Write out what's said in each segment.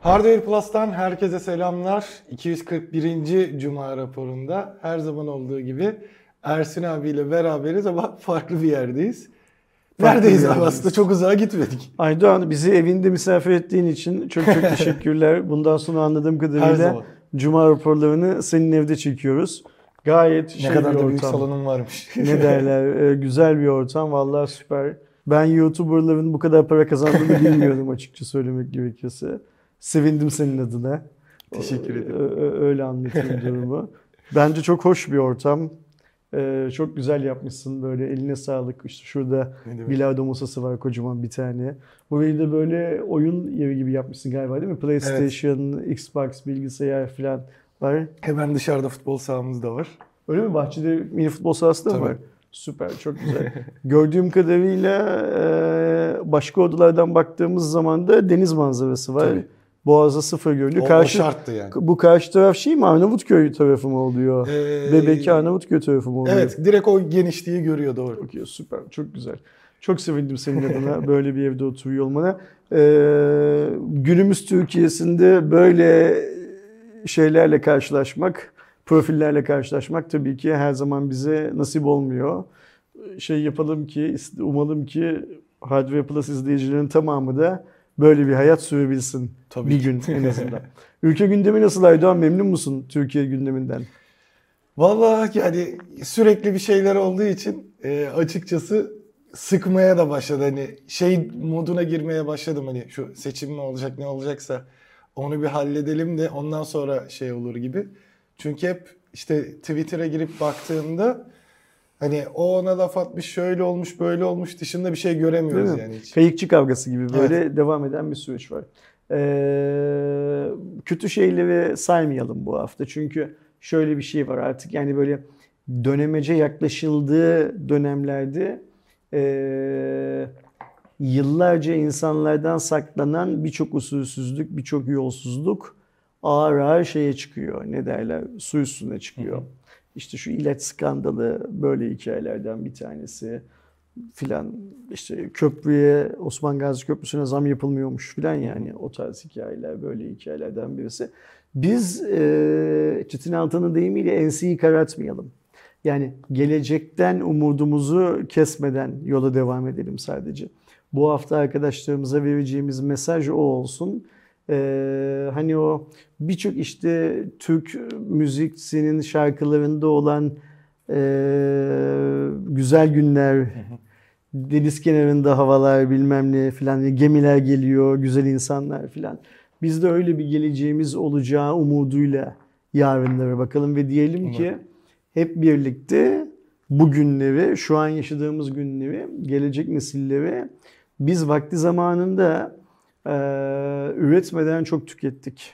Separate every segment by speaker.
Speaker 1: Hardware Plus'tan herkese selamlar. 241. Cuma raporunda her zaman olduğu gibi Ersin abiyle beraberiz ama farklı bir yerdeyiz. Neredeyiz abi? Aslında çok uzağa gitmedik.
Speaker 2: Aydoğan, bizi evinde misafir ettiğin için çok teşekkürler. Bundan sonra anladığım kadarıyla Cuma raporlarını senin evde çekiyoruz. Gayet
Speaker 1: ne kadar
Speaker 2: bir
Speaker 1: da
Speaker 2: ortam.
Speaker 1: büyük salonun varmış.
Speaker 2: Ne derler? Güzel bir ortam. Vallahi süper. Ben YouTuber'ların bu kadar para kazandığını bilmiyordum açıkça söylemek gerekirse. Sevindim senin adına.
Speaker 1: Teşekkür ederim.
Speaker 2: Öyle anlatayım durumu. Bence çok hoş bir ortam. Çok güzel yapmışsın, böyle eline sağlık. İşte şurada bilardo masası var kocaman bir tane. Burayı da böyle oyun yeri gibi yapmışsın galiba, değil mi? PlayStation, evet. Xbox, bilgisayar falan var.
Speaker 1: Hemen dışarıda futbol sahamız da var.
Speaker 2: Öyle mi? Bahçede mini futbol sahası da mı var? Süper, çok güzel. Gördüğüm kadarıyla başka odalardan baktığımız zaman da deniz manzarası var. Tabii. Boğaz'a sıfır görünüyor.
Speaker 1: O şarttı yani.
Speaker 2: Bu karşı taraf şey mi? Arnavutköy tarafı mı oluyor? Bebeki Arnavutköy tarafı mı oluyor?
Speaker 1: Evet, direkt o genişliği görüyor, doğru.
Speaker 2: Okay, süper, çok güzel. Çok sevindim senin adına böyle bir evde oturuyor olmana. Günümüz Türkiye'sinde böyle şeylerle karşılaşmak, profillerle karşılaşmak tabii ki her zaman bize nasip olmuyor. Yapalım ki, umalım ki Hardware Plus izleyicilerin tamamı da böyle bir hayat sürebilsin. Tabii bir gün en azından. Ülke gündemi nasıl Aydoğan? Memnun musun Türkiye gündeminden?
Speaker 1: Vallahi yani sürekli bir şeyler olduğu için açıkçası sıkmaya da başladı. Hani moduna girmeye başladım, hani şu seçim mi olacak, ne olacaksa onu bir halledelim de ondan sonra olur gibi. Çünkü hep işte Twitter'a girip baktığımda hani o ona laf atmış, şöyle olmuş, böyle olmuş dışında bir şey göremiyoruz yani hiç.
Speaker 2: Kayıkçı kavgası gibi böyle devam eden bir süreç var. Kötü şeyleri saymayalım bu hafta. Çünkü şöyle bir şey var artık, yani böyle dönemece yaklaşıldığı dönemlerde yıllarca insanlardan saklanan birçok usulsüzlük, birçok yolsuzluk ağır ağır çıkıyor. Ne derler? Su üstüne çıkıyor. Hı hı. İşte şu ilaç skandalı böyle hikayelerden bir tanesi filan. İşte köprüye, Osman Gazi Köprüsü'ne zam yapılmıyormuş filan, yani o tarz hikayeler, böyle hikayelerden birisi. Biz Çetin Altan'ın deyimiyle enseyi karartmayalım. Yani gelecekten umudumuzu kesmeden yola devam edelim sadece. Bu hafta arkadaşlarımıza vereceğimiz mesaj o olsun. Hani o birçok işte Türk müziğinin şarkılarında olan güzel günler, deniz kenarında havalar bilmem ne filan, gemiler geliyor, güzel insanlar filan. Biz de öyle bir geleceğimiz olacağı umuduyla yarınlara bakalım ve diyelim ki hep birlikte bu günleri, şu an yaşadığımız günleri, gelecek nesillere biz vakti zamanında üretmeden çok tükettik.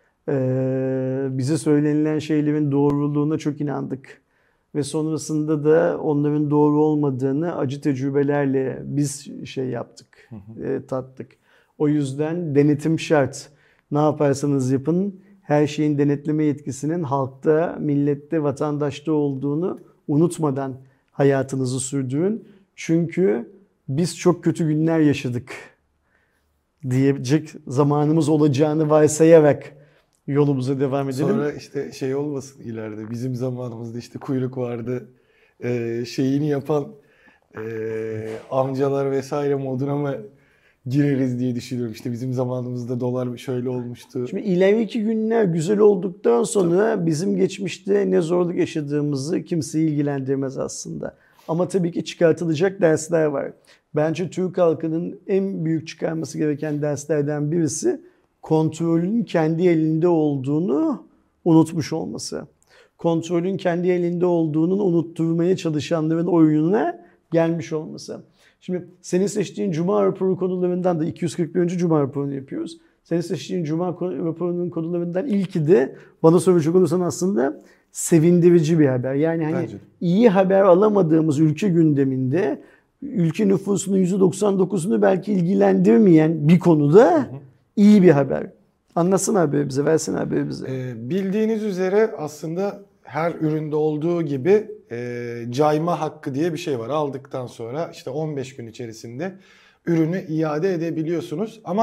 Speaker 2: Bize söylenilen şeylerin doğruluğuna çok inandık. Ve sonrasında da onların doğru olmadığını acı tecrübelerle biz yaptık, tattık. O yüzden denetim şart. Ne yaparsanız yapın, her şeyin denetleme yetkisinin halkta, millette, vatandaşta olduğunu unutmadan hayatınızı sürdürün. Çünkü biz çok kötü günler yaşadık diyecek zamanımız olacağını varsayarak yolumuza devam edelim.
Speaker 1: Sonra işte olmasın ileride. Bizim zamanımızda işte kuyruk vardı. Şeyini yapan amcalar vesaire moduna mı gireriz diye düşünüyorum. İşte bizim zamanımızda dolar şöyle olmuştu.
Speaker 2: Şimdi ileriki günler güzel olduktan sonra bizim geçmişte ne zorluk yaşadığımızı kimseyi ilgilendirmez aslında. Ama tabii ki çıkartılacak dersler var. Bence Türk halkının en büyük çıkarması gereken derslerden birisi kontrolün kendi elinde olduğunu unutmuş olması. Kontrolün kendi elinde olduğunu unutturmaya çalışanların oyununa gelmiş olması. Şimdi senin seçtiğin Cuma raporu konularından da 241. Cuma raporunu yapıyoruz. Senin seçtiğin Cuma raporunun konularından ilki de bana soracak olursan aslında sevindirici bir haber. Yani hani iyi haber alamadığımız ülke gündeminde ülke nüfusunun %99'unu belki ilgilendirmeyen bir konuda iyi bir haber. Anlatsana haberi bize, versene haberi bize.
Speaker 1: Bildiğiniz üzere aslında her üründe olduğu gibi cayma hakkı diye bir şey var. Aldıktan sonra işte 15 gün içerisinde ürünü iade edebiliyorsunuz. Ama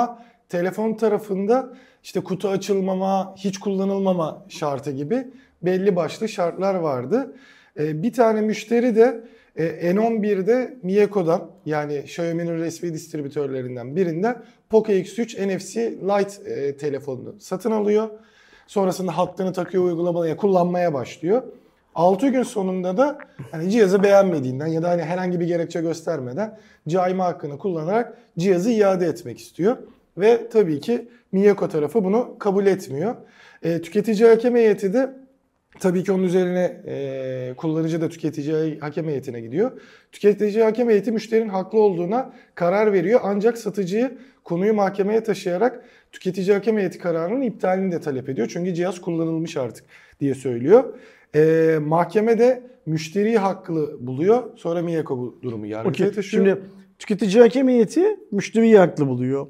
Speaker 1: telefon tarafında işte kutu açılmama, hiç kullanılmama şartı gibi belli başlı şartlar vardı. Bir tane müşteri de N11'de Mieko'dan, yani Xiaomi'nin resmi distribütörlerinden birinden Poco X3 NFC Lite telefonunu satın alıyor. Sonrasında hattını takıyor, uygulamaya kullanmaya başlıyor. 6 gün sonunda da hani cihazı beğenmediğinden ya da hani herhangi bir gerekçe göstermeden cayma hakkını kullanarak cihazı iade etmek istiyor. Ve tabii ki Mieko tarafı bunu kabul etmiyor. Tüketici hakem heyeti de tabii ki onun üzerine kullanıcı da tüketici hakem heyetine gidiyor. Tüketici hakem heyeti müşterinin haklı olduğuna karar veriyor. Ancak satıcıyı konuyu mahkemeye taşıyarak tüketici hakem heyeti kararının iptalini de talep ediyor. Çünkü cihaz kullanılmış artık diye söylüyor. Mahkeme de müşteriyi haklı buluyor. Sonra Mieko bu durumu yargıtaya taşıyor.
Speaker 2: Şimdi tüketici hakem heyeti müşteriyi haklı buluyor.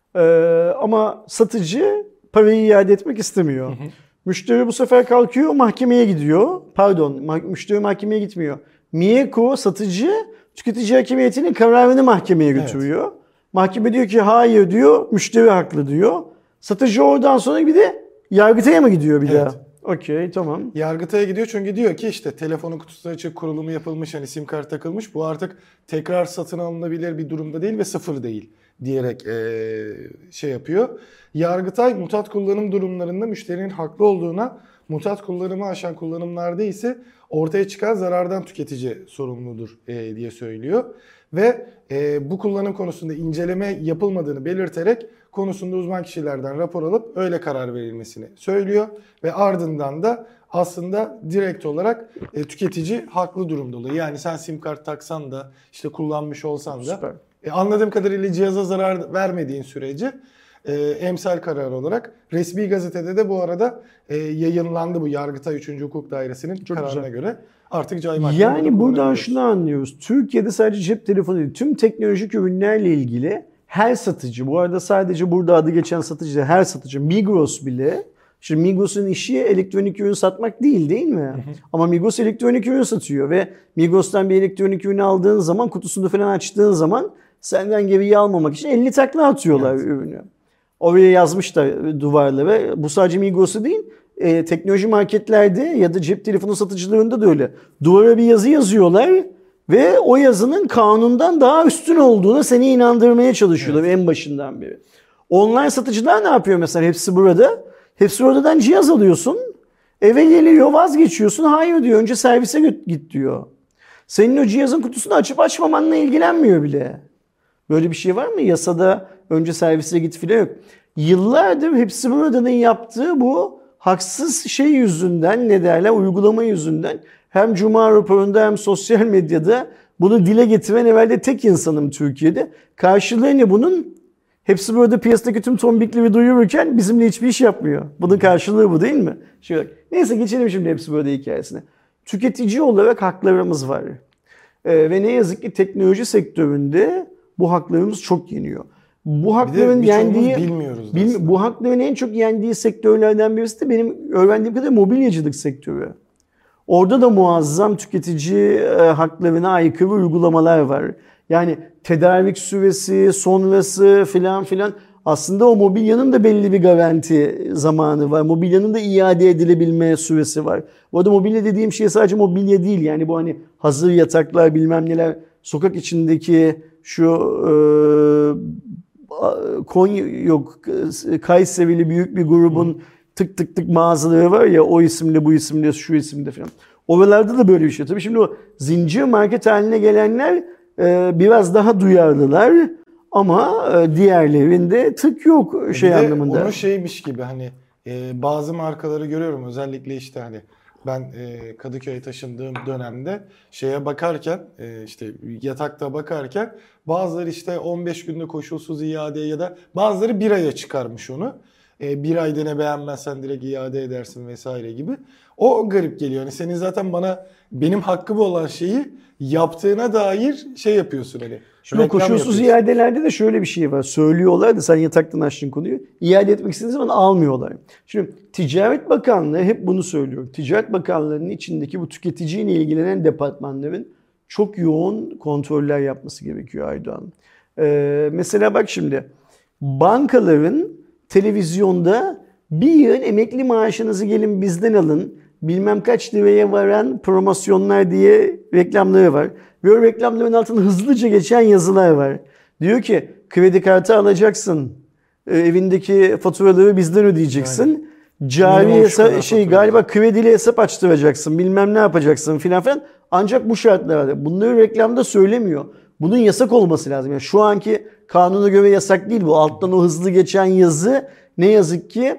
Speaker 2: Ama satıcı parayı iade etmek istemiyor. Müşteri bu sefer kalkıyor, mahkemeye gidiyor. Pardon, müşteri mahkemeye gitmiyor. Mieko satıcı tüketici hakem heyetinin kararını mahkemeye götürüyor. Evet. Mahkeme diyor ki hayır diyor, müşteri haklı diyor. Satıcı oradan sonra bir de Yargıtay'a mı gidiyor bir daha? Okey, tamam.
Speaker 1: Yargıtay'a gidiyor çünkü diyor ki işte telefonun kutusu açık, kurulumu yapılmış, hani sim kart takılmış. Bu artık tekrar satın alınabilir bir durumda değil ve sıfır değil diyerek şey yapıyor. Yargıtay mutat kullanım durumlarında müşterinin haklı olduğuna, mutat kullanımı aşan kullanımlarda ise ortaya çıkan zarardan tüketici sorumludur diye söylüyor. Ve bu kullanım konusunda inceleme yapılmadığını belirterek konusunda uzman kişilerden rapor alıp öyle karar verilmesini söylüyor. Ve ardından da aslında direkt olarak tüketici haklı durumda oluyor. Yani sen sim kart taksan da işte kullanmış olsan da anladığım kadarıyla cihaza zarar vermediğin sürece emsal karar olarak resmi gazetede de bu arada yayınlandı bu Yargıtay 3. Hukuk Dairesi'nin kararına göre. Artık cayma hakkında
Speaker 2: yani buradan şunu anlıyoruz. Türkiye'de sadece cep telefonu değil, tüm teknolojik ürünlerle ilgili her satıcı, bu arada sadece burada adı geçen satıcı değil, her satıcı, Migros bile, şimdi Migros'un işi elektronik ürün satmak değil mi? Ama Migros elektronik ürün satıyor ve Migros'tan bir elektronik ürünü aldığın zaman, kutusunu falan açtığın zaman senden geriye almamak için 50 takla atıyorlar ürünü. Oraya yazmışlar duvarlara. Bu sadece Migros'u değil, teknoloji marketlerde ya da cep telefonu satıcılarında da öyle. Duvara bir yazı yazıyorlar ve o yazının kanundan daha üstün olduğuna seni inandırmaya çalışıyorlar en başından beri. Online satıcılar ne yapıyor mesela? Hepsi burada. Hepsi buradan cihaz alıyorsun. Eve geliyor, vazgeçiyorsun. Hayır diyor, önce servise git diyor. Senin o cihazın kutusunu açıp açmamanla ilgilenmiyor bile. Böyle bir şey var mı? Yasada önce servise git filan yok. Yıllardır hepsi buradanın yaptığı bu haksız şey yüzünden, ne derler, uygulama yüzünden hem Cuma raporunda hem sosyal medyada bunu dile getiren evvelde tek insanım Türkiye'de. Karşılığı ne bunun? Hepsi burada piyasadaki tüm tombikleri duyururken bizimle hiçbir iş yapmıyor. Bunun karşılığı bu değil mi? Neyse geçelim şimdi hepsi burada hikayesine. Tüketici olarak haklarımız var. Ve ne yazık ki teknoloji sektöründe bu haklarımız çok yeniyor. Bu hakların yendiği, bu hakların en çok yendiği sektörlerden birisi de benim öğrendiğim kadar mobilyacılık sektörü. Orada da muazzam tüketici haklarına aykırı uygulamalar var. Yani tedarik süresi, sonrası filan filan. Aslında o mobilyanın da belli bir garanti zamanı var. Mobilyanın da iade edilebilme süresi var. Bu arada mobilya dediğim şey sadece mobilya değil. Yani bu hani hazır yataklar bilmem neler, sokak içindeki şu Kayserili büyük bir grubun tık tık tık mağazaları var ya, o isimle, bu isimle, şu isimle falan. Oralarda da böyle bir şey. Tabii şimdi o zincir market haline gelenler biraz daha duyarlılar ama diğerlerinde tık yok anlamında.
Speaker 1: Onun şeymiş gibi hani bazı markaları görüyorum, özellikle işte hani ben Kadıköy'e taşındığım dönemde şeye bakarken işte yatakta bakarken bazıları işte 15 günde koşulsuz iade ya da bazıları bir aya çıkarmış onu. Bir ayda ne beğenmezsen direkt iade edersin vesaire gibi. O garip geliyor. Yani senin zaten bana benim hakkım olan şeyi yaptığına dair şey yapıyorsun hani.
Speaker 2: Şimdi koşulsuz iadelerde de şöyle bir şey var. Söylüyorlar da sen yataktan açtın konuyu. İade etmek istediğin zaman almıyorlar. Şimdi Ticaret Bakanlığı hep bunu söylüyor. Ticaret Bakanlığı'nın içindeki bu tüketiciyle ilgilenen departmanların çok yoğun kontroller yapması gerekiyor Aydoğan. Mesela bak şimdi Bankaların televizyonda bir yıl emekli maaşınızı gelin bizden alın, bilmem kaç liraya varan promosyonlar diye reklamları var. Ve o reklamların altında hızlıca geçen yazılar var. Diyor ki kredi kartı alacaksın, evindeki faturaları bizden ödeyeceksin. Yani, cari galiba kredili hesap açtıracaksın, bilmem ne yapacaksın filan filan. Ancak bu şartlarda. Bunları reklamda söylemiyor. Bunun yasak olması lazım. Yani şu anki kanuna göre yasak değil bu. Alttan o hızlı geçen yazı ne yazık ki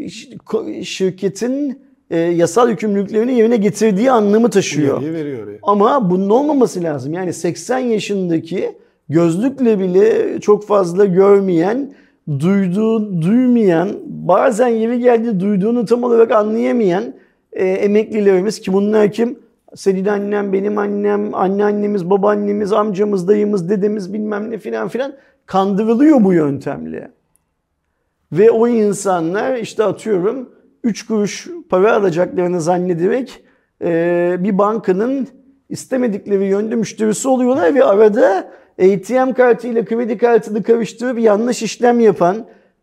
Speaker 2: şirketin yasal yükümlülüklerini yerine getirdiği anlamı taşıyor.
Speaker 1: Veriyor.
Speaker 2: Ama bunun olmaması lazım. Yani 80 yaşındaki gözlükle bile çok fazla görmeyen, duymayan, bazen yeri geldi duyduğunu tam olarak anlayamayan emeklilerimiz ki bunlar kim? Senin annem, benim annem, anneannemiz, babaannemiz, amcamız, dayımız, dedemiz bilmem ne filan filan kandırılıyor bu yöntemle. Ve o insanlar işte atıyorum 3 kuruş para alacaklarını zannederek bir bankanın istemedikleri yönde müşterisi oluyorlar ve arada ATM kartıyla kredi kartını karıştırıp yanlış işlem yapan,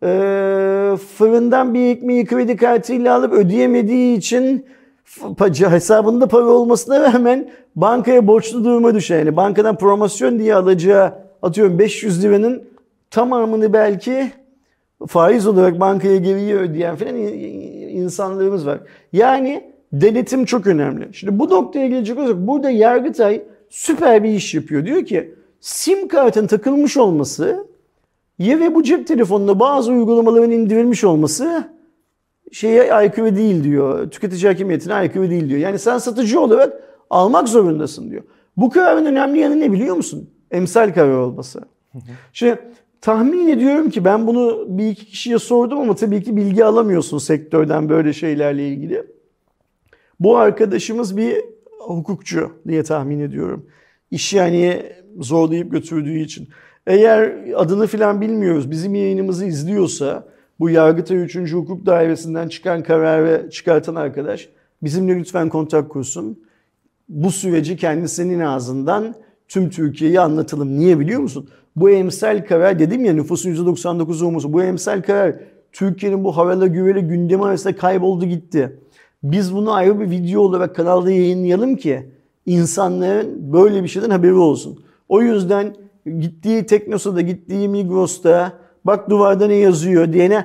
Speaker 2: fırından bir ekmeği kredi kartıyla alıp ödeyemediği için hesabında para olmasına rağmen bankaya borçlu duruma düşer. Yani bankadan promosyon diye alacağı atıyorum 500 liranın tamamını belki faiz olarak bankaya geriye ödeyen falan insanlarımız var. Yani denetim çok önemli. Şimdi bu noktaya gelecek olursak burada Yargıtay süper bir iş yapıyor. Diyor ki sim kartın takılmış olması ve bu cep telefonunda bazı uygulamaların indirilmiş olması şeye aykırı değil diyor. Tüketici hakimiyetine aykırı değil diyor. Yani sen satıcı olarak almak zorundasın diyor. Bu kararın önemli yanı ne biliyor musun? Emsal karar olması. Şimdi tahmin ediyorum ki ben bunu bir iki kişiye sordum ama tabii ki bilgi alamıyorsun sektörden böyle şeylerle ilgili. Bu arkadaşımız bir hukukçu diye tahmin ediyorum. İş yani zorlayıp götürdüğü için. Eğer adını filan bilmiyoruz, bizim yayınımızı izliyorsa bu Yargıtay 3. Hukuk Dairesi'nden çıkan kararı çıkartan arkadaş bizimle lütfen kontak kursun. Bu süreci kendisinin ağzından tüm Türkiye'ye anlatalım. Niye biliyor musun? Bu emsal karar dedim ya nüfusun %99 olması. Bu emsal karar Türkiye'nin bu harala güvele gündemi arasında kayboldu gitti. Biz bunu ayrı bir video olarak kanalda yayınlayalım ki insanların böyle bir şeyden haberi olsun. O yüzden gittiği Teknosa'da, gittiği Migros'ta bak duvarda ne yazıyor diyene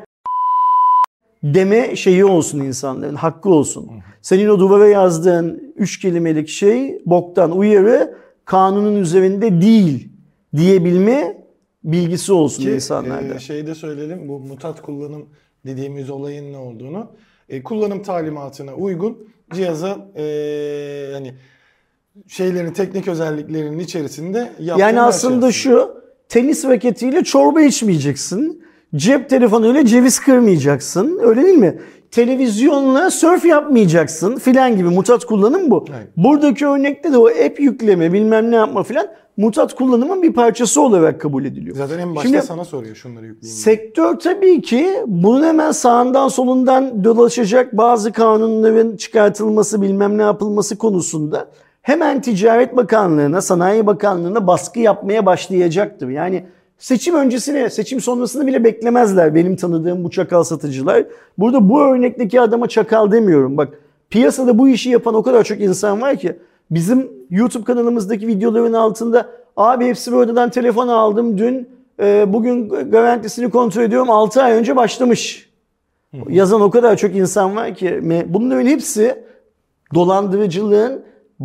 Speaker 2: deme şeyi olsun insanların, hakkı olsun. Senin o duvara yazdığın 3 kelimelik şey boktan uyarı kanunun üzerinde değil diyebilme bilgisi olsun insanlarda.
Speaker 1: Şeyde söyleyelim bu mutat kullanım dediğimiz olayın ne olduğunu. Kullanım talimatına uygun cihaza hani şeylerin teknik özelliklerinin içerisinde
Speaker 2: yani aslında şu tenis raketiyle çorba içmeyeceksin. Cep telefonuyla ceviz kırmayacaksın. Öyle değil mi? Televizyonla surf yapmayacaksın filan gibi mutat kullanım bu. Evet. Buradaki örnekte de o app yükleme bilmem ne yapma filan mutat kullanımın bir parçası olarak kabul ediliyor.
Speaker 1: Zaten en başta sana soruyor şunları yükleyeyim.
Speaker 2: Sektör tabii ki bunun hemen sağından solundan dolaşacak bazı kanunların çıkartılması bilmem ne yapılması konusunda hemen Ticaret Bakanlığı'na, Sanayi Bakanlığı'na baskı yapmaya başlayacaktır. Yani seçim öncesine, seçim sonrasını bile beklemezler benim tanıdığım bu çakal satıcılar. Burada bu örnekteki adama çakal demiyorum. Bak piyasada bu işi yapan o kadar çok insan var ki bizim YouTube kanalımızdaki videoların altında abi hepsi buradan telefon aldım dün bugün garantisini kontrol ediyorum 6 ay önce başlamış. Yazan o kadar çok insan var ki bunların hepsi dolandırıcılığın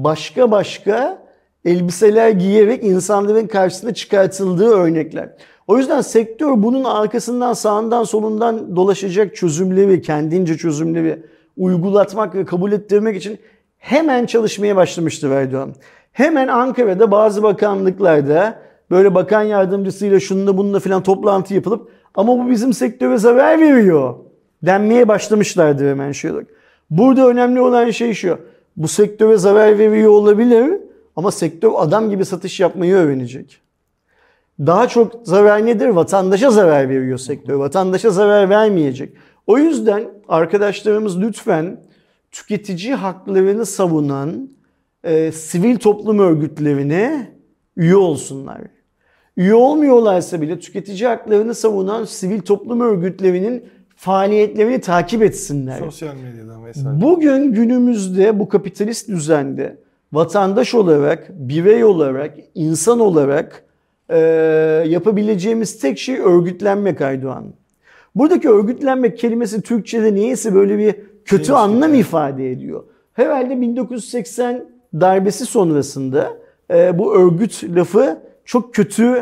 Speaker 2: başka elbiseler giyerek insanların karşısına çıkartıldığı örnekler. O yüzden sektör bunun arkasından sağından solundan dolaşacak çözümleri, kendince çözümleri uygulatmak ve kabul ettirmek için hemen çalışmaya başlamıştır Erdoğan. Hemen Ankara'da bazı bakanlıklarda böyle bakan yardımcısıyla şununla bununla filan toplantı yapılıp ama bu bizim sektöre zarar veriyor denmeye başlamışlardır hemen şey olarak. Burada önemli olan şey şu. Bu sektöre zarar veriyor olabilir ama sektör adam gibi satış yapmayı öğrenecek. Daha çok zarar nedir? Vatandaşa zarar veriyor sektör. Vatandaşa zarar vermeyecek. O yüzden arkadaşlarımız lütfen tüketici haklarını savunan sivil toplum örgütlerine üye olsunlar. Üye olmuyorlarsa bile tüketici haklarını savunan sivil toplum örgütlerinin faaliyetlerini takip etsinler.
Speaker 1: Sosyal medyadan vesaire.
Speaker 2: Bugün günümüzde bu kapitalist düzende vatandaş olarak, birey olarak, insan olarak yapabileceğimiz tek şey örgütlenmek Aydoğan. Buradaki örgütlenmek kelimesi Türkçe'de niyeyse böyle bir kötü anlam ifade ediyor. Herhalde 1980 darbesi sonrasında bu örgüt lafı çok kötü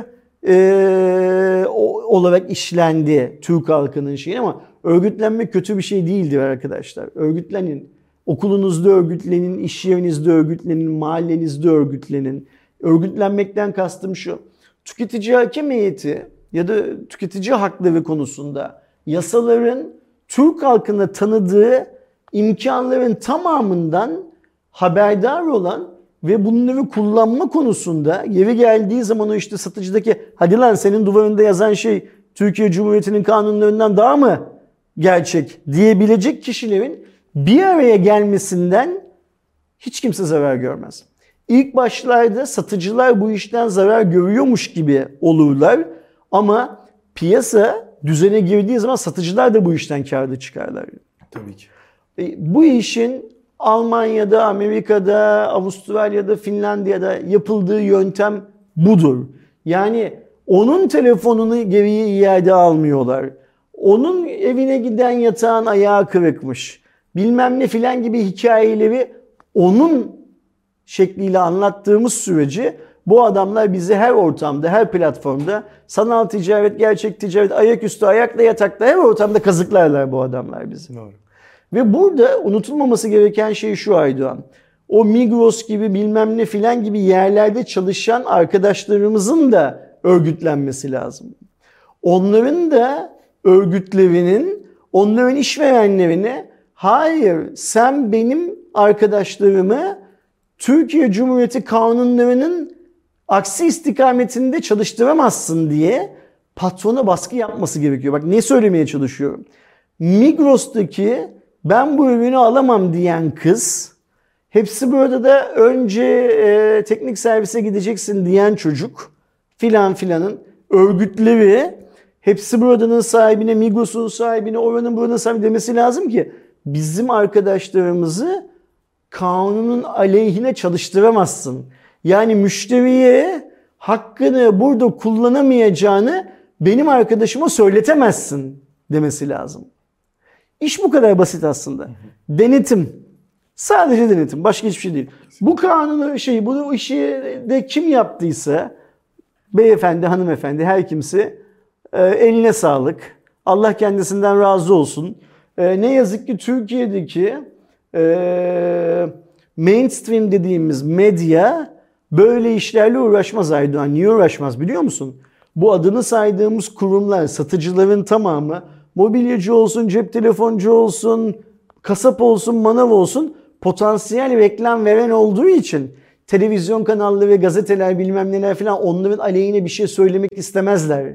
Speaker 2: olarak işlendi Türk halkının şeyine, ama örgütlenmek kötü bir şey değildir arkadaşlar. Örgütlenin. Okulunuzda örgütlenin, iş yerinizde örgütlenin, mahallenizde örgütlenin. Örgütlenmekten kastım şu: tüketici hakem heyeti ya da tüketici hakları konusunda yasaların Türk halkına tanıdığı imkanların tamamından haberdar olan ve bunları kullanma konusunda yeri geldiği zaman o işte satıcıdaki "hadi lan senin duvarında yazan şey Türkiye Cumhuriyeti'nin kanunlarından daha mı gerçek" diyebilecek kişilerin bir araya gelmesinden hiç kimse zarar görmez. İlk başlarda satıcılar bu işten zarar görüyormuş gibi olurlar ama piyasa düzene girdiği zaman satıcılar da bu işten kârlı çıkarlar.
Speaker 1: Tabii ki.
Speaker 2: Bu işin Almanya'da, Amerika'da, Avustralya'da, Finlandiya'da yapıldığı yöntem budur. Yani onun telefonunu geriye iade almıyorlar. Onun evine giden yatağın ayağı kırıkmış, bilmem ne filan gibi hikayeleri onun şekliyle anlattığımız sürece bu adamlar bizi her ortamda, her platformda, sanal ticaret, gerçek ticaret, ayaküstü, ayakla, yatakta, her ortamda kazıklarlar bu adamlar bizi.
Speaker 1: Doğru.
Speaker 2: Ve burada unutulmaması gereken şey şu Aydoğan: o Migros gibi bilmem ne filan gibi yerlerde çalışan arkadaşlarımızın da örgütlenmesi lazım. Onların da örgütlerinin, onların işverenlerine "hayır, sen benim arkadaşlarımı Türkiye Cumhuriyeti kanunlarının aksi istikametinde çalıştıramazsın" diye patrona baskı yapması gerekiyor. Bak ne söylemeye çalışıyorum. Migros'taki "ben bu ürünü alamam" diyen kız, hepsi burada da önce teknik servise gideceksin diyen çocuk filan filanın örgütleri, hepsi buradanın sahibine, Migros'un sahibine, oranın buranın sahibine demesi lazım ki bizim arkadaşlarımızı kanunun aleyhine çalıştıramazsın. Yani müşteriye hakkını burada kullanamayacağını benim arkadaşıma söyletemezsin demesi lazım. İş bu kadar basit aslında. Denetim. Sadece denetim. Başka hiçbir şey değil. Bu kanunu bu işi de kim yaptıysa, beyefendi, hanımefendi, her kimse eline sağlık. Allah kendisinden razı olsun. Ne yazık ki Türkiye'deki mainstream dediğimiz medya böyle işlerle uğraşmaz Aydoğan. Niye uğraşmaz biliyor musun? Bu adını saydığımız kurumlar, satıcıların tamamı, mobilyacı olsun, cep telefoncu olsun, kasap olsun, manav olsun, potansiyel reklam veren olduğu için televizyon kanalları ve gazeteler bilmem neler falan onların aleyhine bir şey söylemek istemezler.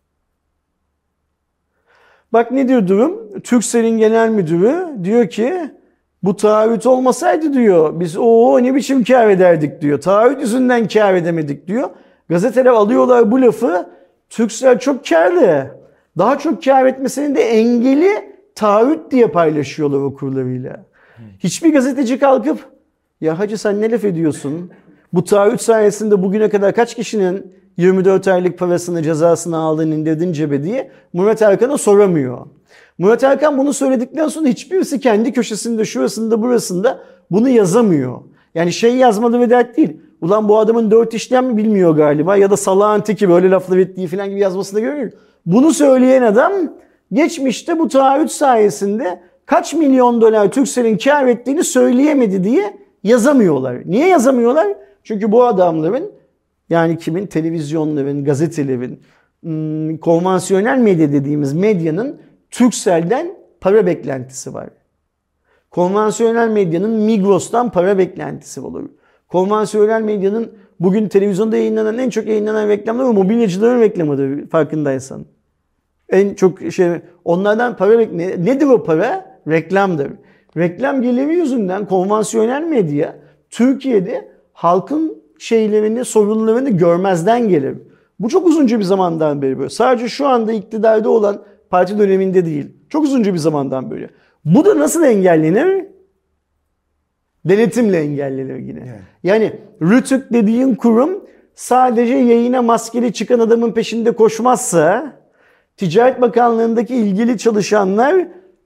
Speaker 2: Bak ne diyor durum? Turkcell'in genel müdürü diyor ki bu taahhüt olmasaydı diyor biz ne biçim kâr ederdik diyor. Taahhüt yüzünden kâr edemedik diyor. Gazeteler alıyorlar bu lafı. Turkcell çok kârlı. Daha çok kâr etmesinin de engeli taahhüt diye paylaşıyorlar okurlarıyla. Hiçbir gazeteci kalkıp "ya hacı sen ne laf ediyorsun? Bu taahhüt sayesinde bugüne kadar kaç kişinin 24 aylık parasını, cezasını aldın, indirdin cebe" diye Murat Erkan'a soramıyor. Murat Erkan bunu söyledikten sonra hiçbirisi kendi köşesinde, şurasında, burasında bunu yazamıyor. Yani yazmadı ve dert değil. Ulan bu adamın 4 işlem mi bilmiyor galiba ya da salağın teki böyle laflar ettiği falan gibi yazmasına görüyor. Bunu söyleyen adam geçmişte bu taahhüt sayesinde kaç milyon dolar Turkcell'in kâr ettiğini söyleyemedi diye yazamıyorlar. Niye yazamıyorlar? Çünkü bu adamların, yani kimin? Televizyonların, gazetelerin, konvansiyonel medya dediğimiz medyanın Turkcell'den para beklentisi var. Konvansiyonel medyanın Migros'tan para beklentisi olur. Konvansiyonel medyanın bugün televizyonda en çok yayınlanan reklamlar mobilyacıların reklamıdır farkındaysan. En çok onlardan para nedir o para? Reklamdır. Reklam geliri yüzünden konvansiyonel medya Türkiye'de halkın sorunlarını görmezden gelir. Bu çok uzunca bir zamandan beri böyle. Sadece şu anda iktidarda olan parti döneminde değil. Çok uzunca bir zamandan böyle. Bu da nasıl engellenir? Denetimle engellenir yine.
Speaker 1: Evet.
Speaker 2: Yani RTÜK dediğin kurum sadece yayına maskeli çıkan adamın peşinde koşmazsa, Ticaret Bakanlığı'ndaki ilgili çalışanlar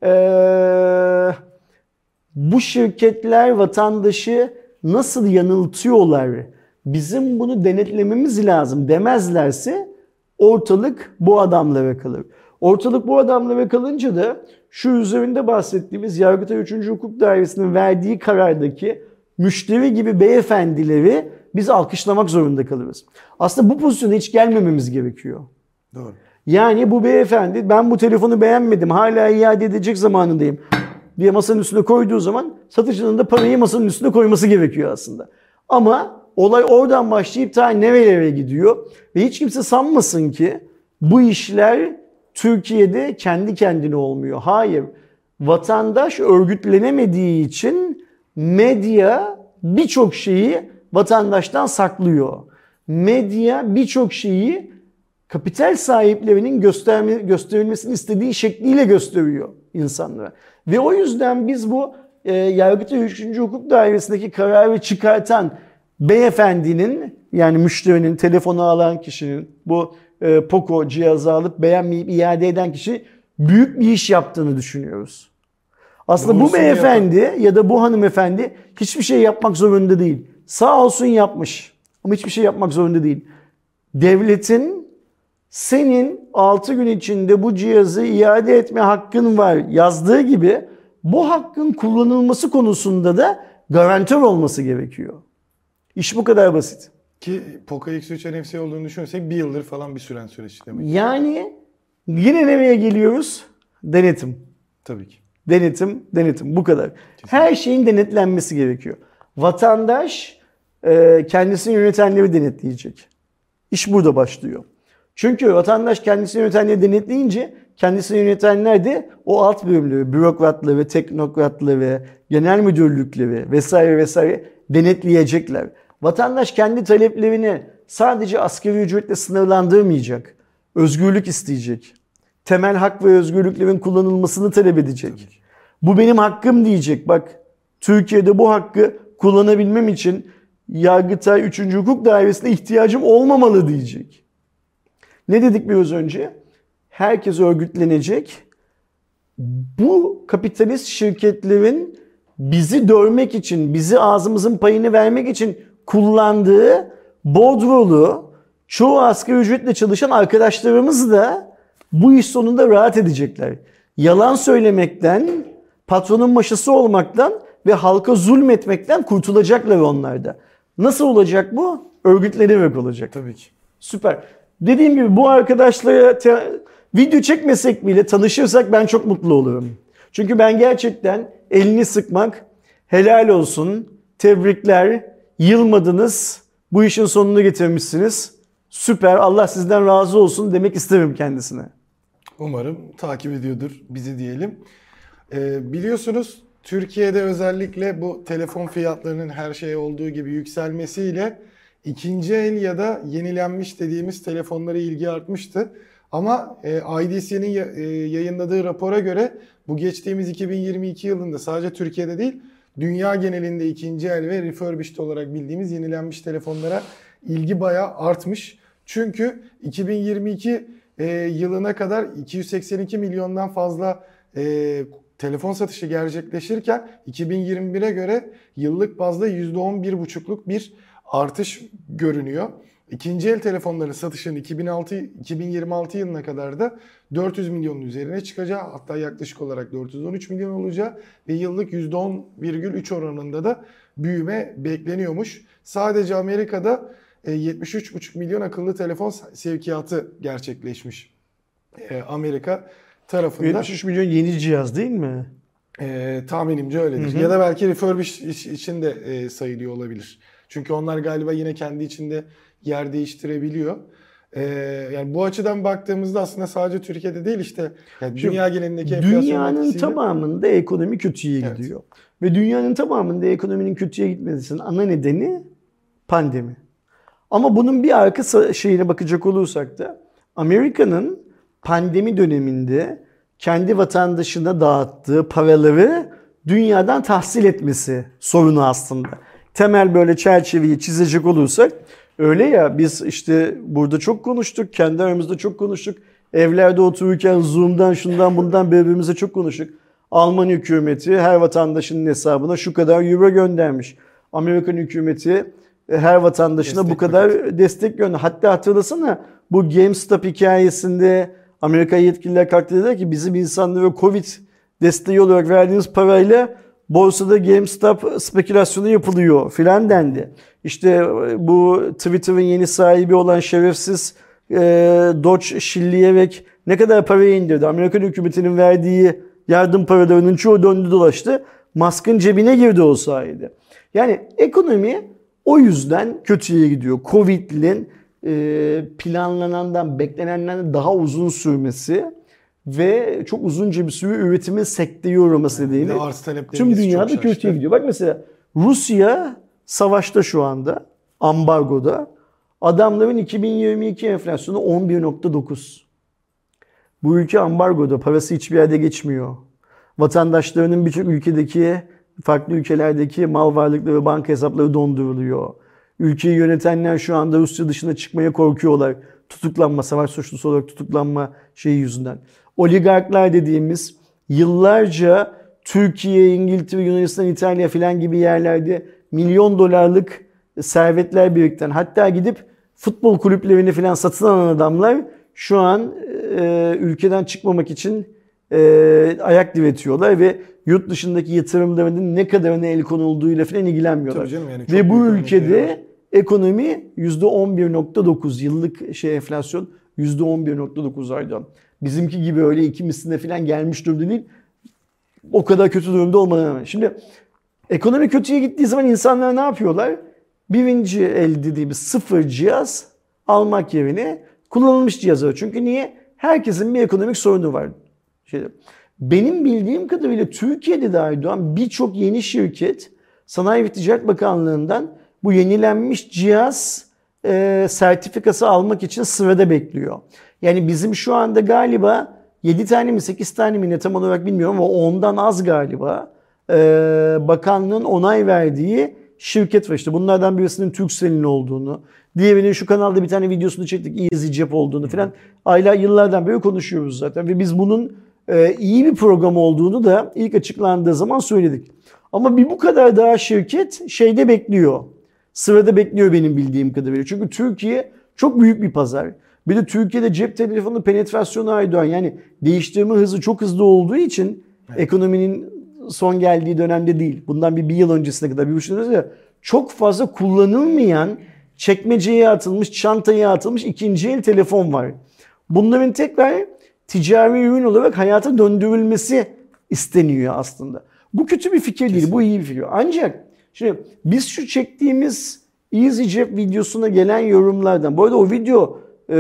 Speaker 2: bu şirketler vatandaşı nasıl yanıltıyorlar, bizim bunu denetlememiz lazım demezlerse ortalık bu adamlara kalır. Ortalık bu adamlara kalınca da şu üzerinde bahsettiğimiz Yargıtay 3. Hukuk Dairesi'nin verdiği karardaki müşteri gibi beyefendileri biz alkışlamak zorunda kalırız. Aslında bu pozisyona hiç gelmememiz gerekiyor.
Speaker 1: Doğru.
Speaker 2: Yani bu beyefendi ben bu telefonu beğenmedim, hala iade edecek zamanındayım diye masanın üstüne koyduğu zaman satıcının da parayı masanın üstüne koyması gerekiyor aslında. Ama olay oradan başlayıp ta nerelere gidiyor ve hiç kimse sanmasın ki bu işler Türkiye'de kendi kendine olmuyor. Hayır, vatandaş örgütlenemediği için medya birçok şeyi vatandaştan saklıyor. Medya birçok şeyi kapital sahiplerinin gösterilmesini istediği şekliyle gösteriyor insanlara. Ve o yüzden biz bu Yargıtay 3. Hukuk Dairesi'ndeki kararı çıkartan beyefendinin, yani müşterinin, telefonu alan kişinin, bu Poco cihazı alıp beğenmeyip iade eden kişi büyük bir iş yaptığını düşünüyoruz. Aslında bu beyefendi ya da bu hanımefendi hiçbir şey yapmak zorunda değil. Sağ olsun yapmış ama hiçbir şey yapmak zorunda değil. Devletin senin 6 gün içinde bu cihazı iade etme hakkın var yazdığı gibi bu hakkın kullanılması konusunda da garantör olması gerekiyor. İş bu kadar basit.
Speaker 1: Ki Poco X3 NFC olduğunu düşünürsek bir yıldır falan bir süren süreç demek.
Speaker 2: Yani yine nereye geliyoruz? Denetim.
Speaker 1: Tabii ki.
Speaker 2: Denetim, denetim. Bu kadar.
Speaker 1: Kesinlikle.
Speaker 2: Her şeyin denetlenmesi gerekiyor. Vatandaş kendisini yönetenleri denetleyecek. İş burada başlıyor. Çünkü vatandaş kendisini yönetenleri denetleyince kendisini yönetenler de o alt bölümleri, bürokratları, teknokratları, genel müdürlükleri vesaire vesaire denetleyecekler. Vatandaş kendi taleplerini sadece asgari ücretle sınırlandırmayacak. Özgürlük isteyecek. Temel hak ve özgürlüklerin kullanılmasını talep edecek. Bu benim hakkım diyecek. Bak, Türkiye'de bu hakkı kullanabilmem için Yargıtay 3. Hukuk Dairesi'ne ihtiyacım olmamalı diyecek. Ne dedik biraz önce? Herkes örgütlenecek. Bu kapitalist şirketlerin bizi dövmek için, bizi ağzımızın payını vermek için kullandığı bordrolu, çoğu asgari ücretle çalışan arkadaşlarımız da bu iş sonunda rahat edecekler. Yalan söylemekten, patronun maşası olmaktan ve halka zulmetmekten kurtulacaklar onlar da. Nasıl olacak bu? Örgütlenerek olacak.
Speaker 1: Tabii ki.
Speaker 2: Süper. Dediğim gibi bu arkadaşlara video çekmesek bile tanışırsak ben çok mutlu olurum. Çünkü ben gerçekten elini sıkmak, helal olsun, tebrikler, yılmadınız, bu işin sonunu getirmişsiniz. Süper, Allah sizden razı olsun demek isterim kendisine.
Speaker 1: Umarım takip ediyordur bizi diyelim. Biliyorsunuz Türkiye'de özellikle bu telefon fiyatlarının her şeye olduğu gibi yükselmesiyle ikinci el ya da yenilenmiş dediğimiz telefonlara ilgi artmıştı. Ama IDC'nin yayınladığı rapora göre bu geçtiğimiz 2022 yılında sadece Türkiye'de değil, dünya genelinde ikinci el ve refurbished olarak bildiğimiz yenilenmiş telefonlara ilgi bayağı artmış. Çünkü 2022 yılına kadar 282 milyondan fazla telefon satışı gerçekleşirken 2021'e göre yıllık bazda %11,5'luk bir artış görünüyor. İkinci el telefonların satışının 2026 yılına kadar da 400 milyonun üzerine çıkacağı, hatta yaklaşık olarak 413 milyon olacağı ve yıllık %10,3 oranında da büyüme bekleniyormuş. Sadece Amerika'da 73,5 milyon akıllı telefon sevkiyatı gerçekleşmiş Amerika tarafında.
Speaker 2: 73 milyon yeni cihaz değil mi?
Speaker 1: Tahminimce öyledir. Ya da belki refurbish için de sayılıyor olabilir. Çünkü onlar galiba yine kendi içinde yer değiştirebiliyor. Yani bu açıdan baktığımızda aslında sadece Türkiye'de değil işte yani dünya genelindeki enflasyon
Speaker 2: dünyanın
Speaker 1: etkisiyle...
Speaker 2: tamamında ekonomi kötüye gidiyor. Ve dünyanın tamamında ekonominin kötüye gitmesinin ana nedeni pandemi. Ama bunun bir arka şeyine bakacak olursak da Amerika'nın pandemi döneminde kendi vatandaşına dağıttığı paraları dünyadan tahsil etmesi sorunu aslında. Temel böyle çerçeveyi çizecek olursak öyle ya, biz işte burada çok konuştuk, kendi aramızda çok konuştuk. Evlerde otururken Zoom'dan şundan bundan birbirimize çok konuştuk. Alman hükümeti her vatandaşının hesabına şu kadar euro göndermiş. Amerikan hükümeti her vatandaşına
Speaker 1: Destek
Speaker 2: bu kadar destek göndermiş. Hatta hatırlasana bu GameStop hikayesinde Amerika yetkililer kalktı dediler ki bizim insanlara Covid desteği olarak verdiğiniz parayla borsada GameStop spekülasyonu yapılıyor filan dendi. İşte bu Twitter'ın yeni sahibi olan şerefsiz Doge şilleyerek ne kadar parayı indirdi. Amerikan hükümetinin verdiği yardım paralarının çoğu döndü dolaştı. Musk'ın cebine girdi o sayede. Yani ekonomi o yüzden kötüye gidiyor. Covid'in planlanandan, beklenenden daha uzun sürmesi ve çok uzunca bir süre üretimin sekteye uğraması nedeniyle tüm dünyada kötüye gidiyor. Bak mesela Rusya savaşta şu anda, ambargoda. Adamların 2022 enflasyonu 11.9. Bu ülke ambargoda, parası hiçbir yerde geçmiyor. Vatandaşlarının birçok ülkedeki, farklı ülkelerdeki mal varlıkları ve banka hesapları donduruluyor. Ülkeyi yönetenler şu anda Rusya dışına çıkmaya korkuyorlar. Tutuklanma, savaş suçlusu olarak tutuklanma şeyi yüzünden. Oligarklar dediğimiz yıllarca Türkiye, İngiltere, Yunanistan, İtalya filan gibi yerlerde milyon dolarlık servetler biriktiren, hatta gidip futbol kulüplerini filan satın alan adamlar şu an ülkeden çıkmamak için ayak diretiyorlar ve yurt dışındaki yatırımlarının ne kadarına el konulduğuyla falan ilgilenmiyorlar.
Speaker 1: Yani
Speaker 2: ve bu ülkede ekonomi %11.9, yıllık enflasyon %11.9 aydan. Bizimki gibi öyle iki misline falan gelmiş durumda değil. O kadar kötü durumda olmadan hemen. Şimdi ekonomi kötüye gittiği zaman insanlar ne yapıyorlar? Birinci el dediğimiz sıfır cihaz almak yerine kullanılmış cihaz alıyor. Çünkü niye? Herkesin bir ekonomik sorunu var. Benim bildiğim kadarıyla Türkiye'de de Aydoğan birçok yeni şirket Sanayi ve Ticaret Bakanlığı'ndan bu yenilenmiş cihaz sertifikası almak için sırada bekliyor. Yani bizim şu anda galiba 7 tane mi 8 tane mi ne tam olarak bilmiyorum ama ondan az galiba bakanlığın onay verdiği şirket var. İşte bunlardan birisinin Turkcell'in olduğunu, diğerinin şu kanalda bir tane videosunu çektik EasyJet olduğunu falan yıllardan beri konuşuyoruz zaten. Ve biz bunun iyi bir program olduğunu da ilk açıklandığı zaman söyledik. Ama bir bu kadar daha şirket şeyde bekliyor. Sırada bekliyor benim bildiğim kadarıyla. Çünkü Türkiye çok büyük bir pazar. Bir de Türkiye'de cep telefonu penetrasyonu Aydoğan, yani değiştirme hızı çok hızlı olduğu için ekonominin son geldiği dönemde değil. Bundan bir yıl öncesine kadar, bir buçuk yıl önce çok fazla kullanılmayan, çekmeceye atılmış, çantaya atılmış ikinci el telefon var. Bunların tekrar ticari ürün olarak hayata döndürülmesi isteniyor aslında. Bu kötü bir fikir değil, bu iyi bir fikir. Ancak şimdi biz şu çektiğimiz EasyJet videosuna gelen yorumlardan, bu arada o video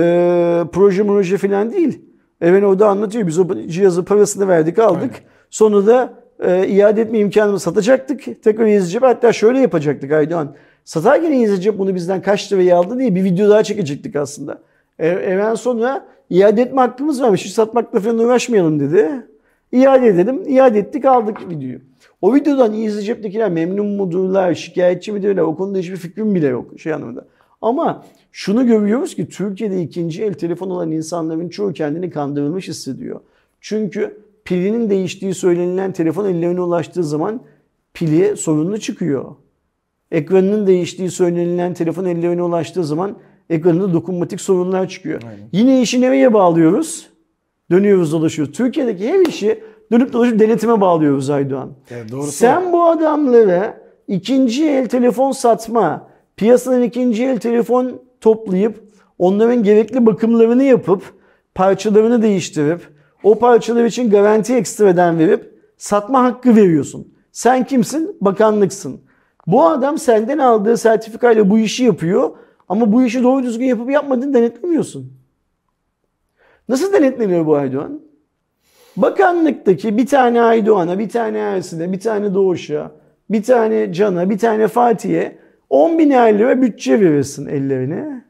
Speaker 2: proje falan değil. Evet, orada anlatıyor. Biz o cihazı parasını verdik, aldık. Aynen. Sonra da iade etme imkanımızı satacaktık. Tekrar EasyJet, hatta şöyle yapacaktık Aydoğan. Satarken EasyJet bunu bizden kaç liraya aldı diye bir video daha çekecektik aslında. Evden sonra iade etme hakkımız varmış. Hiç satmakla falan uğraşmayalım dedi. İade edelim. İade ettik, aldık videoyu. O videodan EasyJet'tekiler memnun mudurlar, şikayetçi midirler? O konuda hiçbir fikrim bile yok şey anlamında. Ama şunu görüyoruz ki Türkiye'de ikinci el telefon olan insanların çoğu kendini kandırılmış hissediyor. Çünkü pilinin değiştiği söylenilen telefon ellerine ulaştığı zaman pili sorunlu çıkıyor. Ekranının değiştiği söylenilen telefon ellerine ulaştığı zaman ekranında dokunmatik sorunlar çıkıyor. Aynen. Yine işi nereye bağlıyoruz? Dönüyoruz dolaşıyoruz. Türkiye'deki her işi dönüp dolaşıp denetime bağlıyoruz Aydoğan. Evet, sen bu adamlara ikinci el telefon satma, piyasadan ikinci el telefon toplayıp onların gerekli bakımlarını yapıp parçalarını değiştirip o parçalar için garanti ekstradan verip satma hakkı veriyorsun. Sen kimsin? Bakanlıksın. Bu adam senden aldığı sertifikayla bu işi yapıyor ama bu işi doğru düzgün yapıp yapmadığını denetlemiyorsun. Nasıl denetleniyor bu Aydoğan? Bakanlıktaki bir tane Aydoğan'a, bir tane Ersin'e, bir tane Doğuş'a, bir tane Can'a, bir tane Fatih'e 10.000 lira bütçe verirsin ellerine.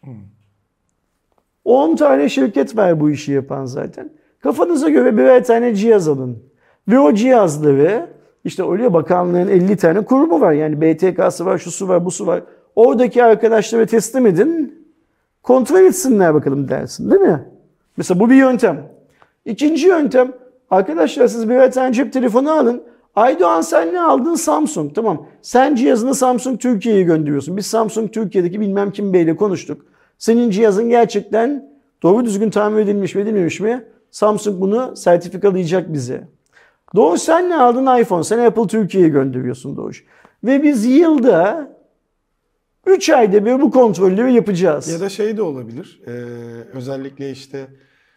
Speaker 2: 10 tane şirket var bu işi yapan zaten. Kafanıza göre birer tane cihaz alın. Ve o cihazları işte öyle bakanlığın 50 tane kurumu var. Yani BTK'sı var, şusu var, busu var. Oradaki arkadaşlara teslim edin. Kontrol etsinler bakalım dersin, değil mi? Mesela bu bir yöntem. İkinci yöntem, arkadaşlar siz birer tane cep telefonu alın. Aydoğan sen ne aldın? Samsung. Tamam. Sen cihazını Samsung Türkiye'ye gönderiyorsun. Biz Samsung Türkiye'deki bilmem kim beyle konuştuk. Senin cihazın gerçekten doğru düzgün tamir edilmiş mi edilmemiş mi? Samsung bunu sertifikalayacak bize. Doğuş sen ne aldın? iPhone. Sen Apple Türkiye'ye gönderiyorsun Doğuş. Ve biz yılda 3 ayda bir bu kontrolleri yapacağız.
Speaker 1: Ya da şey de olabilir. Özellikle işte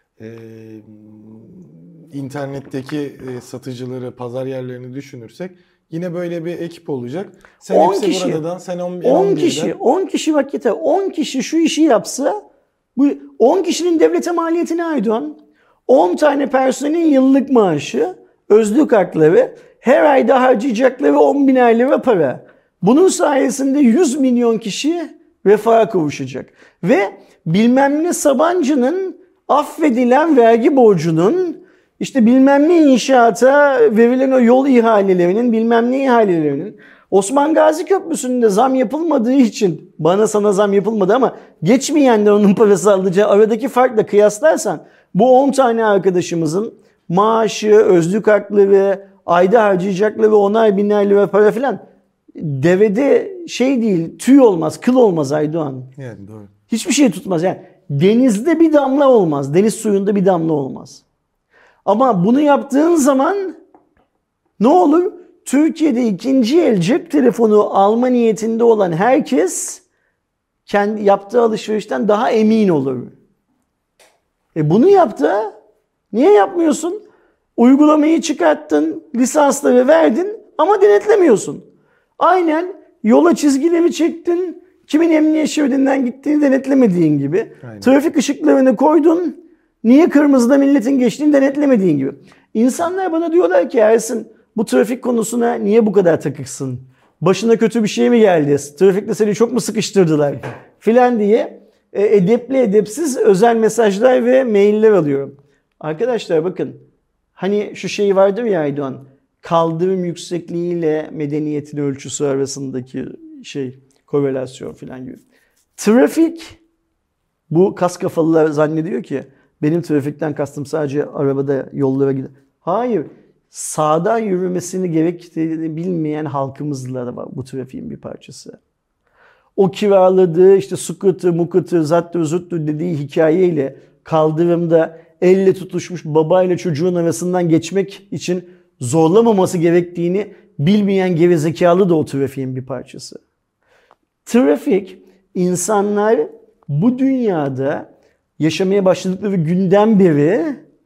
Speaker 1: internetteki satıcıları, pazar yerlerini düşünürsek yine böyle bir ekip olacak. Sen
Speaker 2: 10
Speaker 1: hepsi
Speaker 2: kişi.
Speaker 1: buradan, sen
Speaker 2: 10 kişi. 10 kişi bak yeter. 10 kişi şu işi yapsa bu 10 kişinin devlete maliyeti ne Aydoğan? 10 tane personelin yıllık maaşı, özlük hakları, her ayda harcayacakları 10.000 lira para. Bunun sayesinde 100 milyon kişi refaha kavuşacak. Ve bilmem ne Sabancı'nın affedilen vergi borcunun, işte bilmem ne inşaata verilen o yol ihalelerinin, bilmem ne ihalelerinin, Osman Gazi Köprüsü'nde zam yapılmadığı için, bana sana zam yapılmadı ama geçmeyenler onun parası alacağı aradaki farkla kıyaslarsan bu 10 tane arkadaşımızın maaşı, özlük hakları, ayda harcayacakları 10.000 lira para filan devede şey değil, tüy olmaz, kıl olmaz Aydoğan.
Speaker 1: Yani doğru.
Speaker 2: Hiçbir şey tutmaz. Yani denizde bir damla olmaz. Deniz suyunda bir damla olmaz. Ama bunu yaptığın zaman ne olur? Türkiye'de ikinci el cep telefonu alma niyetinde olan herkes kendi yaptığı alışverişten daha emin olur. Bunu yaptı. Niye yapmıyorsun? Uygulamayı çıkarttın, lisansları verdin ama denetlemiyorsun. Aynen yola çizgileri çektin, kimin emniyet şeridinden gittiğini denetlemediğin gibi.
Speaker 1: Aynen.
Speaker 2: Trafik ışıklarını koydun, niye kırmızıda milletin geçtiğini denetlemediğin gibi. İnsanlar bana diyorlar ki Ersin bu trafik konusuna niye bu kadar takıksın? Başına kötü bir şey mi geldi? Trafikte seni çok mu sıkıştırdılar? Filan diye edepli edepsiz özel mesajlar ve mailler alıyorum. Arkadaşlar bakın hani şu şey vardır ya Aydoğan, kaldırım yüksekliğiyle medeniyetin ölçüsü arasındaki şey korelasyon filan gibi. Trafik, bu kas kafalılar zannediyor ki benim trafikten kastım sadece arabada yollara gider. Hayır, sağdan yürümesini gerektiğini bilmeyen halkımızla da var bu trafiğin bir parçası. O kiraladığı işte scooter, mukutır, zattır, zuttur dediği hikayeyle kaldırımda elle tutuşmuş babayla çocuğun arasından geçmek için zorlamaması gerektiğini bilmeyen gerizekalı da o trafiğin bir parçası. Trafik, insanlar bu dünyada yaşamaya başladıkları günden beri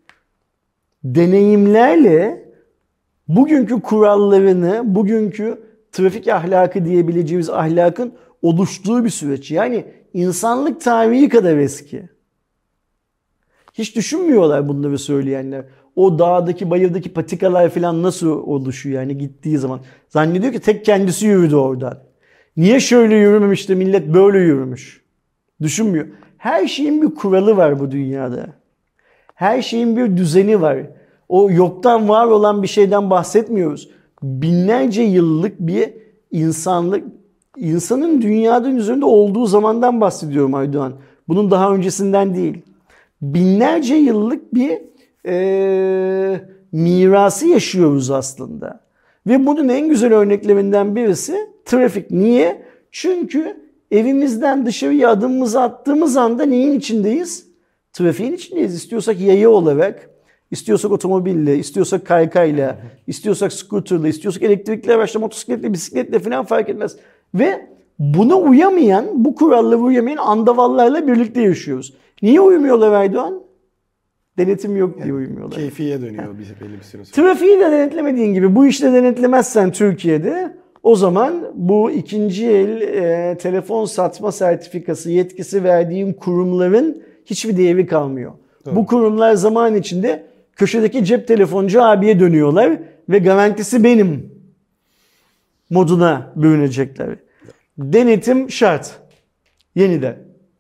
Speaker 2: deneyimlerle bugünkü kurallarını, bugünkü trafik ahlakı diyebileceğimiz ahlakın oluştuğu bir süreç. Yani insanlık tarihi kadar eski. Hiç düşünmüyorlar bunları söyleyenler. O dağdaki, bayırdaki patikalar falan nasıl oluşuyor yani gittiği zaman. Zannediyor ki tek kendisi yürüdü oradan. Niye şöyle yürümemiş de millet böyle yürümüş? Düşünmüyor. Her şeyin bir kuralı var bu dünyada. Her şeyin bir düzeni var. O yoktan var olan bir şeyden bahsetmiyoruz. Binlerce yıllık bir insanlık, insanın dünyanın üzerinde olduğu zamandan bahsediyorum Aydoğan. Bunun daha öncesinden değil. Binlerce yıllık bir mirası yaşıyoruz aslında. Ve bunun en güzel örneklerinden birisi trafik. Niye? Çünkü evimizden dışarıya adımımızı attığımız anda neyin içindeyiz? Trafiğin içindeyiz. İstiyorsak yaya olarak, istiyorsak otomobille, istiyorsak kaykayla, istiyorsak scooterla, istiyorsak elektrikli araçla, motosikletle, bisikletle falan fark etmez. Ve buna uyamayan, bu kurallara uyamayan andavallarla birlikte yaşıyoruz. Niye uyumuyorlar Aydoğan? Denetim yok diye uyumuyorlar.
Speaker 1: Keyfiye dönüyor belli bir süre sonra.
Speaker 2: Trafiği de denetlemediğin gibi bu işte denetlemezsen Türkiye'de o zaman bu ikinci el telefon satma sertifikası yetkisi verdiğin kurumların hiçbir değeri kalmıyor.
Speaker 1: Doğru.
Speaker 2: Bu kurumlar zaman içinde köşedeki cep telefoncu abiye dönüyorlar ve garantisi benim moduna bürünecekler. Denetim şart. Yeniden.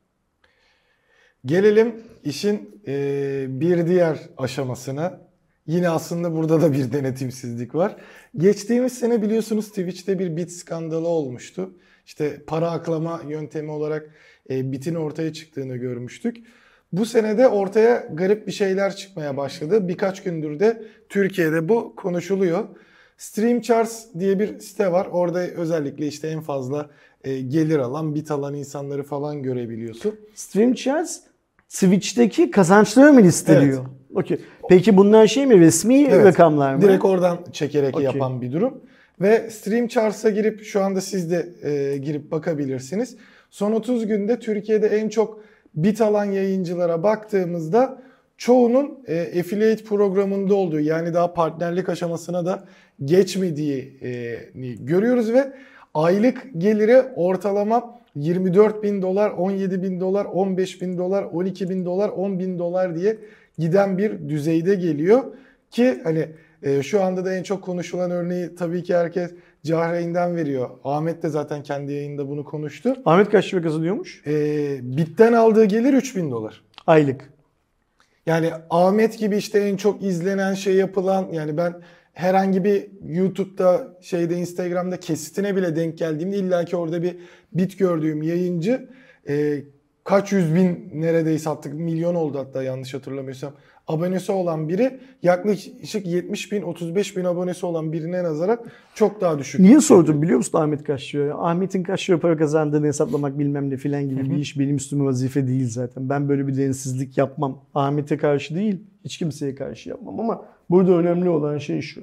Speaker 1: Gelelim işin bir diğer aşamasına. Yine aslında burada da bir denetimsizlik var. Geçtiğimiz sene biliyorsunuz Twitch'te bir bit skandalı olmuştu. İşte para aklama yöntemi olarak bitin ortaya çıktığını görmüştük. Bu sene de ortaya garip bir şeyler çıkmaya başladı. Birkaç gündür de Türkiye'de bu konuşuluyor. StreamCharts diye bir site var. Orada özellikle işte en fazla gelir alan, bit alan insanları falan görebiliyorsun.
Speaker 2: StreamCharts Twitch'teki kazançları mı listeliyor?
Speaker 1: Evet.
Speaker 2: Okey. Peki bunlar şey mi? Resmi
Speaker 1: Evet,
Speaker 2: rakamlar mı?
Speaker 1: direkt oradan çekerek
Speaker 2: Okey.
Speaker 1: yapan bir durum. Ve StreamCharts'a girip şu anda siz de girip bakabilirsiniz. Son 30 günde Türkiye'de en çok bit alan yayıncılara baktığımızda çoğunun affiliate programında olduğu, yani daha partnerlik aşamasına da geçmediği görüyoruz ve aylık geliri ortalama 24 bin dolar, 17 bin dolar, 15 bin dolar, 12 bin dolar, 10 bin dolar diye giden bir düzeyde geliyor. Ki hani şu anda da en çok konuşulan örneği tabii ki herkes Cahreyn'den veriyor. Ahmet de zaten kendi yayında bunu konuştu.
Speaker 2: Ahmet kaç lira kazanıyormuş?
Speaker 1: Bitten aldığı gelir 3 bin dolar.
Speaker 2: Aylık.
Speaker 1: Yani Ahmet gibi işte en çok izlenen şey yapılan, yani ben herhangi bir YouTube'da Instagram'da kesitine bile denk geldiğimde illaki orada bir bit gördüğüm yayıncı kaç yüz bin, neredeyse artık milyon oldu hatta yanlış hatırlamıyorsam, abonesi olan biri yaklaşık 70 bin 35 bin abonesi olan birine nazaran çok daha düşük.
Speaker 2: Niye sordum biliyor musun Ahmet kaç lira? Ahmet'in kaç lira para kazandığını hesaplamak bilmem ne filan gibi bir iş benim üstüme vazife değil zaten. Ben böyle bir denetsizlik yapmam. Ahmet'e karşı değil, hiç kimseye karşı yapmam ama burada önemli olan şey şu.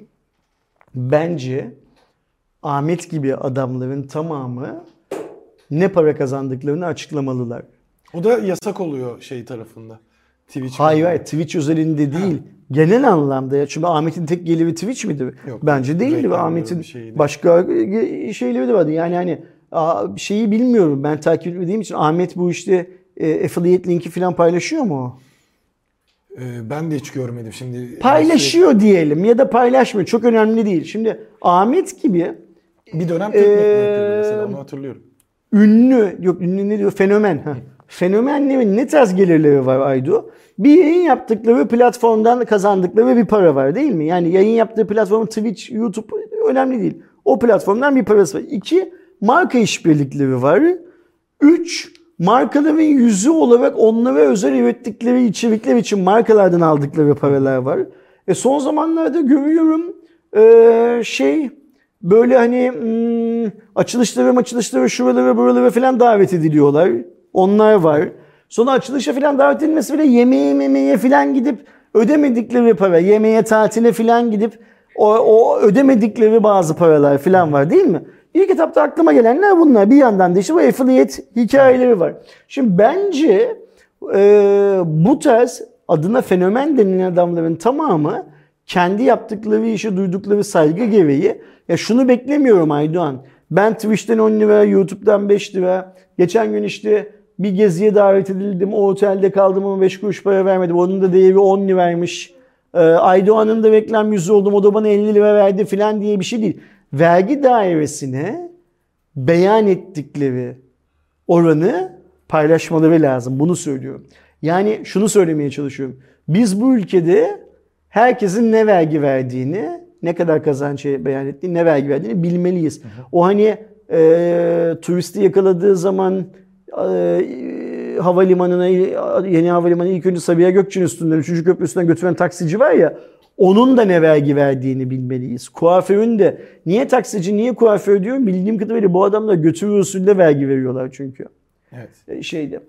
Speaker 2: Bence Ahmet gibi adamların tamamı ne para kazandıklarını açıklamalılar.
Speaker 1: O da yasak oluyor tarafında. Twitch.
Speaker 2: Hayır, Twitch özelinde değil. Genel anlamda ya. Çünkü Ahmet'in tek geliri Twitch miydi?
Speaker 1: Yok,
Speaker 2: bence değildi. Ahmet'in başka şeyleri de vardı. Yani hani şeyi bilmiyorum. Ben takip etmediğim için Ahmet bu işte affiliate linki falan paylaşıyor mu?
Speaker 1: Ben de hiç görmedim şimdi.
Speaker 2: Paylaşıyor diyelim ya da paylaşmıyor. Çok önemli değil. Şimdi Ahmet gibi
Speaker 1: bir dönem Türk yapıyordu mesela, onu hatırlıyorum.
Speaker 2: ünlü ne diyor? Fenomen. Fenomenlerin ne tarz gelirleri var Aydo? Bir yayın yaptıkları platformdan kazandıkları bir para var değil mi? Yani yayın yaptığı platform Twitch, YouTube önemli değil. O platformdan bir parası var. 2, marka işbirlikleri var. 3, markaların yüzü olarak onlara özel ürettikleri içerikler için markalardan aldıkları paralar var. Son zamanlarda görüyorum böyle hani açılışlara şuralara buralara falan davet ediliyorlar. Onlar var. Sonra açılışa falan davet edilmesi bile yemeğe falan gidip ödemedikleri para, yemeğe tatile falan gidip o ödemedikleri bazı paralar falan var değil mi? İlk etapta aklıma gelenler bunlar. Bir yandan da işte bu affiliate hikayeleri var. Şimdi bence bu tarz adına fenomen denilen adamların tamamı kendi yaptıkları işe duydukları saygı gereği, ya şunu beklemiyorum Aydoğan. Ben Twitch'ten 10 lira, YouTube'dan 5 lira. Geçen gün işte bir geziye davet edildim. O otelde kaldım ama 5 kuruş para vermedim. Onun da değeri 10 liraymış. Aydoğan'ın da reklam yüzü oldum. O da bana 50 lira verdi falan diye bir şey değil. Vergi dairesine beyan ettikleri oranı paylaşmaları lazım. Bunu söylüyorum. Yani şunu söylemeye çalışıyorum. Biz bu ülkede herkesin ne vergi verdiğini, ne kadar kazanç beyan ettiğini, ne vergi verdiğini bilmeliyiz. O hani turisti yakaladığı zaman havalimanına, yeni havalimanına ilk önce Sabiha Gökçen üstünden, 3. köprü üstünden götüren taksici var ya, onun da ne vergi verdiğini bilmeliyiz. Kuaförün de, niye taksici, niye kuaför diyorum? Bildiğim kadarıyla bu adamlar götürü usulüyle vergi veriyorlar çünkü.
Speaker 1: Evet.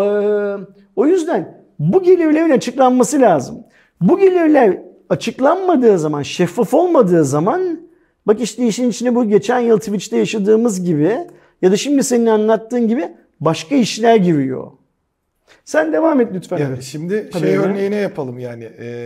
Speaker 2: O yüzden bu gelirlerin açıklanması lazım. Bu gelirler açıklanmadığı zaman, şeffaf olmadığı zaman, bak işte işin içine bu geçen yıl Twitch'te yaşadığımız gibi ya da şimdi senin anlattığın gibi başka işler giriyor. Sen devam et lütfen.
Speaker 1: Yani şimdi örneğine yapalım yani.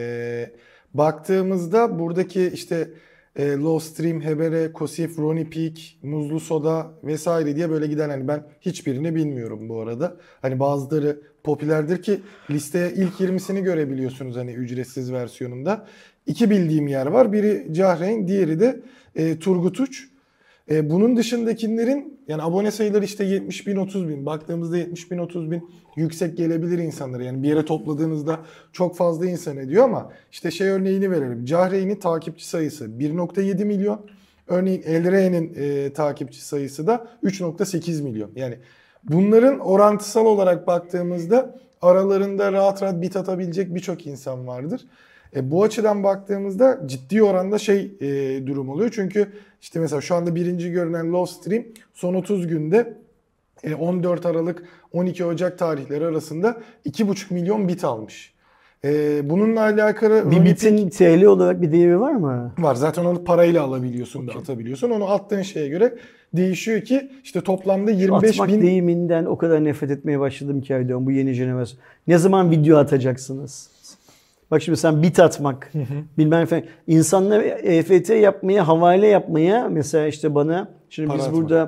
Speaker 1: Baktığımızda buradaki işte Lowstream, Hebere, Kosif, Ronnie Peak, Muzlu Soda vesaire diye böyle giden, hani ben hiçbirini bilmiyorum bu arada. Hani bazıları popülerdir ki listeye ilk 20'sini görebiliyorsunuz hani ücretsiz versiyonunda. 2 bildiğim yer var. Biri Cahreyn, diğeri de Turgut Uç. Bunun dışındakilerin yani abone sayıları işte 70 bin 30 bin. Baktığımızda 70 bin 30 bin yüksek gelebilir insanlara. Yani bir yere topladığınızda çok fazla insan ediyor ama işte şey örneğini verelim. Cahreyn'in takipçi sayısı 1.7 milyon. Örneğin Elre'nin takipçi sayısı da 3.8 milyon. Yani bunların orantısal olarak baktığımızda aralarında rahat rahat bit atabilecek birçok insan vardır. Bu açıdan baktığımızda ciddi oranda durum oluyor. Çünkü işte mesela şu anda birinci görünen Love Stream son 30 günde 14 Aralık 12 Ocak tarihleri arasında 2,5 milyon bit almış. Bununla alakalı
Speaker 2: Bir bitin TL olarak bir değeri var mı?
Speaker 1: var. Zaten onu parayla alabiliyorsun da atabiliyorsun. Onu attığın şeye göre değişiyor ki işte toplamda 25
Speaker 2: Atmak
Speaker 1: bin...
Speaker 2: deyiminden o kadar nefret etmeye başladım ki Erdoğan, bu yeni jenerasyon. Ne zaman video atacaksınız? Bak şimdi sen bit atmak, bilmem falan. İnsanlar EFT yapmaya, havale yapmaya mesela işte bana, şimdi
Speaker 1: Para
Speaker 2: biz
Speaker 1: atmak.
Speaker 2: burada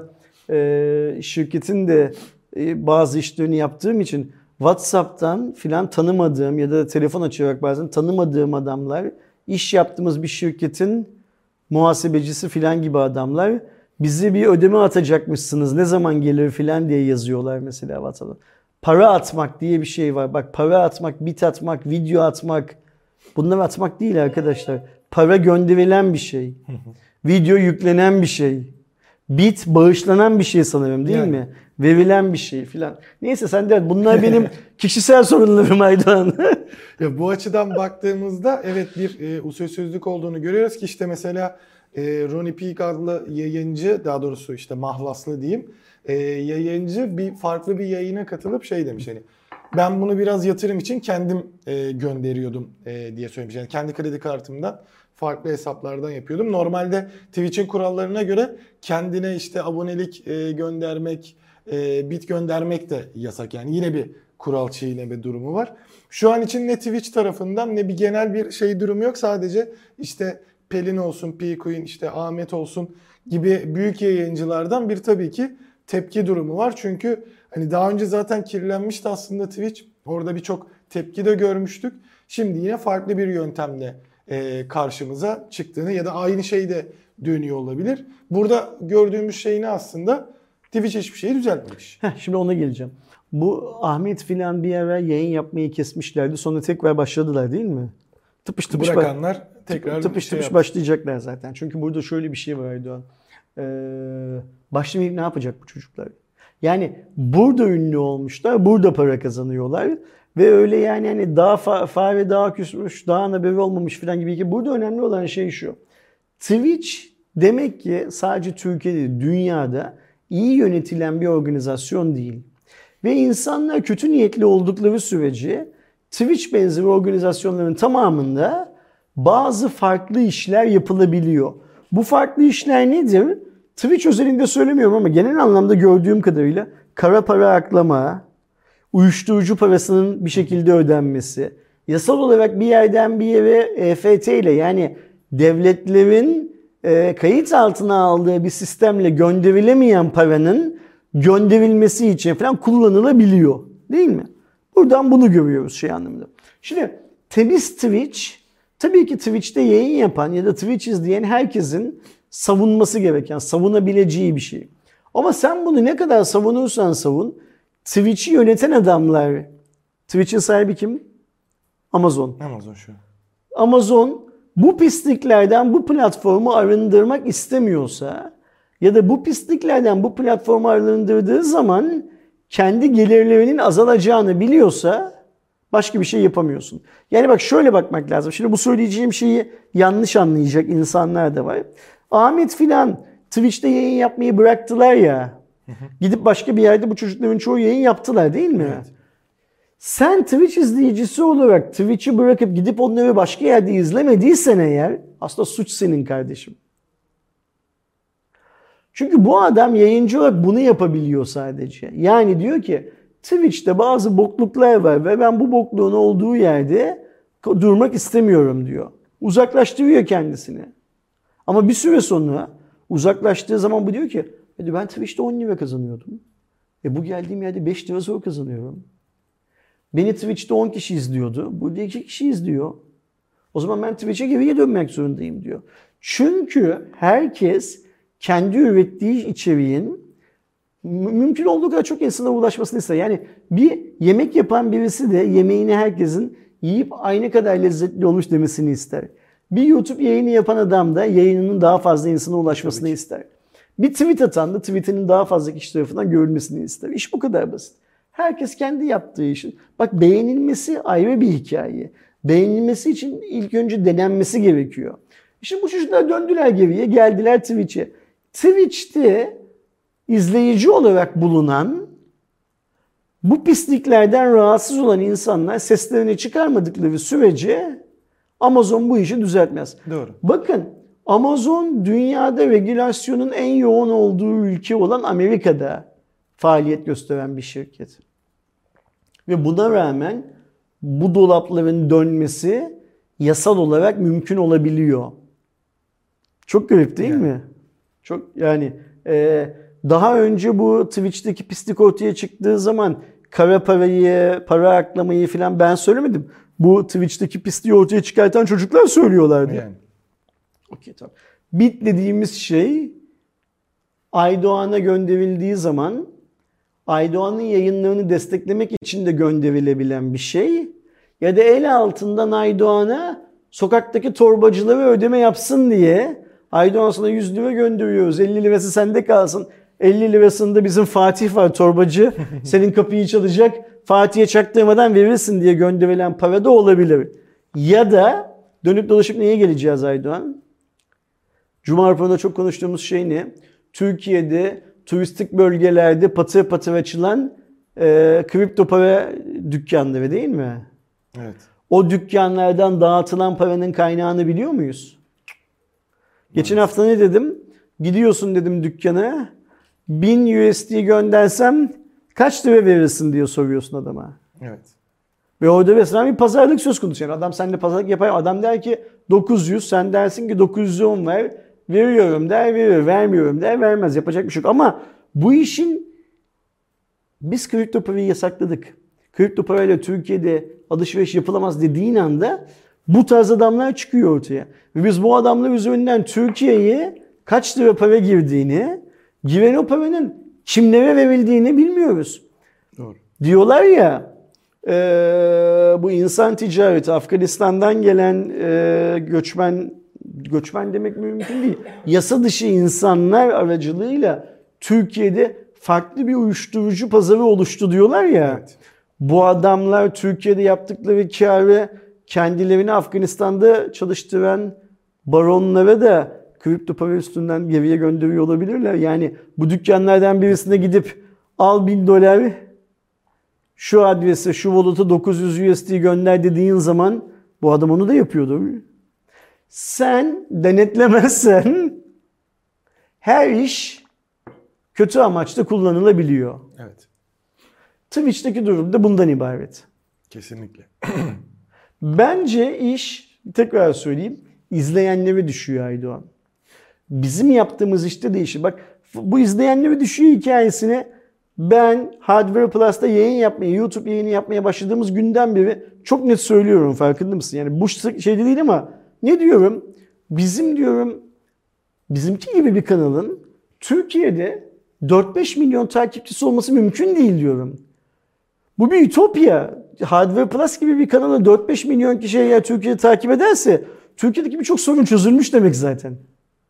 Speaker 2: şirketin de bazı işlerini yaptığım için WhatsApp'tan filan tanımadığım ya da telefon açarak bazen tanımadığım adamlar, iş yaptığımız bir şirketin muhasebecisi filan gibi adamlar bize bir ödeme atacakmışsınız, ne zaman gelir filan diye yazıyorlar mesela WhatsApp'ta. Para atmak diye bir şey var. Bak, para atmak, bit atmak, video atmak. Bunlar atmak değil arkadaşlar. Para gönderilen bir şey. Video yüklenen bir şey. Bit bağışlanan bir şey sanırım, değil mi? Verilen bir şey filan. Neyse sen de, bunlar benim kişisel sorunlarım Aydoğan.
Speaker 1: Ya bu açıdan baktığımızda evet bir usulsüzlük olduğunu görüyoruz ki işte mesela Ronnie Peak adlı yayıncı, daha doğrusu işte mahlaslı diyeyim, yayıncı farklı bir yayına katılıp şey demiş, hani ben bunu biraz yatırım için kendim gönderiyordum diye söylemiş. Yani kendi kredi kartımdan farklı hesaplardan yapıyordum. Normalde Twitch'in kurallarına göre kendine işte abonelik göndermek, bit göndermek de yasak. Yani yine bir kural çiğneme durumu var. Şu an için ne Twitch tarafından ne bir genel bir durumu yok. Sadece işte Pelin olsun, P-Queen, işte Ahmet olsun gibi büyük yayıncılardan bir tabii ki tepki durumu var. Çünkü hani daha önce zaten kirlenmişti aslında Twitch. Orada birçok tepki de görmüştük. Şimdi yine farklı bir yöntemle karşımıza çıktığını ya da aynı şey de dönüyor olabilir. Burada gördüğümüz şey ne aslında? Twitch hiçbir şeyi düzeltmemiş.
Speaker 2: Şimdi ona geleceğim. Bu Ahmet filan bir ara yayın yapmayı kesmişlerdi. Sonra tekrar başladılar değil mi? Tıpış tıpış
Speaker 1: bırakanlar tekrar
Speaker 2: tıpış başlayacaklar zaten. Çünkü burada şöyle bir şey var Erdoğan. Başlamayıp ne yapacak bu çocuklar? Yani burada ünlü olmuşlar, burada para kazanıyorlar ve öyle yani hani daha fare daha küsmüş, daha haberi olmamış falan gibi ki burada önemli olan şey şu. Twitch demek ki sadece Türkiye'de, dünyada iyi yönetilen bir organizasyon değil. Ve insanlar kötü niyetli oldukları sürece Twitch benzeri organizasyonların tamamında bazı farklı işler yapılabiliyor. Bu farklı işler nedir? Twitch özelinde söylemiyorum ama genel anlamda gördüğüm kadarıyla kara para aklama, uyuşturucu parasının bir şekilde ödenmesi, yasal olarak bir yerden bir yere EFT ile, yani devletlerin kayıt altına aldığı bir sistemle gönderilemeyen paranın gönderilmesi için falan kullanılabiliyor. Değil mi? Buradan bunu görüyoruz şey anlamında. Şimdi temiz Twitch, tabii ki Twitch'te yayın yapan ya da Twitch izleyen herkesin savunması gereken, savunabileceği bir şey. Ama sen bunu ne kadar savunursan savun, Twitch'i yöneten adamlar, Twitch'in sahibi kim? Amazon.
Speaker 1: Amazon şu.
Speaker 2: Amazon bu pisliklerden bu platformu arındırmak istemiyorsa ya da bu pisliklerden bu platformu arındırdığı zaman kendi gelirlerinin azalacağını biliyorsa başka bir şey yapamıyorsun. Yani bak şöyle bakmak lazım. Şimdi bu söyleyeceğim şeyi yanlış anlayacak insanlar da var. Ahmet filan Twitch'te yayın yapmayı bıraktılar ya. Gidip başka bir yerde bu çocukların çoğu yayın yaptılar değil mi?
Speaker 1: Evet.
Speaker 2: Sen Twitch izleyicisi olarak Twitch'i bırakıp gidip onları başka yerde izlemediysen eğer aslında suç senin kardeşim. Çünkü bu adam yayıncı olarak bunu yapabiliyor sadece. Yani diyor ki Twitch'te bazı bokluklar var ve ben bu bokluğun olduğu yerde durmak istemiyorum diyor. Uzaklaştırıyor kendisini. Ama bir süre sonra uzaklaştığı zaman bu diyor ki ben Twitch'te 10 lira kazanıyordum. Bu geldiğim yerde 5 lira zor kazanıyorum. Beni Twitch'te 10 kişi izliyordu. Burada 2 kişi izliyor. O zaman ben Twitch'e geriye dönmek zorundayım diyor. Çünkü herkes kendi ürettiği içeriğin mümkün olduğu kadar çok insana ulaşmasını ister. Yani bir yemek yapan birisi de yemeğini herkesin yiyip aynı kadar lezzetli olmuş demesini ister. Bir YouTube yayını yapan adam da yayınının daha fazla insana ulaşmasını ister. Bir tweet atan da tweetinin daha fazla kişi tarafından görülmesini ister. İş bu kadar basit. Herkes kendi yaptığı işin. Bak, beğenilmesi ayrı bir hikaye. Beğenilmesi için ilk önce denenmesi gerekiyor. İşte bu çocuklar döndüler geriye, geldiler Twitch'e. Twitch'te izleyici olarak bulunan, bu pisliklerden rahatsız olan insanlar seslerini çıkarmadıkları sürece Amazon bu işi düzeltmez.
Speaker 1: Doğru.
Speaker 2: Bakın, Amazon dünyada regülasyonun en yoğun olduğu ülke olan Amerika'da faaliyet gösteren bir şirket. Ve buna rağmen bu dolapların dönmesi yasal olarak mümkün olabiliyor. Çok garip değil mi? Çok yani daha önce bu Twitch'teki pislik ortaya çıktığı zaman kara parayı, para aklamayı falan ben söylemedim. Bu Twitch'teki pisliği ortaya çıkartan çocuklar söylüyorlardı.
Speaker 1: Yani.
Speaker 2: Okey, tamam. Bit dediğimiz şey Aydoğan'a gönderildiği zaman Aydoğan'ın yayınlarını desteklemek için de gönderilebilen bir şey. Ya da el altından Aydoğan'a sokaktaki torbacılara ödeme yapsın diye Aydoğan sana 100 lira gönderiyoruz. 50 lirası sende kalsın. 50 lirasında bizim Fatih var, torbacı. Senin kapıyı çalacak. Fatih'e çaktırmadan verirsin diye gönderilen para da olabilir. Ya da dönüp dolaşıp neye geleceğiz Aydoğan? Cuma raporunda çok konuştuğumuz şey ne? Türkiye'de turistik bölgelerde patır patır açılan kripto para dükkanları değil mi?
Speaker 1: Evet.
Speaker 2: O dükkanlardan dağıtılan paranın kaynağını biliyor muyuz? Geçen hafta ne dedim? Gidiyorsun dedim dükkana. 1000 USD göndersem kaç lira verirsin diye soruyorsun adama.
Speaker 1: Evet.
Speaker 2: Ve orada resmen bir pazarlık söz konusu. Yani adam seninle pazarlık yapar. Adam der ki 900, sen dersin ki 910 ver. Veriyorum der, verir. Vermiyorum der, vermez. Yapacak bir şey yok. Ama bu işin, biz kripto parayı yasakladık. Kripto parayla Türkiye'de alışveriş yapılamaz dediğin anda bu tarz adamlar çıkıyor ortaya. Ve biz bu adamlar üzerinden Türkiye'ye kaç lira para girdiğini, giren o paranın kimlere verildiğini bilmiyoruz.
Speaker 1: Doğru.
Speaker 2: Diyorlar ya, bu insan ticareti, Afganistan'dan gelen göçmen demek mümkün değil. Yasa dışı insanlar aracılığıyla Türkiye'de farklı bir uyuşturucu pazarı oluştu diyorlar ya.
Speaker 1: Evet.
Speaker 2: Bu adamlar Türkiye'de yaptıkları kârı kendilerini Afganistan'da çalıştıran baronlara da kripto para üstünden geriye gönderiyor olabilirler. Yani bu dükkanlardan birisine gidip al $1000 şu adrese, şu wallet'a 900 USD gönder dediğin zaman bu adam onu da yapıyordur. Sen denetlemezsen her iş kötü amaçla kullanılabiliyor.
Speaker 1: Evet.
Speaker 2: Twitch'teki durum da bundan ibaret.
Speaker 1: Kesinlikle.
Speaker 2: Bence iş, tekrar söyleyeyim, izleyenlere düşüyor Aydoğan. Bizim yaptığımız işte değişir. Bak, bu izleyenlere düşüyor hikayesini ben Hardware Plus'ta yayın yapmaya, YouTube yayını yapmaya başladığımız günden beri çok net söylüyorum, farkında mısın? Yani bu şey değil ama ne diyorum? Bizim diyorum, bizimki gibi bir kanalın Türkiye'de 4-5 milyon takipçisi olması mümkün değil diyorum. Bu bir ütopya. Hardware Plus gibi bir kanalı 4-5 milyon kişi eğer Türkiye'de takip ederse Türkiye'deki birçok sorun çözülmüş demek zaten.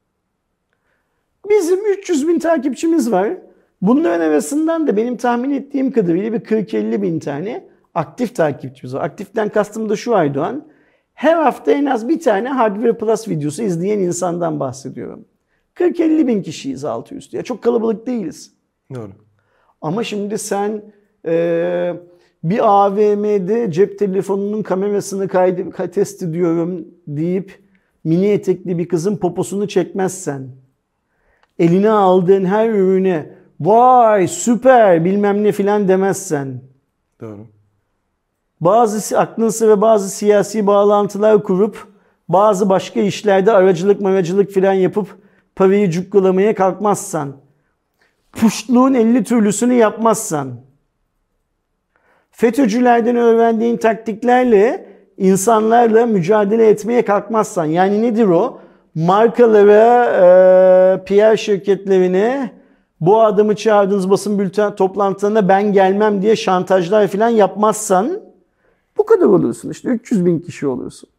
Speaker 2: Bizim 300 bin takipçimiz var. Bunların arasından da benim tahmin ettiğim kadarıyla bir 40-50 bin tane aktif takipçimiz var. Aktiften kastım da şu Aydoğan. Her hafta en az bir tane Hardware Plus videosu izleyen insandan bahsediyorum. 40-50 bin kişiyiz altı üstü. Ya çok kalabalık değiliz.
Speaker 1: Doğru.
Speaker 2: Ama şimdi sen bir AVM'de cep telefonunun kamerasını test ediyorum deyip mini etekli bir kızın poposunu çekmezsen, eline aldığın her ürüne vay süper bilmem ne filan demezsen,
Speaker 1: Doğru.
Speaker 2: bazı aklın sıra bazı siyasi bağlantılar kurup bazı başka işlerde aracılık filan yapıp parayı cukkalamaya kalkmazsan, puştluğun 50 türlüsünü yapmazsan, FETÖ'cülerden öğrendiğin taktiklerle insanlarla mücadele etmeye kalkmazsan, yani nedir o? markalara, PR şirketlerine bu adamı çağırdığınız basın bülten toplantılarına ben gelmem diye şantajlar falan yapmazsan bu kadar olursun işte 300 bin kişi olursun.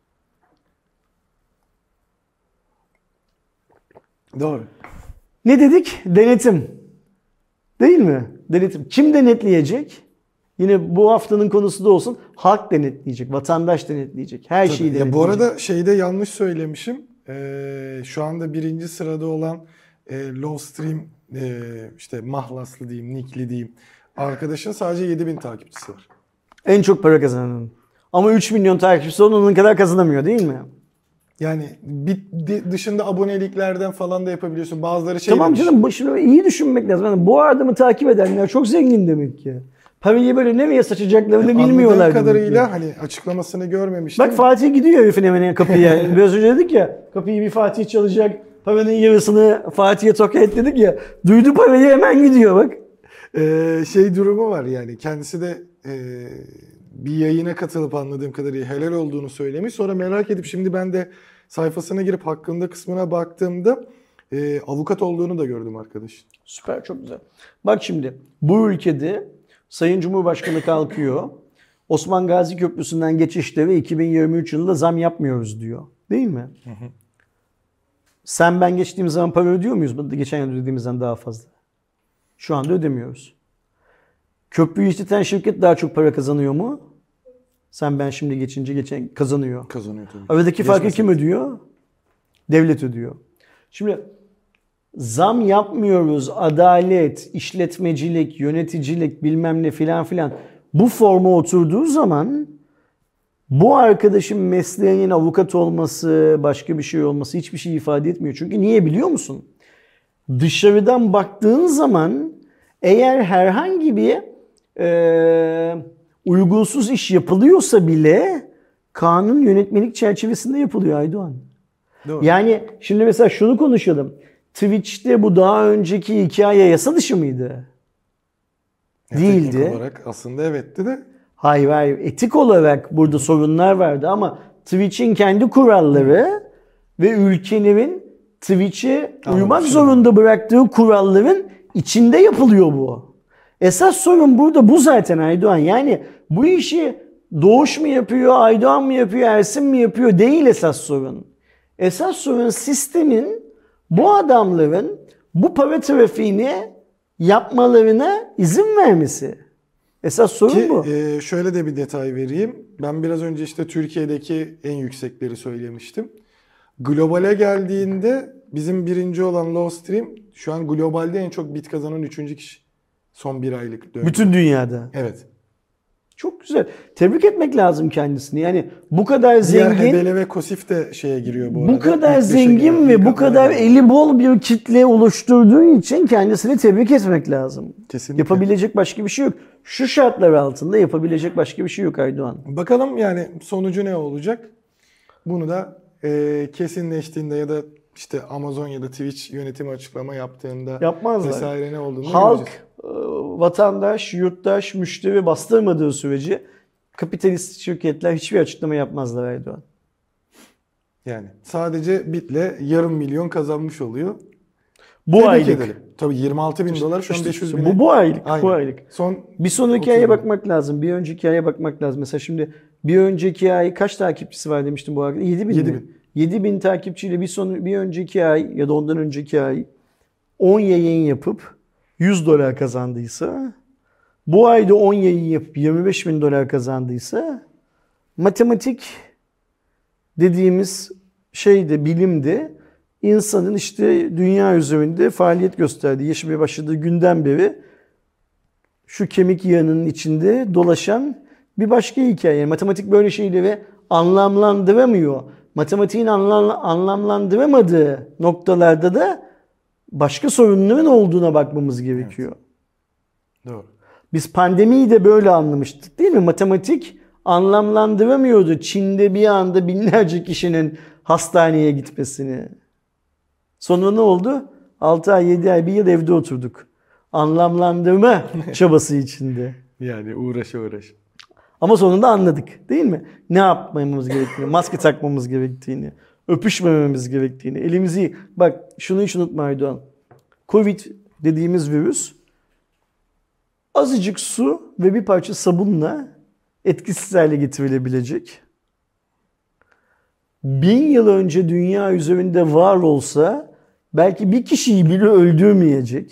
Speaker 1: Doğru.
Speaker 2: Ne dedik? Denetim. Değil mi? Denetim. Kim denetleyecek? Yine bu haftanın konusu da olsun. Halk denetleyecek, vatandaş denetleyecek. Her şeyi denetleyecek.
Speaker 1: Ya bu arada şeyde yanlış söylemişim. Şu anda birinci sırada olan Lowstream işte Mahlaslı diyeyim, Nick'li diyeyim. Arkadaşın sadece 7.000 takipçisi var.
Speaker 2: En çok para kazanan. Ama 3 milyon takipçisi onun kadar kazanamıyor değil mi?
Speaker 1: Yani dışında aboneliklerden falan da yapabiliyorsun. Bazıları şey
Speaker 2: Tamam
Speaker 1: demiş.
Speaker 2: canım başını iyi düşünmek lazım. Yani bu adamı takip edenler çok zengin demek ki. Parayı böyle nereye saçacaklarını bilmiyorlar
Speaker 1: Anladığım
Speaker 2: demek
Speaker 1: kadarıyla
Speaker 2: ki.
Speaker 1: hani açıklamasını görmemiştim.
Speaker 2: Bak Fatih gidiyor herifin hemen kapıya. Biraz önce dedik ya kapıyı bir Fatih çalacak. Paranın yarısını Fatih'e tokatledik ya. Duydu parayı hemen gidiyor bak.
Speaker 1: Şey durumu var yani kendisi de bir yayına katılıp anladığım kadarıyla helal olduğunu söylemiş. Sonra merak edip şimdi ben de sayfasına girip hakkında kısmına baktığımda avukat olduğunu da gördüm arkadaşın.
Speaker 2: Süper çok güzel. Bak şimdi bu ülkede Sayın Cumhurbaşkanı kalkıyor. Osman Gazi Köprüsü'nden geçişte ve 2023 yılında zam yapmıyoruz diyor. Değil mi? Hı hı. Sen ben geçtiğimiz zaman para ödüyor muyuz? Geçen yıl ödediğimizden daha fazla. Şu anda ödemiyoruz. Köprüyü işleten şirket daha çok para kazanıyor mu? Sen ben şimdi geçince kazanıyor.
Speaker 1: Kazanıyor tabii.
Speaker 2: Aradaki farkı kim ödüyor? Devlet ödüyor. Şimdi zam yapmıyoruz, adalet, işletmecilik, yöneticilik bilmem ne filan filan bu forma oturduğu zaman bu arkadaşın mesleğinin avukat olması, başka bir şey olması hiçbir şey ifade etmiyor. Çünkü niye biliyor musun? Dışarıdan baktığın zaman eğer herhangi bir uygunsuz iş yapılıyorsa bile kanun yönetmelik çerçevesinde yapılıyor Aydoğan.
Speaker 1: Doğru.
Speaker 2: Yani şimdi mesela şunu konuşalım. Twitch'te bu daha önceki hikaye yasa dışı mıydı? Değildi.
Speaker 1: Teknik olarak aslında evetti de.
Speaker 2: Hayır. Etik olarak burada sorunlar vardı ama Twitch'in kendi kuralları ve ülkenin Twitch'e uymak zorunda bıraktığı kuralların içinde yapılıyor bu. Esas sorun burada bu zaten Aydoğan. Yani bu işi Doğuş mu yapıyor, Aydoğan mı yapıyor, Ersin mi yapıyor değil esas sorun. Esas sorun sistemin bu adamların bu para trafiğini yapmalarına izin vermesi. Esas sorun bu.
Speaker 1: Şöyle de bir detay vereyim. Ben biraz önce işte Türkiye'deki en yüksekleri söylemiştim. Globale geldiğinde bizim birinci olan Lowstream şu an globalde en çok bit kazanan 3. kişi. Son bir aylık dönemde.
Speaker 2: Bütün dünyada.
Speaker 1: Evet.
Speaker 2: Çok güzel. Tebrik etmek lazım kendisini. Yani bu kadar zengin.
Speaker 1: Diğer Hebele ve Kosif de şeye giriyor bu arada.
Speaker 2: Bu kadar
Speaker 1: İlk
Speaker 2: zengin ve bu kadar eli bol bir kitle oluşturduğu için kendisini tebrik etmek lazım.
Speaker 1: Kesinlikle.
Speaker 2: Yapabilecek başka bir şey yok. Şu şartlar altında yapabilecek başka bir şey yok Aydoğan.
Speaker 1: Bakalım yani sonucu ne olacak? Bunu da kesinleştiğinde ya da işte Amazon ya da Twitch yönetimi açıklama yaptığında
Speaker 2: yapmazlar.
Speaker 1: Vesaire ne olduğunu
Speaker 2: Halk,
Speaker 1: göreceğiz.
Speaker 2: vatandaş, yurttaş, müşteri bastırmadığı sürece kapitalist şirketler hiçbir açıklama yapmazlar Aydoğan.
Speaker 1: Yani sadece bitle yarım milyon kazanmış oluyor.
Speaker 2: Bu
Speaker 1: Tebrik
Speaker 2: aylık.
Speaker 1: edelim. Tabii 26 bin dolar şu an 500 bin.
Speaker 2: Bu aylık.
Speaker 1: Aynen.
Speaker 2: Bu aylık. Bir sonraki aya bakmak lazım. Bir önceki aya bakmak lazım. Mesela şimdi bir önceki ay kaç takipçisi var demiştim bu arada? 7 bin
Speaker 1: 7
Speaker 2: mi?
Speaker 1: bin.
Speaker 2: 7 bin takipçiyle bir önceki ay ya da ondan önceki ay 10 yayın yapıp 100 dolar kazandıysa, bu ayda 10 yayın yapıp 25 bin dolar kazandıysa, matematik dediğimiz şeyde, bilimde insanın işte dünya üzerinde faaliyet gösterdiği, yaşamaya başladığı günden beri şu kemik yağının içinde dolaşan bir başka hikaye. Yani matematik böyle şeyleri anlamlandıramıyor. Matematiğin anlamlandıramadığı noktalarda da başka sorunların olduğuna bakmamız gerekiyor.
Speaker 1: Evet. Doğru.
Speaker 2: Biz pandemiyi de böyle anlamıştık değil mi? Matematik anlamlandıramıyordu Çin'de bir anda binlerce kişinin hastaneye gitmesini. Sonra ne oldu? 6 ay, 7 ay, 1 yıl evde oturduk. Anlamlandırma çabası içinde.
Speaker 1: Yani uğraşa.
Speaker 2: Ama sonunda anladık değil mi? Ne yapmamız gerektiğini, maske takmamız gerektiğini, öpüşmememiz gerektiğini, elimizi... Bak şunu hiç unutma Aydoğan. Covid dediğimiz virüs azıcık su ve bir parça sabunla etkisiz hale getirilebilecek. 1000 yıl önce dünya üzerinde var olsa belki bir kişiyi bile öldürmeyecek.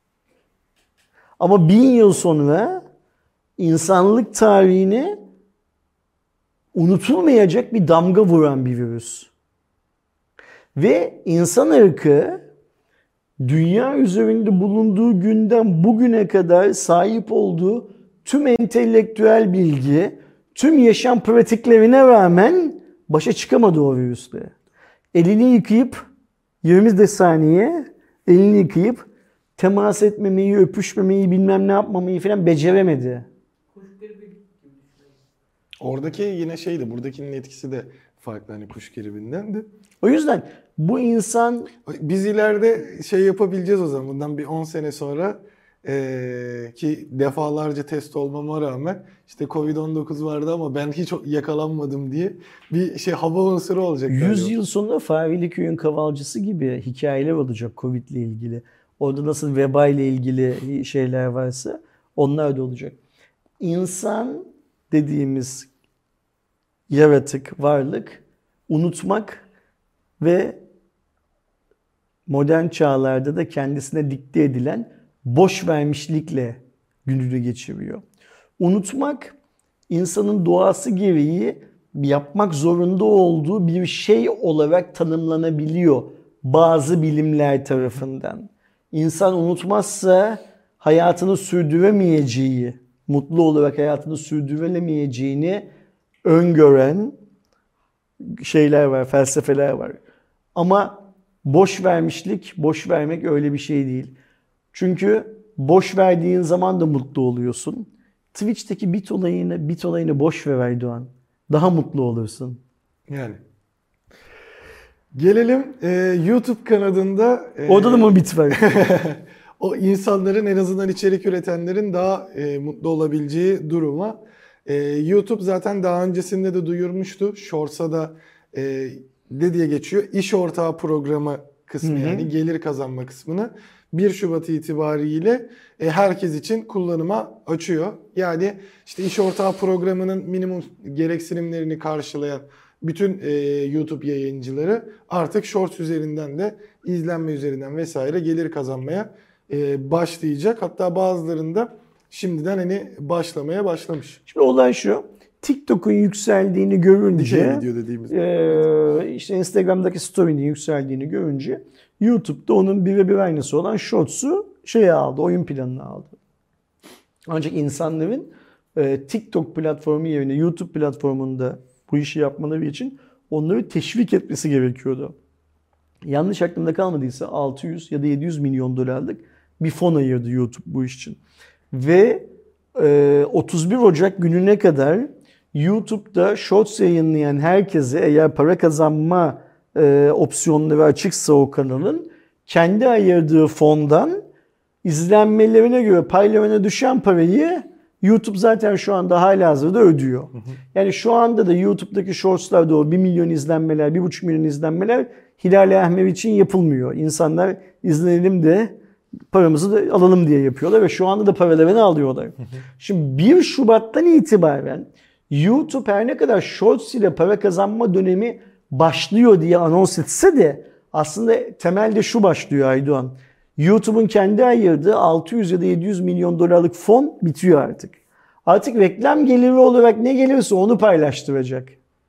Speaker 2: Ama 1000 yıl sonra insanlık tarihine unutulmayacak bir damga vuran bir virüs. Ve insan ırkı dünya üzerinde bulunduğu günden bugüne kadar sahip olduğu tüm entelektüel bilgi, tüm yaşam pratiklerine rağmen başa çıkamadı o virüsle. Elini yıkayıp 20 saniye elini yıkayıp temas etmemeyi, öpüşmemeyi, bilmem ne yapmamayı falan beceremedi.
Speaker 1: Oradaki yine şeydi, buradakinin etkisi de farklı hani kuş gribinden de.
Speaker 2: O yüzden bu insan...
Speaker 1: Biz ileride şey yapabileceğiz o zaman. Bundan bir 10 sene sonra ki defalarca test olmama rağmen işte Covid-19 vardı ama ben hiç yakalanmadım diye bir şey hava unsuru olacak.
Speaker 2: 100 yıl sonra Fareli Köyün Kavalcısı gibi hikayeler olacak Covid ile ilgili. Orada nasıl veba ile ilgili şeyler varsa onlar da olacak. İnsan dediğimiz yaratık, varlık unutmak ve modern çağlarda da kendisine dikte edilen boş vermişlikle gününü geçiriyor. Unutmak insanın doğası gereği yapmak zorunda olduğu bir şey olarak tanımlanabiliyor bazı bilimler tarafından. İnsan unutmazsa hayatını sürdüremeyeceği, mutlu olarak hayatını sürdüremeyeceğini öngören şeyler var, felsefeler var. Ama boş vermişlik, boş vermek öyle bir şey değil. Çünkü boş verdiğin zaman da mutlu oluyorsun. Twitch'teki bit olayını boş ver Aydoğan. Daha mutlu olursun.
Speaker 1: Yani. Gelelim YouTube kanadında.
Speaker 2: Orada da mı bit var?
Speaker 1: O insanların, en azından içerik üretenlerin daha mutlu olabileceği duruma. YouTube zaten daha öncesinde de duyurmuştu. Shorts'a da ne diye geçiyor? İş ortağı programı kısmı, yani gelir kazanma kısmını 1 Şubat itibariyle herkes için kullanıma açıyor. Yani işte iş ortağı programının minimum gereksinimlerini karşılayan bütün YouTube yayıncıları artık Shorts üzerinden de, izlenme üzerinden vesaire gelir kazanmaya başlayacak. Hatta bazılarında şimdiden hani başlamaya başlamış.
Speaker 2: Şimdi olay şu. TikTok'un yükseldiğini görünce,
Speaker 1: video dediğimiz.
Speaker 2: işte Instagram'daki story'nin yükseldiğini görünce YouTube'da onun birebir aynısı olan Shorts'u aldı, oyun planına aldı. Ancak insanların TikTok platformu yerine YouTube platformunda bu işi yapmaları için onları teşvik etmesi gerekiyordu. Yanlış aklımda kalmadıysa 600 ya da 700 milyon dolarlık bir fon ayırdı YouTube bu iş için. Ve 31 Ocak gününe kadar YouTube'da Shorts yayınlayan herkese, eğer para kazanma opsiyonları açıksa o kanalın, kendi ayırdığı fondan izlenmelerine göre paylarına düşen parayı YouTube zaten şu anda halihazırda ödüyor. Yani şu anda da YouTube'daki Shorts'larda o 1 milyon izlenmeler, 1,5 milyon izlenmeler Hilal Ahmer için yapılmıyor. İnsanlar izlenelim de paramızı da alalım diye yapıyorlar ve şu anda da paralarını alıyorlar. Şimdi 1 Şubat'tan itibaren YouTube her ne kadar Shorts ile para kazanma dönemi başlıyor diye anons etse de aslında temelde şu başlıyor Aydoğan. YouTube'un kendi ayırdığı 600 ya da 700 milyon dolarlık fon bitiyor artık. Artık reklam geliri olarak ne gelirse onu paylaştıracak.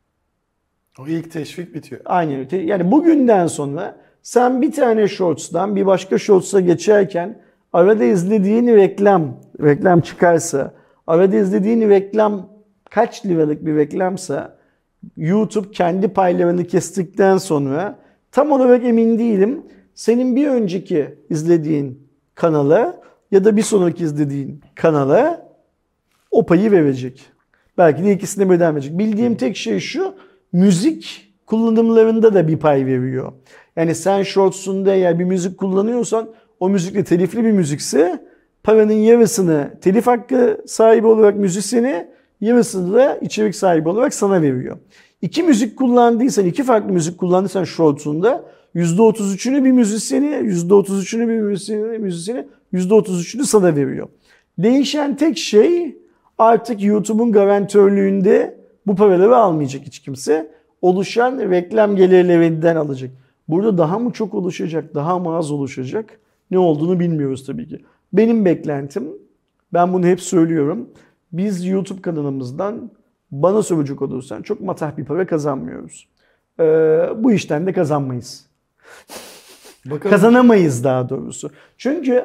Speaker 1: O ilk teşvik bitiyor.
Speaker 2: Aynen. Yani bugünden sonra sen bir tane Shorts'tan bir başka Shorts'a geçerken arada izlediğin reklam çıkarsa, arada izlediğin reklam kaç liralık bir reklamsa, YouTube kendi paylarını kestikten sonra tam olarak emin değilim, senin bir önceki izlediğin kanala ya da bir sonraki izlediğin kanala o payı verecek. Belki de ikisine birden verecek. Bildiğim tek şey şu, müzik kullanımlarında da bir pay veriyor. Yani sen Shorts'unda eğer bir müzik kullanıyorsan, o müzikle telifli bir müzikse paranın yarısını telif hakkı sahibi olarak müzisyene, yarısını da içerik sahibi olarak sana veriyor. İki müzik kullandıysan, iki farklı müzik kullandıysan shorts'unda %33'ünü bir müzisyeni, %33'ünü bir müzisyeni, %33'ünü sana veriyor. Değişen tek şey artık YouTube'un garantörlüğünde bu paraları almayacak hiç kimse. Oluşan reklam gelirlerinden alacak. Burada daha mı çok oluşacak, daha mı az oluşacak? Ne olduğunu bilmiyoruz tabii ki. Benim beklentim, ben bunu hep söylüyorum. Biz YouTube kanalımızdan bana soracak olursan çok matah bir para kazanmıyoruz. Bu işten de kazanmayız.
Speaker 1: Bakalım.
Speaker 2: Kazanamayız daha doğrusu. Çünkü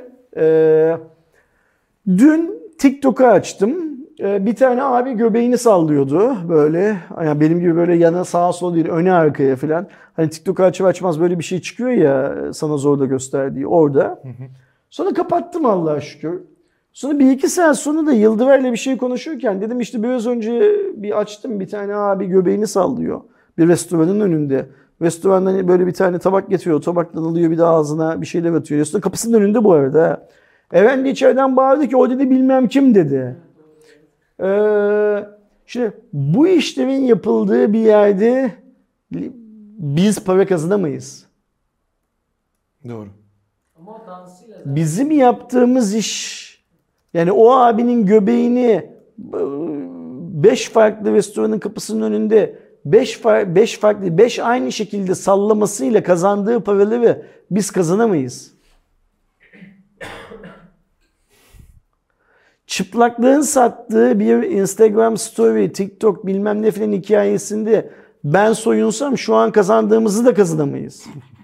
Speaker 2: dün TikTok'u açtım. Bir tane abi göbeğini sallıyordu böyle. Yani benim gibi böyle yana sağa sola değil, öne arkaya falan. Hani TikTok'u açıp açmaz böyle bir şey çıkıyor ya sana zorla gösterdiği orada. Sonra kapattım Allah'a şükür. Sonra bir iki saat sonra da Yıldıray'la bir şey konuşurken dedim işte biraz önce bir açtım bir tane abi göbeğini sallıyor. Bir restoranın önünde. Restorandan böyle bir tane tabak getiriyor. Tabaktan alıyor bir de ağzına bir şeyler atıyor. Restoran kapısının önünde bu arada. Efendi içeriden bağırdı ki o dedi bilmem kim dedi. Şimdi bu işlemin yapıldığı bir yerde biz para kazanamayız.
Speaker 1: Doğru.
Speaker 3: Ama dansıyla
Speaker 2: Bizim yaptığımız iş yani o abinin göbeğini 5 farklı restoranın kapısının önünde 5 aynı şekilde sallamasıyla kazandığı paraları biz kazanamayız. Çıplaklığın sattığı bir Instagram story, TikTok bilmem ne filan hikayesinde ben soyunsam şu an kazandığımızı da kazanamayız.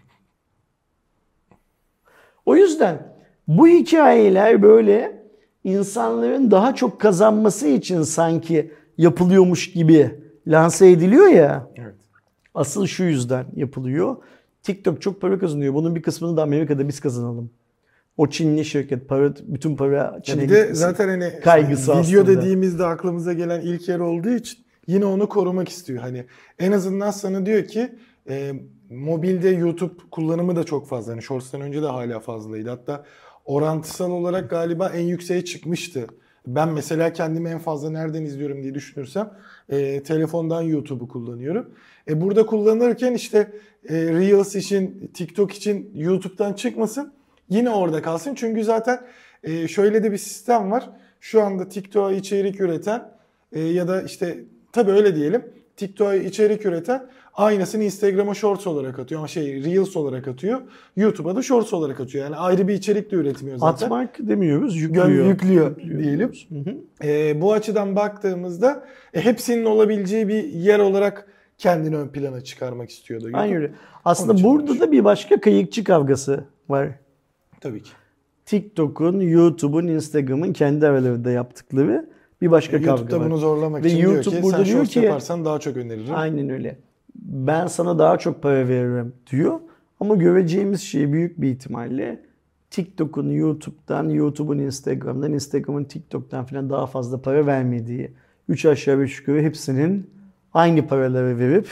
Speaker 2: O yüzden bu hikayeler böyle insanların daha çok kazanması için sanki yapılıyormuş gibi lanse ediliyor ya.
Speaker 1: Evet.
Speaker 2: Asıl şu yüzden yapılıyor. TikTok çok para kazanıyor. Bunun bir kısmını da Amerika'da biz kazanalım. O Çinli şirket bütün para Çin'e
Speaker 1: Bir de
Speaker 2: gitmesin.
Speaker 1: zaten hani
Speaker 2: Kaygısı
Speaker 1: video
Speaker 2: aslında.
Speaker 1: dediğimizde aklımıza gelen ilk yer olduğu için yine onu korumak istiyor. Hani en azından sana diyor ki mobilde YouTube kullanımı da çok fazla. Hani Shorts'tan önce de hala fazlaydı. Hatta orantısal olarak galiba en yükseğe çıkmıştı. Ben mesela kendimi en fazla nereden izliyorum diye düşünürsem telefondan YouTube'u kullanıyorum. Burada kullanırken işte Reels için, TikTok için YouTube'dan çıkmasın. Yine orada kalsın. Çünkü zaten şöyle de bir sistem var. Şu anda TikTok'a içerik üreten ya da işte tabii öyle diyelim. TikTok'a içerik üreten aynısını Instagram'a Shorts olarak atıyor. Ama Reels olarak atıyor. YouTube'a da Shorts olarak atıyor. Yani ayrı bir içerik de üretmiyor zaten.
Speaker 2: Atmak demiyoruz, yüklüyor.
Speaker 1: Yüklüyor diyelim.
Speaker 2: Hı hı.
Speaker 1: Bu açıdan baktığımızda hepsinin olabileceği bir yer olarak kendini ön plana çıkarmak istiyordu. YouTube.
Speaker 2: Aynen öyle.
Speaker 1: Onun
Speaker 2: Aslında
Speaker 1: için
Speaker 2: burada
Speaker 1: uğraşıyor.
Speaker 2: da bir başka kayıkçı kavgası var.
Speaker 1: Tabii ki.
Speaker 2: TikTok'un, YouTube'un, Instagram'ın kendi aralarında yaptıkları bir başka kavga
Speaker 1: YouTube'da
Speaker 2: var.
Speaker 1: bunu zorlamak
Speaker 2: Ve
Speaker 1: için
Speaker 2: YouTube
Speaker 1: diyor ki
Speaker 2: burada
Speaker 1: sen
Speaker 2: diyor
Speaker 1: Shorts
Speaker 2: ki-
Speaker 1: yaparsan daha çok öneririm.
Speaker 2: Aynen öyle. Ben sana daha çok para veririm diyor. Ama göreceğimiz şey büyük bir ihtimalle TikTok'un YouTube'dan, YouTube'un Instagram'dan, Instagram'ın TikTok'tan falan daha fazla para vermediği, 3 aşağı 5 yukarı hepsinin aynı paraları verip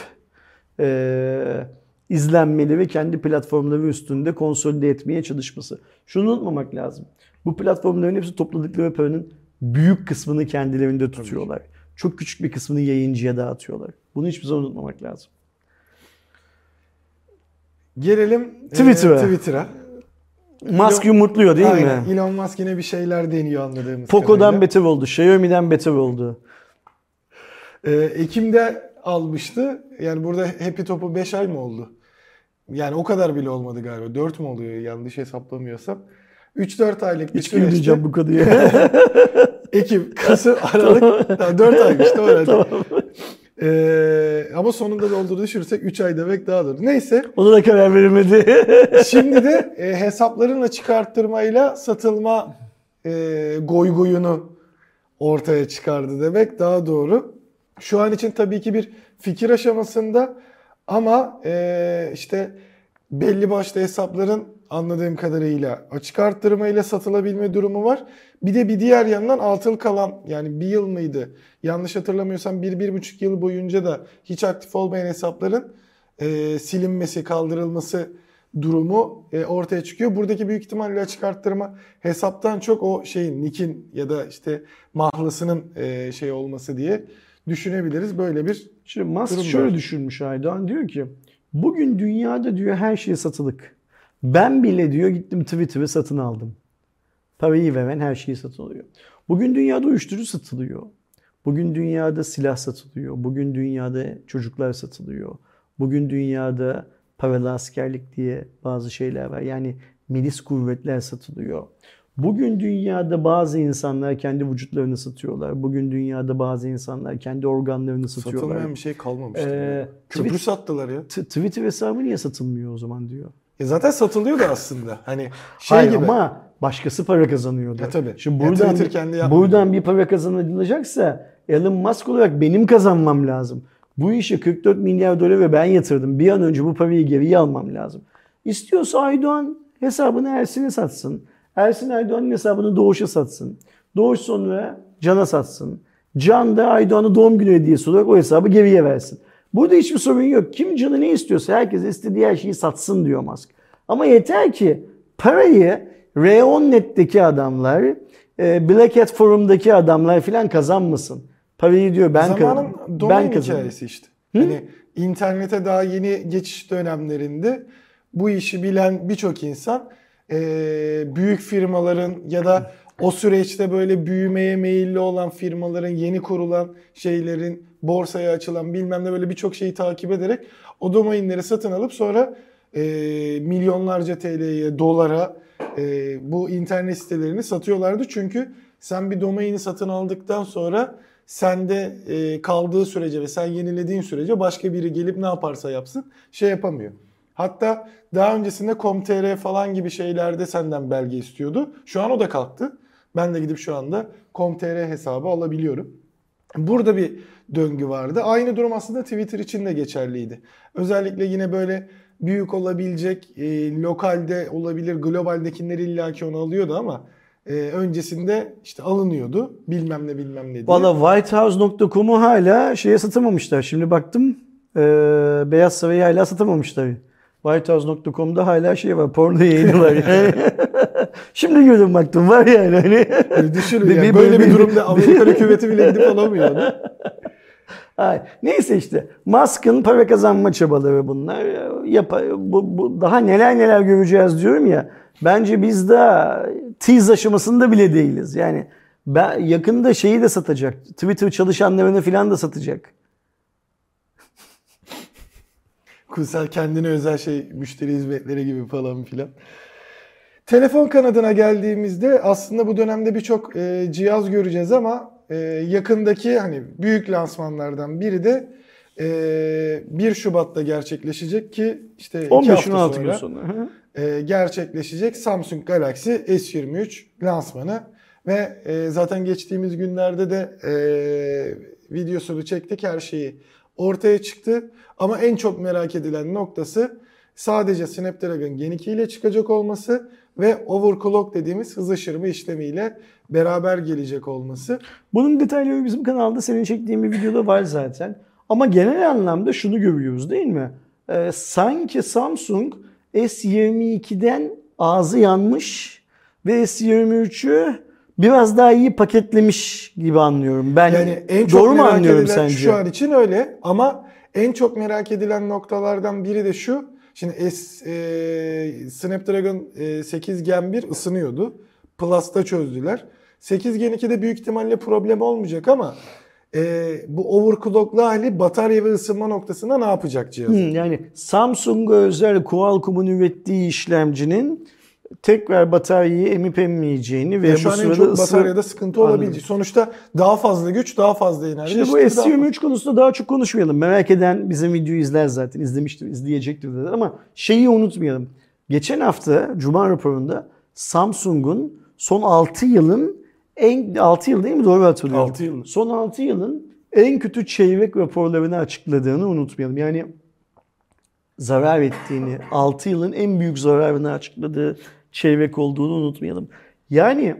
Speaker 2: izlenmeleri kendi platformları üstünde konsolide etmeye çalışması. Şunu unutmamak lazım. Bu platformların hepsi topladıkları paranın büyük kısmını kendilerinde tutuyorlar. Çok küçük bir kısmını yayıncıya dağıtıyorlar. Bunu hiçbir zaman unutmamak lazım.
Speaker 1: Gelelim
Speaker 2: Twitter'a. Musk yumurtluyor değil
Speaker 1: Aynen.
Speaker 2: mi?
Speaker 1: Elon Musk yine bir şeyler deniyor anladığımız
Speaker 2: Poco'dan
Speaker 1: kadarıyla.
Speaker 2: beter oldu. Xiaomi'den beter oldu.
Speaker 1: Ekim'de almıştı. Yani burada Happy Top'u 5 ay mı oldu? Yani o kadar bile olmadı galiba. 4 mü oluyor yanlış hesaplamıyorsam. 3-4 aylık bir
Speaker 2: Hiç
Speaker 1: süreçte.
Speaker 2: gülmeyeceğim bu konuya.
Speaker 1: Ekim, Kasım, Aralık. Tamam, 4 aymış doğru.
Speaker 2: Tamam.
Speaker 1: Ama sonunda da olduğunu düşünürsek 3 ay demek daha doğru. Neyse.
Speaker 2: Ona da karar verilmedi.
Speaker 1: Şimdi de hesapların açık arttırmayla satılma goyguyunu ortaya çıkardı demek daha doğru. Şu an için tabii ki bir fikir aşamasında ama işte belli başlı hesapların anladığım kadarıyla açık arttırmayla satılabilme durumu var. Bir de bir diğer yandan atıl kalan yani bir yıl mıydı? Yanlış hatırlamıyorsam 1-1,5 yıl boyunca da hiç aktif olmayan hesapların silinmesi, kaldırılması durumu ortaya çıkıyor. Buradaki büyük ihtimalle açık arttırma hesaptan çok o nick'in ya da işte mahlasının olması diye düşünebiliriz böyle bir
Speaker 2: Şimdi Musk
Speaker 1: durum
Speaker 2: şöyle
Speaker 1: var.
Speaker 2: düşünmüş Aydoğan, diyor ki bugün dünyada diyor her şey satılık. Ben bile diyor gittim Twitter'ı satın aldım. Parayı veren her şeyi satın alıyor. Bugün dünyada uyuşturucu satılıyor. Bugün dünyada silah satılıyor. Bugün dünyada çocuklar satılıyor. Bugün dünyada paralı askerlik diye bazı şeyler var. Yani milis kuvvetler satılıyor. Bugün dünyada bazı insanlar kendi vücutlarını satıyorlar. Bugün dünyada bazı insanlar kendi organlarını satıyorlar.
Speaker 1: Satılmayan bir şey kalmamıştı. Köprü
Speaker 2: Tweet-
Speaker 1: sattılar ya.
Speaker 2: Twitter hesabı niye satılmıyor o zaman diyor.
Speaker 1: Zaten satılıyordu aslında. Hani şey
Speaker 2: Hayır
Speaker 1: gibi.
Speaker 2: ama başkası para kazanıyordu.
Speaker 1: Ya tabii.
Speaker 2: Şimdi
Speaker 1: Ya
Speaker 2: buradan,
Speaker 1: Twitter kendi yapmıyor.
Speaker 2: buradan bir para kazanılacaksa Elon Musk olarak benim kazanmam lazım. Bu işe 44 milyar doları ben yatırdım. Bir an önce bu parayı geriye almam lazım. İstiyorsa Aydoğan hesabını Ersin'e satsın. Ersin Aydoğan'ın hesabını Doğuş'a satsın. Doğuş sonra Can'a satsın. Can da Aydoğan'a doğum günü hediyesi olarak o hesabı geriye versin. Burada hiçbir sorun yok. Kim canı ne istiyorsa herkes istediği her şeyi satsın diyor Musk. Ama yeter ki parayı R10net'teki adamlar, Black Hat Forum'daki adamlar filan kazanmasın. Parayı diyor ben
Speaker 1: Zamanın domain
Speaker 2: kazanırım.
Speaker 1: hikayesi işte. Hani internete daha yeni geçiş dönemlerinde bu işi bilen birçok insan büyük firmaların ya da o süreçte böyle büyümeye meyilli olan firmaların, yeni kurulan şeylerin, borsaya açılan bilmem ne böyle birçok şeyi takip ederek o domainleri satın alıp sonra milyonlarca TL'ye, dolara bu internet sitelerini satıyorlardı. Çünkü sen bir domaini satın aldıktan sonra sende kaldığı sürece ve sen yenilediğin sürece başka biri gelip ne yaparsa yapsın şey yapamıyor. Hatta daha öncesinde com.tr falan gibi şeylerde senden belge istiyordu. Şu an o da kalktı. Ben de gidip şu anda com.tr hesabı alabiliyorum. Burada bir döngü vardı. Aynı durum aslında Twitter için de geçerliydi. Özellikle yine böyle büyük olabilecek, lokalde olabilir, globaldekiler illaki onu alıyordu ama öncesinde işte alınıyordu. Bilmem ne bilmem ne diye.
Speaker 2: Valla whitehouse.com'u hala şeye satamamışlar. Şimdi baktım Beyaz Saray'ı hala satamamışlar. Whitehouse.com'da hala şey var, porno yayını var. Yani. Şimdi gördüm baktım var yani. Hani.
Speaker 1: Düşünün yani böyle bir durumda Amerikan hükümeti bile gidip alamıyor onu.
Speaker 2: Neyse işte Musk'ın para kazanma çabaları bunlar. Bu daha neler neler göreceğiz diyorum ya. Bence biz daha tease aşamasında bile değiliz. Yani yakında şeyi de satacak. Twitter çalışanlarını falan da satacak.
Speaker 1: Kutsal kendine özel müşteri hizmetleri gibi falan filan. Telefon kanadına geldiğimizde aslında bu dönemde birçok cihaz göreceğiz ama yakındaki hani büyük lansmanlardan biri de 1 Şubat'ta gerçekleşecek ki işte 2 hafta
Speaker 2: 15-16 gün
Speaker 1: sonra
Speaker 2: sonra.
Speaker 1: gerçekleşecek Samsung Galaxy S23 lansmanı ve zaten geçtiğimiz günlerde de videosunu çektik, her şeyi ortaya çıktı ama en çok merak edilen noktası sadece Snapdragon Gen 2 ile çıkacak olması ve overclock dediğimiz hız aşırma işlemiyle beraber gelecek olması.
Speaker 2: Bunun detayları bizim kanalda senin çektiğin bir videoda var zaten. Ama genel anlamda şunu görüyoruz değil mi? Sanki Samsung S22'den ağzı yanmış ve S23'ü biraz daha iyi paketlemiş gibi anlıyorum. Ben
Speaker 1: Yani en çok
Speaker 2: doğru mu
Speaker 1: merak
Speaker 2: anlıyorum
Speaker 1: edilen
Speaker 2: sence?
Speaker 1: şu an için öyle ama en çok merak edilen noktalardan biri de şu. Şimdi Snapdragon 8 Gen 1 ısınıyordu. Plus'ta çözdüler. 8 Gen 2'de büyük ihtimalle problem olmayacak ama bu overclocklu hali batarya ve ısınma noktasında ne yapacak cihazı?
Speaker 2: Yani Samsung'a özel Qualcomm'un ürettiği işlemcinin tekrar bataryayı emip emmeyeceğini ve
Speaker 1: Şu
Speaker 2: bu
Speaker 1: an en
Speaker 2: sırada
Speaker 1: çok bataryada sıkıntı olabilecek. Sonuçta daha fazla güç, daha fazla enerji.
Speaker 2: Şimdi bu S23 konusunda daha çok konuşmayalım. Merak eden bizim videoyu izler zaten. İzlemiştir, izleyecektir dediler ama şeyi unutmayalım. Geçen hafta Cuma raporunda Samsung'un son 6 yılın 6 yıl değil mi? Doğru hatırlıyorum.
Speaker 1: 6 yıl.
Speaker 2: Son 6 yılın en kötü çeyrek raporlarını açıkladığını unutmayalım. Yani zarar ettiğini, 6 yılın en büyük zararını açıkladığı çeyrek olduğunu unutmayalım. Yani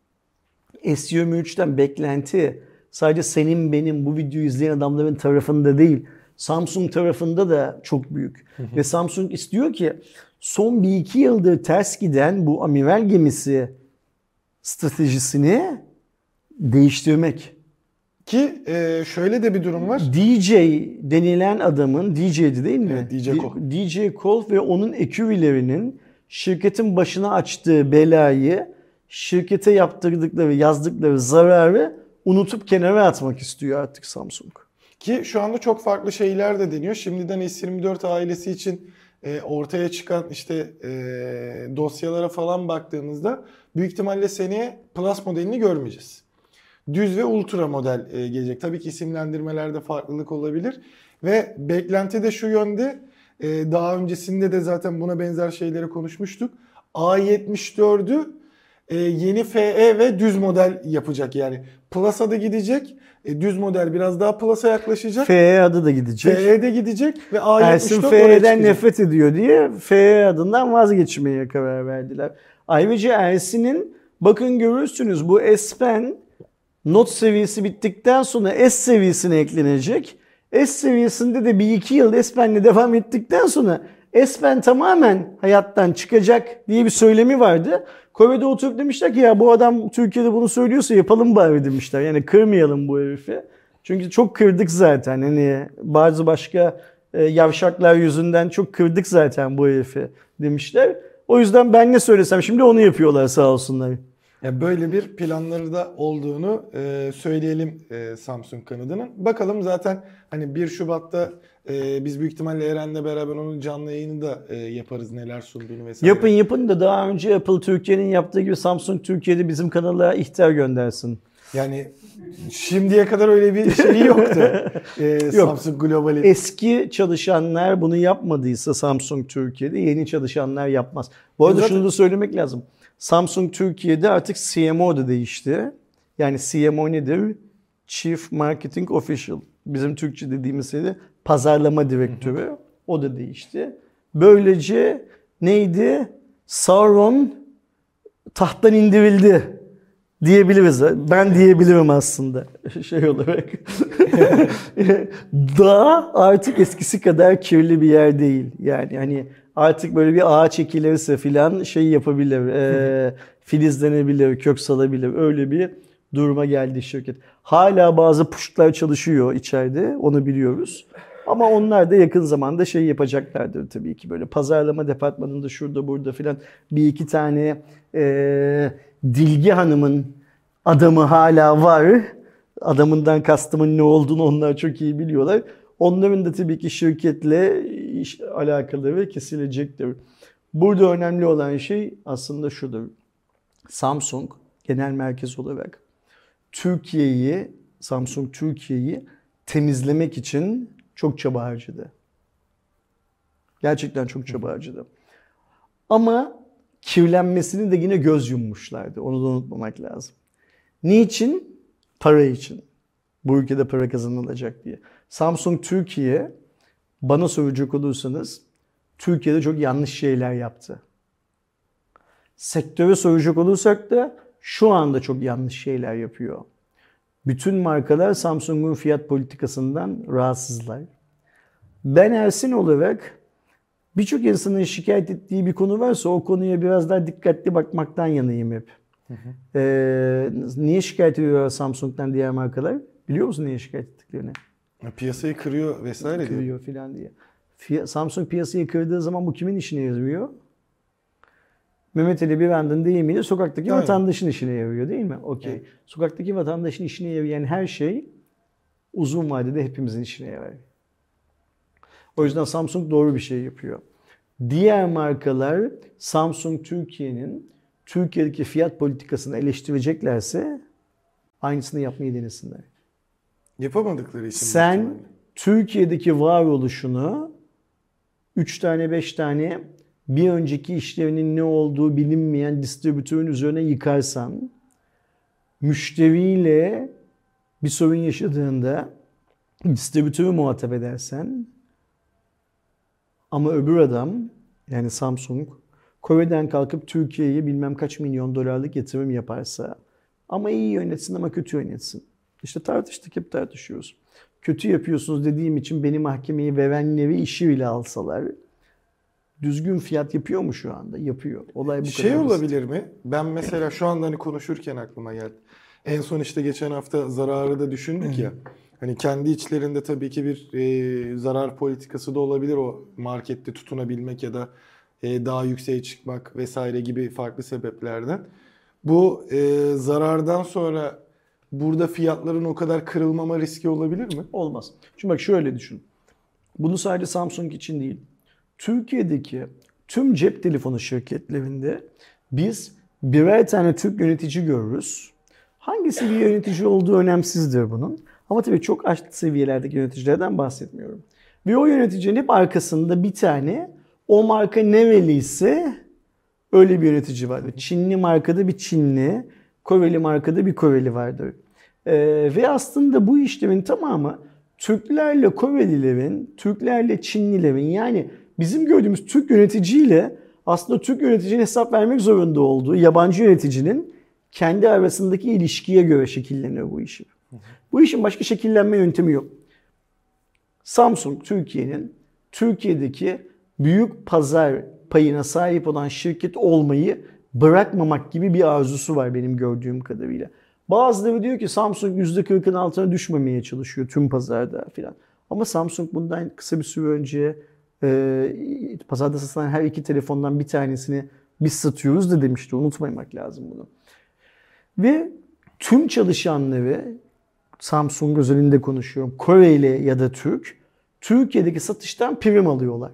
Speaker 2: S23'ten beklenti sadece senin benim bu videoyu izleyen adamların tarafında değil, Samsung tarafında da çok büyük. Ve Samsung istiyor ki son 1-2 yıldır ters giden bu amiral gemisi stratejisini değiştirmek.
Speaker 1: Ki şöyle de bir durum var.
Speaker 2: DJ denilen adamın, DJ'di değil mi?
Speaker 1: Evet, DJ Cole.
Speaker 2: DJ Cole ve onun eküvilerinin şirketin başına açtığı belayı, şirkete yaptırdıkları, yazdıkları zararı unutup kenara atmak istiyor artık Samsung.
Speaker 1: Ki şu anda çok farklı şeyler de deniyor. Şimdiden S24 ailesi için ortaya çıkan işte dosyalara falan baktığımızda büyük ihtimalle seneye Plus modelini görmeyeceğiz. Düz ve Ultra model gelecek. Tabii ki isimlendirmelerde farklılık olabilir. Ve beklenti de şu yönde. Daha öncesinde de zaten buna benzer şeyleri konuşmuştuk. A74'ü yeni FE ve düz model yapacak yani. Plus'a da gidecek. Düz model biraz daha Plus'a yaklaşacak.
Speaker 2: FE adı da gidecek.
Speaker 1: FE de gidecek ve A74
Speaker 2: Ersin
Speaker 1: oraya
Speaker 2: FE'den
Speaker 1: çıkacak.
Speaker 2: nefret ediyor diye FE adından vazgeçmeye karar verdiler. Ayrıca Ersin'in bakın görürsünüz bu S Pen Note seviyesi bittikten sonra S seviyesine eklenecek. S seviyesinde de bir iki yıl S Pen'le devam ettikten sonra S Pen tamamen hayattan çıkacak diye bir söylemi vardı. Kore'de oturup demişler ki ya bu adam Türkiye'de bunu söylüyorsa yapalım bari demişler. Yani kırmayalım bu herifi. Çünkü çok kırdık zaten. Hani bazı başka yavşaklar yüzünden çok kırdık zaten bu herifi demişler. O yüzden ben ne söylesem şimdi onu yapıyorlar sağ olsunlar.
Speaker 1: Ya böyle bir planları da olduğunu söyleyelim Samsung kanadının. Bakalım zaten hani 1 Şubat'ta biz büyük ihtimalle Eren'le beraber onun canlı yayını da yaparız neler sunduğunu vesaire.
Speaker 2: Yapın da daha önce Apple Türkiye'nin yaptığı gibi Samsung Türkiye'de bizim kanala ihtar göndersin.
Speaker 1: Yani şimdiye kadar öyle bir şey yoktu. Samsung Global'in.
Speaker 2: Eski çalışanlar bunu yapmadıysa Samsung Türkiye'de yeni çalışanlar yapmaz. Bu arada
Speaker 1: Zaten...
Speaker 2: şunu da söylemek lazım. Samsung Türkiye'de artık CMO da değişti. Yani CMO nedir? Chief Marketing Official. Bizim Türkçe dediğimiz şey de pazarlama direktörü. O da değişti. Böylece neydi? Sauron tahttan indirildi diyebiliriz. Ben diyebilirim aslında şey olarak. Dağ artık eskisi kadar kirli bir yer değil. Yani hani artık böyle bir ağaç ekilirse filan şey yapabilir, filizlenebilir, kök salabilir. Öyle bir duruma geldi şirket. Hala bazı puştlar çalışıyor içeride, onu biliyoruz. Ama onlar da yakın zamanda şey yapacaklardır tabii ki. Böyle pazarlama departmanında şurada burada filan bir iki tane Dilge Hanım'ın adamı hala var. Adamından kastımın ne olduğunu onlar çok iyi biliyorlar. Onların da tabii ki şirketle alakaları kesilecektir. Burada önemli olan şey aslında şudur. Samsung genel merkez olarak Samsung Türkiye'yi temizlemek için çok çaba harcadı. Gerçekten çok çaba harcadı. Ama kirlenmesini de yine göz yummuşlardı. Onu da unutmamak lazım. Niçin? Para için. Bu ülkede para kazanılacak diye. Samsung Türkiye, bana soracak olursanız, Türkiye'de çok yanlış şeyler yaptı. Sektöre soracak olursak da şu anda çok yanlış şeyler yapıyor. Bütün markalar Samsung'un fiyat politikasından rahatsızlar. Ben Ersin olarak birçok insanın şikayet ettiği bir konu varsa o konuya biraz daha dikkatli bakmaktan yanayım hep. Niye şikayet ediyorlar Samsung'dan diğer markalar? Biliyor musun niye şikayet ettiklerini?
Speaker 1: Piyasayı kırıyor vesaire diyor.
Speaker 2: Kırıyor filan diye. Samsung piyasayı kırdığı zaman bu kimin işine yarıyor? Mehmet Ali Birand'ın deyimiyle sokaktaki vatandaşın işine yarıyor değil mi? Okey. Evet. Sokaktaki vatandaşın işine yarayan her şey uzun vadede hepimizin işine yarar. O yüzden Samsung doğru bir şey yapıyor. Diğer markalar Samsung Türkiye'deki fiyat politikasını eleştireceklerse aynısını yapmayı denesinler.
Speaker 1: Yapamadıkları için.
Speaker 2: Sen Türkiye'deki varoluşunu 3 tane 5 tane bir önceki işlerinin ne olduğu bilinmeyen distribütörün üzerine yıkarsan, müşteriyle bir sorun yaşadığında distribütörü muhatap edersen ama öbür adam yani Samsung Kore'den kalkıp Türkiye'ye bilmem kaç milyon dolarlık yatırım yaparsa ama iyi yönetsin ama kötü yönetsin. İşte tartıştık, hep tartışıyoruz. Kötü yapıyorsunuz dediğim için beni mahkemeye verenleri işi bile alsalar düzgün fiyat yapıyor mu şu anda? Yapıyor. Olay bu kadar
Speaker 1: Şey
Speaker 2: basit.
Speaker 1: olabilir mi? Ben mesela şu anda hani konuşurken aklıma geldi. En son işte geçen hafta zararı da düşündük ya. Hani kendi içlerinde tabii ki bir zarar politikası da olabilir, o markette tutunabilmek ya da daha yükseğe çıkmak vesaire gibi farklı sebeplerden. Bu zarardan sonra burada fiyatların o kadar kırılmama riski olabilir mi?
Speaker 2: Olmaz. Şimdi bak şöyle düşün. Bunu sadece Samsung için değil. Türkiye'deki tüm cep telefonu şirketlerinde biz birer tane Türk yönetici görürüz. Hangisi bir yönetici olduğu önemsizdir bunun. Ama tabii çok alt seviyelerdeki yöneticilerden bahsetmiyorum. Ve o yöneticinin hep arkasında bir tane o marka nereliyse öyle bir yönetici vardır. Çinli markada bir Çinli, Koreli markada bir Koreli vardır. Ve aslında bu işlemin tamamı Türklerle Korelilerin, Türklerle Çinlilerin, yani bizim gördüğümüz Türk yöneticiyle aslında Türk yöneticinin hesap vermek zorunda olduğu yabancı yöneticinin kendi arasındaki ilişkiye göre şekilleniyor bu işin. Bu işin başka şekillenme yöntemi yok. Samsung Türkiye'deki büyük pazar payına sahip olan şirket olmayı bırakmamak gibi bir arzusu var benim gördüğüm kadarıyla. Bazıları diyor ki Samsung %40'ın altına düşmemeye çalışıyor tüm pazarda filan. Ama Samsung bundan kısa bir süre önce pazarda satılan her iki telefondan bir tanesini biz satıyoruz da demişti. Unutmamak lazım bunu. Ve tüm çalışanları, Samsung özelinde konuşuyorum, Koreli ya da Türkiye'deki satıştan prim alıyorlar.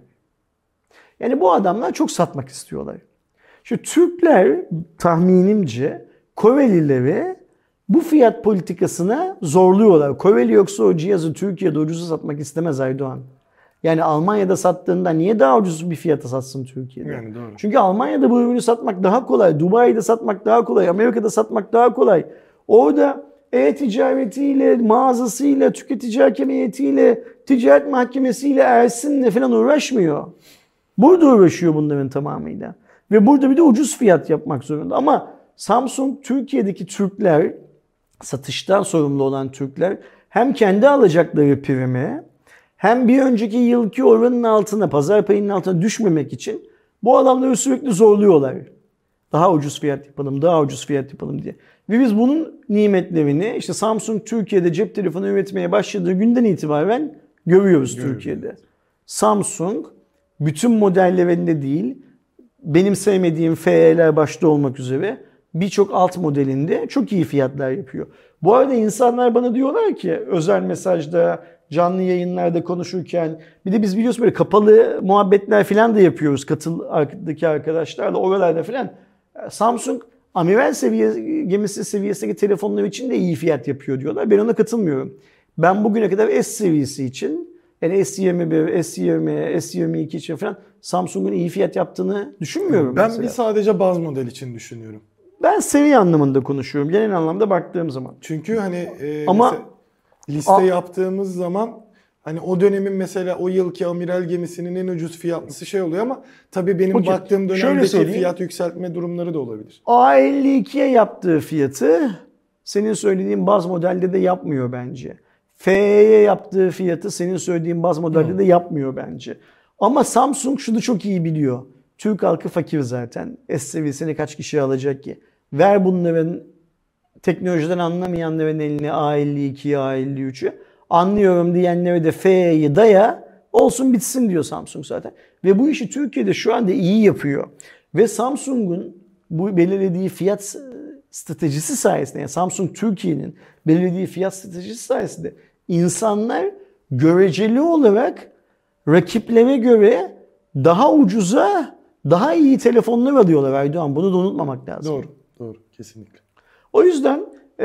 Speaker 2: Yani bu adamlar çok satmak istiyorlar. Şu Türkler tahminimce Korelileri bu fiyat politikasına zorluyorlar. Koreli yoksa o cihazı Türkiye'de ucuza satmak istemez Aydoğan. Yani Almanya'da sattığında niye daha ucuz bir fiyata satsın Türkiye'de?
Speaker 1: Yani doğru.
Speaker 2: Çünkü Almanya'da bu ürünü satmak daha kolay. Dubai'de satmak daha kolay. Amerika'da satmak daha kolay. Orada e-ticaretiyle, mağazasıyla, tüketici hakem heyetiyle, ticaret mahkemesiyle, Ersin'le falan uğraşmıyor. Burada uğraşıyor bunların tamamıyla. Ve burada bir de ucuz fiyat yapmak zorunda. Ama Samsung Türkiye'deki Türkler, satıştan sorumlu olan Türkler hem kendi alacakları primi hem bir önceki yılki oranın altına, pazar payının altına düşmemek için bu adamları sürekli zorluyorlar. Daha ucuz fiyat yapalım, daha ucuz fiyat yapalım diye. Ve biz bunun nimetlerini işte Samsung Türkiye'de cep telefonu üretmeye başladığı günden itibaren görüyoruz Türkiye'de. Samsung bütün modellerinde değil, benim sevmediğim FE'ler başta olmak üzere birçok alt modelinde çok iyi fiyatlar yapıyor. Bu arada insanlar bana diyorlar ki özel mesajda, canlı yayınlarda konuşurken, bir de biz biliyorsun böyle kapalı muhabbetler falan da yapıyoruz katıldaki arkadaşlarla oralarda falan. Samsung amiral gemisi seviyesindeki telefonlar için de iyi fiyat yapıyor diyorlar. Ben ona katılmıyorum. Ben bugüne kadar S seviyesi için, yani S21, S20, S22 için falan Samsung'un iyi fiyat yaptığını düşünmüyorum.
Speaker 1: Ben
Speaker 2: mesela.
Speaker 1: bir sadece baz model için düşünüyorum.
Speaker 2: Ben seviye anlamında konuşuyorum. Genel anlamda baktığım zaman.
Speaker 1: Çünkü hani
Speaker 2: Ama
Speaker 1: liste yaptığımız zaman hani o dönemin mesela o yılki amiral gemisinin en ucuz fiyatlısı şey oluyor ama tabii benim
Speaker 2: Okey.
Speaker 1: baktığım
Speaker 2: Şöyle
Speaker 1: dönemdeki
Speaker 2: söyleyeyim.
Speaker 1: fiyat yükseltme durumları da olabilir.
Speaker 2: A52'ye yaptığı fiyatı senin söylediğin baz modelde de yapmıyor bence. FE'ye yaptığı fiyatı senin söylediğin baz modelde de yapmıyor bence. Ama Samsung şunu çok iyi biliyor. Türk halkı fakir zaten. S seviyesini kaç kişi alacak ki? Ver bunların teknolojiden anlamayanların eline A52'yi, A53'ü. Anlıyorum diyenlere de FE'yi daya, olsun bitsin diyor Samsung zaten. Ve bu işi Türkiye'de şu anda iyi yapıyor. Ve Samsung'un bu belirlediği fiyat stratejisi sayesinde, yani Samsung Türkiye'nin belirlediği fiyat stratejisi sayesinde insanlar göreceli olarak rakiplere göre daha ucuza, daha iyi telefonlar alıyorlar Erdoğan. Bunu da unutmamak lazım.
Speaker 1: Doğru, doğru. Kesinlikle.
Speaker 2: O yüzden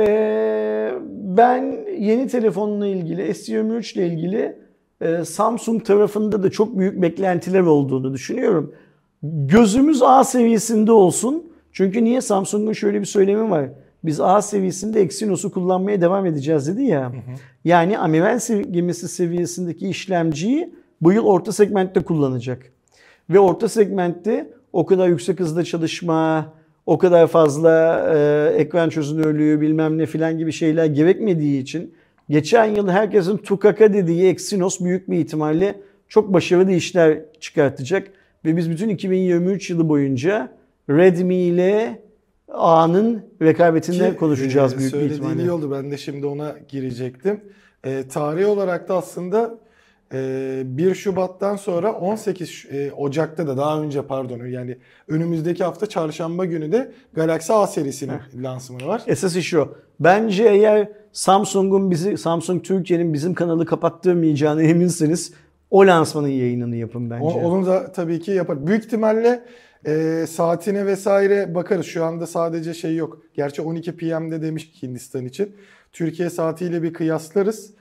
Speaker 2: ben yeni telefonla ilgili, S23 ile ilgili Samsung tarafında da çok büyük beklentiler olduğunu düşünüyorum. Gözümüz A seviyesinde olsun. Çünkü niye? Samsung'un şöyle bir söylemi var. Biz A seviyesinde Exynos'u kullanmaya devam edeceğiz dedi ya. Yani amiral gemisi seviyesindeki işlemciyi bu yıl orta segmentte kullanacak. Ve orta segmentte o kadar yüksek hızda çalışma, o kadar fazla ekran çözünürlüğü bilmem ne filan gibi şeyler gerekmediği için geçen yıl herkesin tukaka dediği Exynos büyük bir ihtimalle çok başarılı işler çıkartacak. Ve biz bütün 2023 yılı boyunca Redmi ile ağının rekabetinde
Speaker 1: Ki,
Speaker 2: konuşacağız büyük bir
Speaker 1: söylediğin
Speaker 2: ihtimalle.
Speaker 1: iyi oldu. Ben de şimdi ona girecektim. Tarih olarak da aslında 1 Şubat'tan sonra 18 Ocak'ta da daha önce pardon yani önümüzdeki hafta çarşamba günü de Galaxy A serisinin lansmanı var.
Speaker 2: Esas iş o. Bence eğer Samsung Türkiye'nin bizim kanalı kapattırmayacağını eminseniz o lansmanın yayınını yapın bence.
Speaker 1: Onu da tabii ki yapar. Büyük ihtimalle saatine vesaire bakarız. Şu anda sadece şey yok. Gerçi 12 PM'de demiş Hindistan için. Türkiye saatiyle bir kıyaslarız.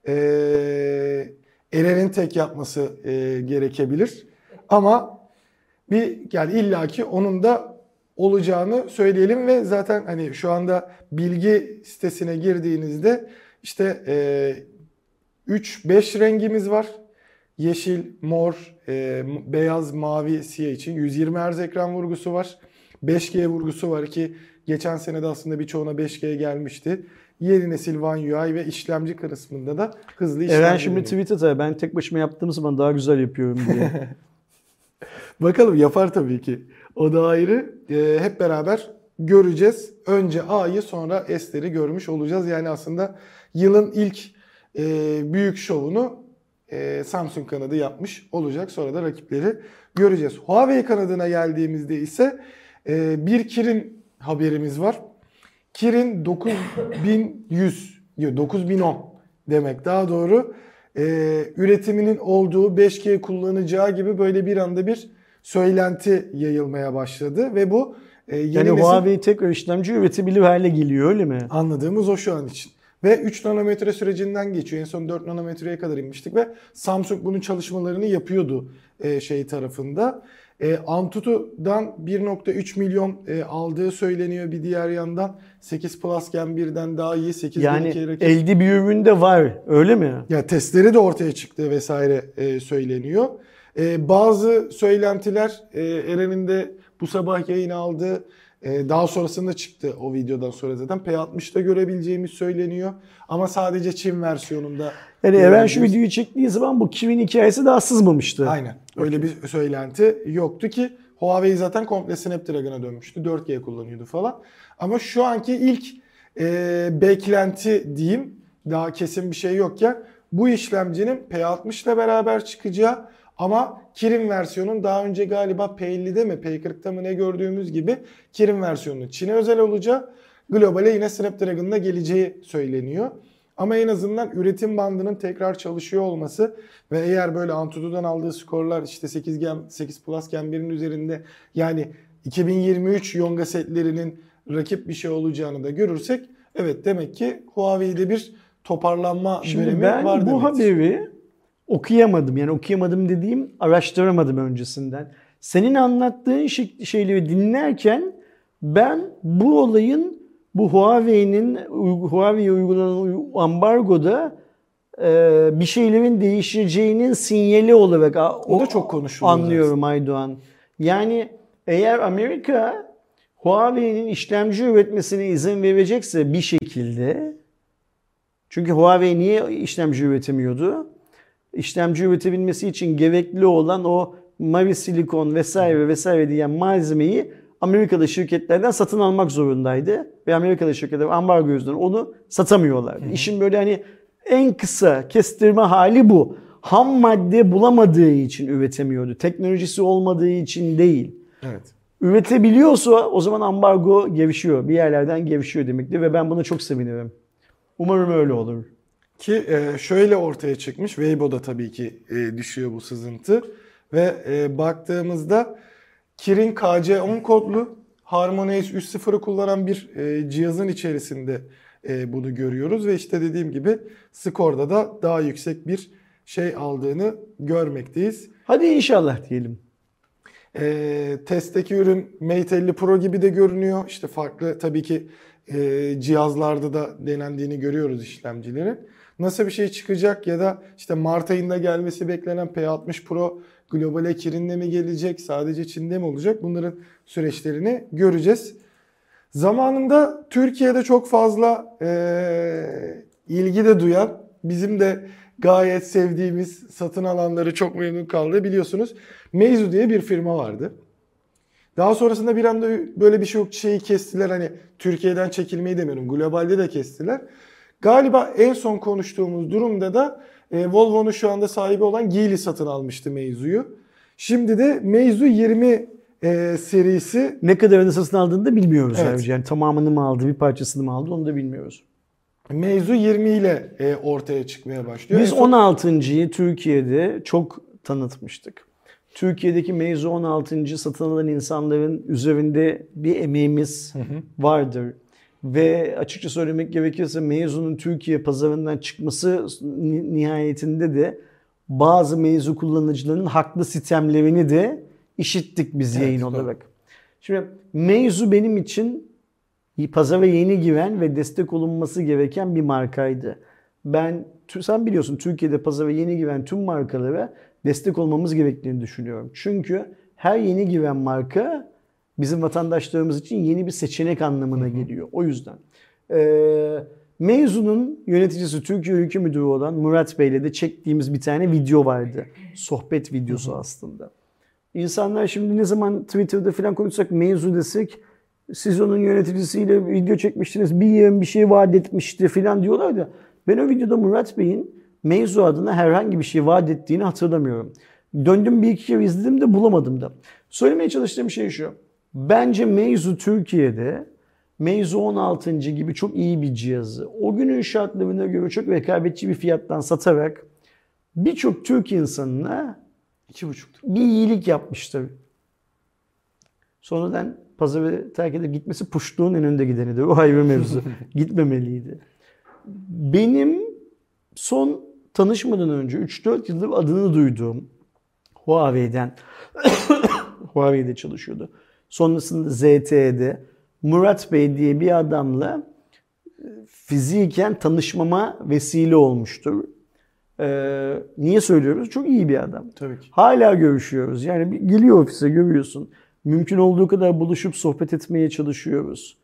Speaker 1: Eren'in tek yapması gerekebilir. Ama yani illaki onun da olacağını söyleyelim ve zaten hani şu anda bilgi sitesine girdiğinizde işte 3-5 rengimiz var. Yeşil, mor, beyaz, mavi, siyah için 120 Hz ekran vurgusu var. 5G vurgusu var ki geçen sene de aslında birçoğuna 5G gelmişti. Yeni nesil One UI ve işlemci kısmında da hızlı işlemci.
Speaker 2: Eren şimdi tweet atar. Ben tek başıma yaptığım zaman daha güzel yapıyorum diye.
Speaker 1: Bakalım yapar tabii ki. O da ayrı. Hep beraber göreceğiz. Önce A'yı sonra S'leri görmüş olacağız. Yani aslında yılın ilk büyük şovunu Samsung kanadı yapmış olacak. Sonra da rakipleri göreceğiz. Huawei kanadına geldiğimizde ise bir Kirin haberimiz var. Kirin 9010 demek daha doğru. Üretiminin olduğu 5G kullanacağı gibi böyle bir anda bir söylenti yayılmaya başladı ve bu yeni
Speaker 2: Yani
Speaker 1: nesil
Speaker 2: Huawei tekrar işlemci üretebilir hale geliyor öyle mi?
Speaker 1: anladığımız o şu an için. Ve 3 nanometre sürecinden geçiyor. En son 4 nanometreye kadar inmiştik ve Samsung bunun çalışmalarını yapıyordu şey tarafında. Antutu'dan 1.3 milyon aldığı söyleniyor bir diğer yandan. 8 Plus Gen 1'den daha iyi. 8
Speaker 2: Yani
Speaker 1: rakip.
Speaker 2: elde bir ürün de var öyle mi?
Speaker 1: Ya testleri de ortaya çıktı vesaire söyleniyor. Bazı söylentiler Eren'in de bu sabah yayın aldığı daha sonrasında çıktı o videodan sonra zaten P60'da görebileceğimiz söyleniyor. Ama sadece Çin versiyonunda.
Speaker 2: Yani Eren şu
Speaker 1: görebileceğimiz-
Speaker 2: videoyu çektiği zaman bu Kirin hikayesi daha sızmamıştı.
Speaker 1: Aynen. Öyle bir söylenti yoktu ki Huawei zaten komple Snapdragon'a dönmüştü. 4G kullanıyordu falan. Ama şu anki ilk beklenti diyeyim daha kesin bir şey yokken bu işlemcinin P60 ile beraber çıkacağı ama Kirin versiyonun daha önce galiba P50'de mi P40'da mı ne gördüğümüz gibi Kirin versiyonunun Çin'e özel olacağı, globale yine Snapdragon'la geleceği söyleniyor. Ama en azından üretim bandının tekrar çalışıyor olması ve eğer böyle Antutu'dan aldığı skorlar işte 8 Plus Gen 1'in üzerinde yani 2023 Yonga setlerinin rakip bir şey olacağını da görürsek evet demek ki Huawei'de bir toparlanma
Speaker 2: Şimdi
Speaker 1: dönemi
Speaker 2: ben
Speaker 1: var
Speaker 2: bu
Speaker 1: demektir.
Speaker 2: haberi okuyamadım. Yani okuyamadım dediğim araştıramadım öncesinden. Senin anlattığın şeyleri dinlerken ben bu olayın bu Huawei'ye uygulanan ambargoda bir şeylerin değişeceğinin sinyali olarak
Speaker 1: O da çok konuşuluyor
Speaker 2: anlıyorum Aydoğan. Yani eğer Amerika Huawei'nin işlemci üretmesine izin verecekse bir şekilde, çünkü Huawei niye işlemci üretemiyordu? İşlemci üretebilmesi için gerekli olan o mavi silikon vesaire vesaire diyen malzemeyi Amerikalı şirketlerden satın almak zorundaydı. Ve Amerikalı şirketler ambargo yüzünden onu satamıyorlardı. İşin böyle hani en kısa kestirme hali bu. Ham madde bulamadığı için üretemiyordu. Teknolojisi olmadığı için değil.
Speaker 1: Evet.
Speaker 2: Üretebiliyorsa o zaman ambargo gevşiyor. Bir yerlerden gevşiyor demektir ve ben buna çok sevinirim. Umarım öyle olur.
Speaker 1: Ki şöyle ortaya çıkmış. Weibo'da tabii ki düşüyor bu sızıntı. Ve baktığımızda Kirin KC10 kodlu HarmonyOS 3.0'ı kullanan bir cihazın içerisinde bunu görüyoruz. Ve işte dediğim gibi skorda da daha yüksek bir şey aldığını görmekteyiz.
Speaker 2: Hadi inşallah diyelim.
Speaker 1: Testteki ürün Mate 50 Pro gibi de görünüyor. İşte farklı tabii ki cihazlarda da denendiğini görüyoruz işlemcilerin. Nasıl bir şey çıkacak ya da işte Mart ayında gelmesi beklenen P60 Pro globale Kirin'le mi gelecek, sadece Çin'de mi olacak? Bunların süreçlerini göreceğiz. Zamanında Türkiye'de çok fazla ilgi de duyan, bizim de gayet sevdiğimiz, satın alanları çok memnun kaldığı biliyorsunuz Meizu diye bir firma vardı. Daha sonrasında bir anda böyle bir şey yok, şeyi kestiler, hani Türkiye'den çekilmeyi demiyorum, globalde de kestiler. Galiba en son konuştuğumuz durumda da Volvo'nun şu anda sahibi olan Geely satın almıştı Meizu'yu. Şimdi de Meizu 20 serisi.
Speaker 2: Ne kadarını satın aldığını da bilmiyoruz
Speaker 1: Evet.
Speaker 2: ayrıca. Yani tamamını mı aldı, bir parçasını mı aldı onu da bilmiyoruz.
Speaker 1: Meizu 20 ile ortaya çıkmaya başlıyor.
Speaker 2: Biz 16.'yı Türkiye'de çok tanıtmıştık. Türkiye'deki Meizu 16. satın alan insanların üzerinde bir emeğimiz vardır. Ve açıkça söylemek gerekirse Meizu'nun Türkiye pazarından çıkması nihayetinde de bazı Meizu kullanıcılarının haklı sistemlerini de işittik biz yayın olarak. Şimdi Meizu benim için pazara yeni giren ve destek olunması gereken bir markaydı. Sen biliyorsun Türkiye'de pazara yeni giren tüm markalara destek olmamız gerektiğini düşünüyorum. Çünkü her yeni giren marka bizim vatandaşlarımız için yeni bir seçenek anlamına geliyor. O yüzden. Meizu'nun yöneticisi Türkiye Ülke Müdürü olan Murat Bey'le de çektiğimiz bir tane video vardı. Sohbet videosu aslında. İnsanlar şimdi ne zaman Twitter'da falan konuşsak Meizu desek siz onun yöneticisiyle video çekmiştiniz, bir yerin bir şey vaat etmişti falan diyorlar da ben o videoda Murat Bey'in Meizu adına herhangi bir şey vaat ettiğini hatırlamıyorum. Döndüm bir iki kere izledim de bulamadım da. Söylemeye çalıştığım şey şu. Bence Meizu Türkiye'de Meizu 16. gibi çok iyi bir cihazı o günün şartlarına göre çok rekabetçi bir fiyattan satarak birçok Türk insanına
Speaker 1: 2,5
Speaker 2: bir iyilik yapmıştır. Sonradan pazarı terk edip gitmesi puştuğun en önde gidenidir. O ayrı mevzu. Gitmemeliydi. Benim son tanışmadan önce 3-4 yıldır adını duyduğum Huawei'den Huawei'de çalışıyordu. Sonrasında ZTE'de Murat Bey diye bir adamla fiziken tanışmama vesile olmuştur. Niye söylüyoruz? Çok iyi bir adam.
Speaker 1: Tabii ki.
Speaker 2: Hala görüşüyoruz. Yani geliyor ofise görüyorsun. Mümkün olduğu kadar buluşup sohbet etmeye çalışıyoruz.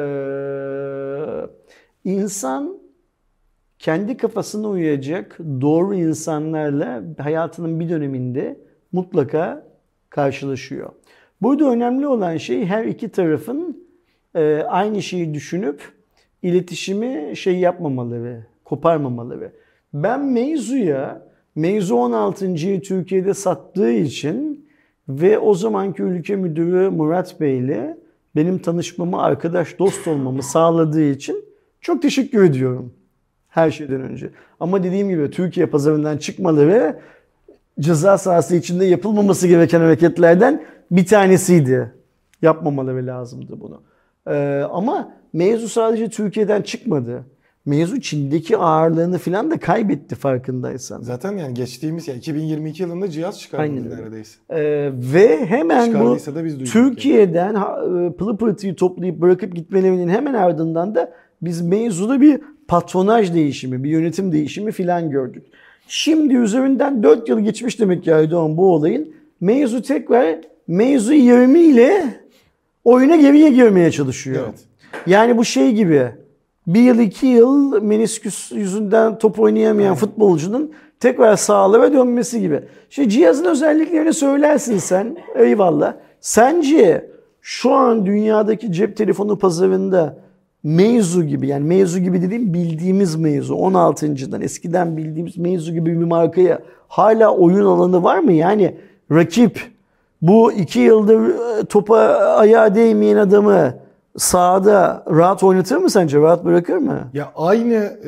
Speaker 2: İnsan kendi kafasına uyacak doğru insanlarla hayatının bir döneminde mutlaka karşılaşıyor. Burada önemli olan şey her iki tarafın aynı şeyi düşünüp iletişimi yapmamaları, koparmamaları. Ben Meizu 16.'yı Türkiye'de sattığı için ve o zamanki ülke müdürü Murat Bey'le benim tanışmamı, arkadaş, dost olmamı sağladığı için çok teşekkür ediyorum her şeyden önce. Ama dediğim gibi Türkiye pazarından çıkmaları ceza sahası içinde yapılmaması gereken hareketlerden bir tanesiydi. Yapmamaları lazımdı bunu. Ama Meizu sadece Türkiye'den çıkmadı. Meizu Çin'deki ağırlığını falan da kaybetti farkındaysan.
Speaker 1: Zaten yani geçtiğimiz 2022 yılında cihaz çıkardı neredeyse.
Speaker 2: Ve hemen bu
Speaker 1: da biz duyduk
Speaker 2: Türkiye'den pılı pırtıyı toplayıp bırakıp gitmelerinin hemen ardından da biz Meizu'da bir patronaj değişimi, bir yönetim değişimi falan gördük. Şimdi üzerinden 4 yıl geçmiş demek ya Aydoğan bu olayın. Meizu tekrar Meizu 20 ile oyuna geriye girmeye çalışıyor.
Speaker 1: Evet.
Speaker 2: Yani bu şey gibi 1 yıl 2 yıl menisküs yüzünden top oynayamayan futbolcunun tekrar sahalara dönmesi gibi. Şimdi cihazın özelliklerini söylersin sen. Eyvallah. Sence şu an dünyadaki cep telefonu pazarında Meizu gibi, yani Meizu gibi dediğim bildiğimiz Meizu 16.'dan eskiden bildiğimiz Meizu gibi bir markaya hala oyun alanı var mı? Yani rakip bu 2 yıldır topa ayağa değmeyen adamı sahada rahat oynatır mı sence? Rahat bırakır mı?
Speaker 1: Ya aynı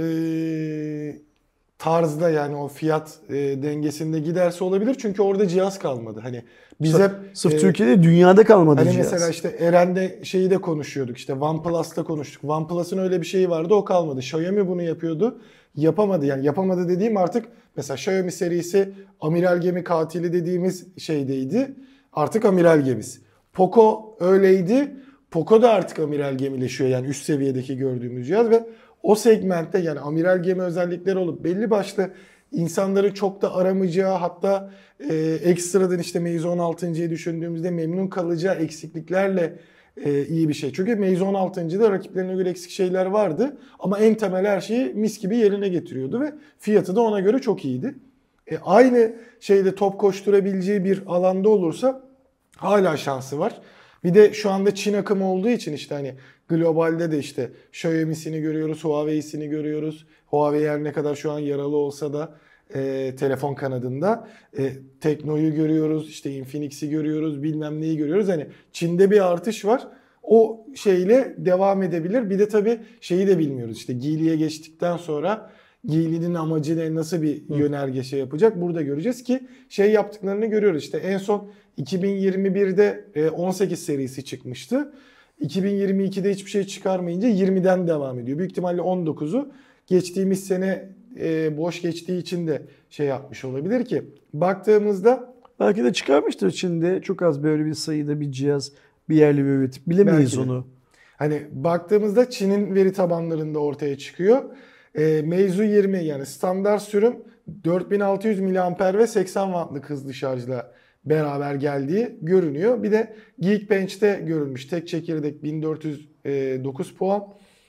Speaker 1: tarzda yani o fiyat dengesinde giderse olabilir. Çünkü orada cihaz kalmadı. Hani biz hep
Speaker 2: Sırf Türkiye'de dünyada kalmadı
Speaker 1: hani
Speaker 2: cihaz.
Speaker 1: mesela işte Eren'de şeyi de konuşuyorduk. İşte OnePlus'ta konuştuk. OnePlus'ın öyle bir şeyi vardı, o kalmadı. Xiaomi bunu yapıyordu. Yapamadı. Yani yapamadı dediğim artık mesela Xiaomi serisi amiral gemi katili dediğimiz şeydeydi. Artık amiral gemisi. Poco öyleydi. Poco da artık amiral gemileşiyor. Yani üst seviyedeki gördüğümüz cihaz ve o segmentte yani amiral gemi özellikleri olup belli başlı insanların çok da aramayacağı, hatta ekstradan işte Meizu 16.'yı düşündüğümüzde memnun kalacağı eksikliklerle iyi bir şey. Çünkü Meizu 16.'da rakiplerine göre eksik şeyler vardı ama en temel her şeyi mis gibi yerine getiriyordu ve fiyatı da ona göre çok iyiydi. Aynı şeyde top koşturabileceği bir alanda olursa hala şansı var. Bir de şu anda Çin akımı olduğu için işte hani globalde de işte Xiaomi'sini görüyoruz, Huawei'sini görüyoruz. Huawei her ne kadar şu an yaralı olsa da telefon kanadında Tekno'yu görüyoruz, işte Infinix'i görüyoruz, bilmem neyi görüyoruz. Hani Çin'de bir artış var. O şeyle devam edebilir. Bir de tabii şeyi de bilmiyoruz. İşte Geely'ye geçtikten sonra Geely'nin amacı ne, nasıl bir yönerge şey yapacak? Burada göreceğiz ki şey yaptıklarını görüyoruz. İşte en son 2021'de 18 serisi çıkmıştı. 2022'de hiçbir şey çıkarmayınca 20'den devam ediyor. Büyük ihtimalle 19'u geçtiğimiz sene boş geçtiği için de şey yapmış olabilir ki. Baktığımızda
Speaker 2: Belki de çıkarmıştır Çin'de çok az böyle bir sayıda bir cihaz bir yerli bir üretip bilemeyiz
Speaker 1: Belki de.
Speaker 2: onu.
Speaker 1: hani baktığımızda Çin'in veri tabanlarında ortaya çıkıyor. Meizu 20 yani standart sürüm 4600 mAh ve 80 wattlık hızlı şarjla beraber geldiği görünüyor. Bir de Geekbench'te görülmüş tek çekirdek 1409 puan.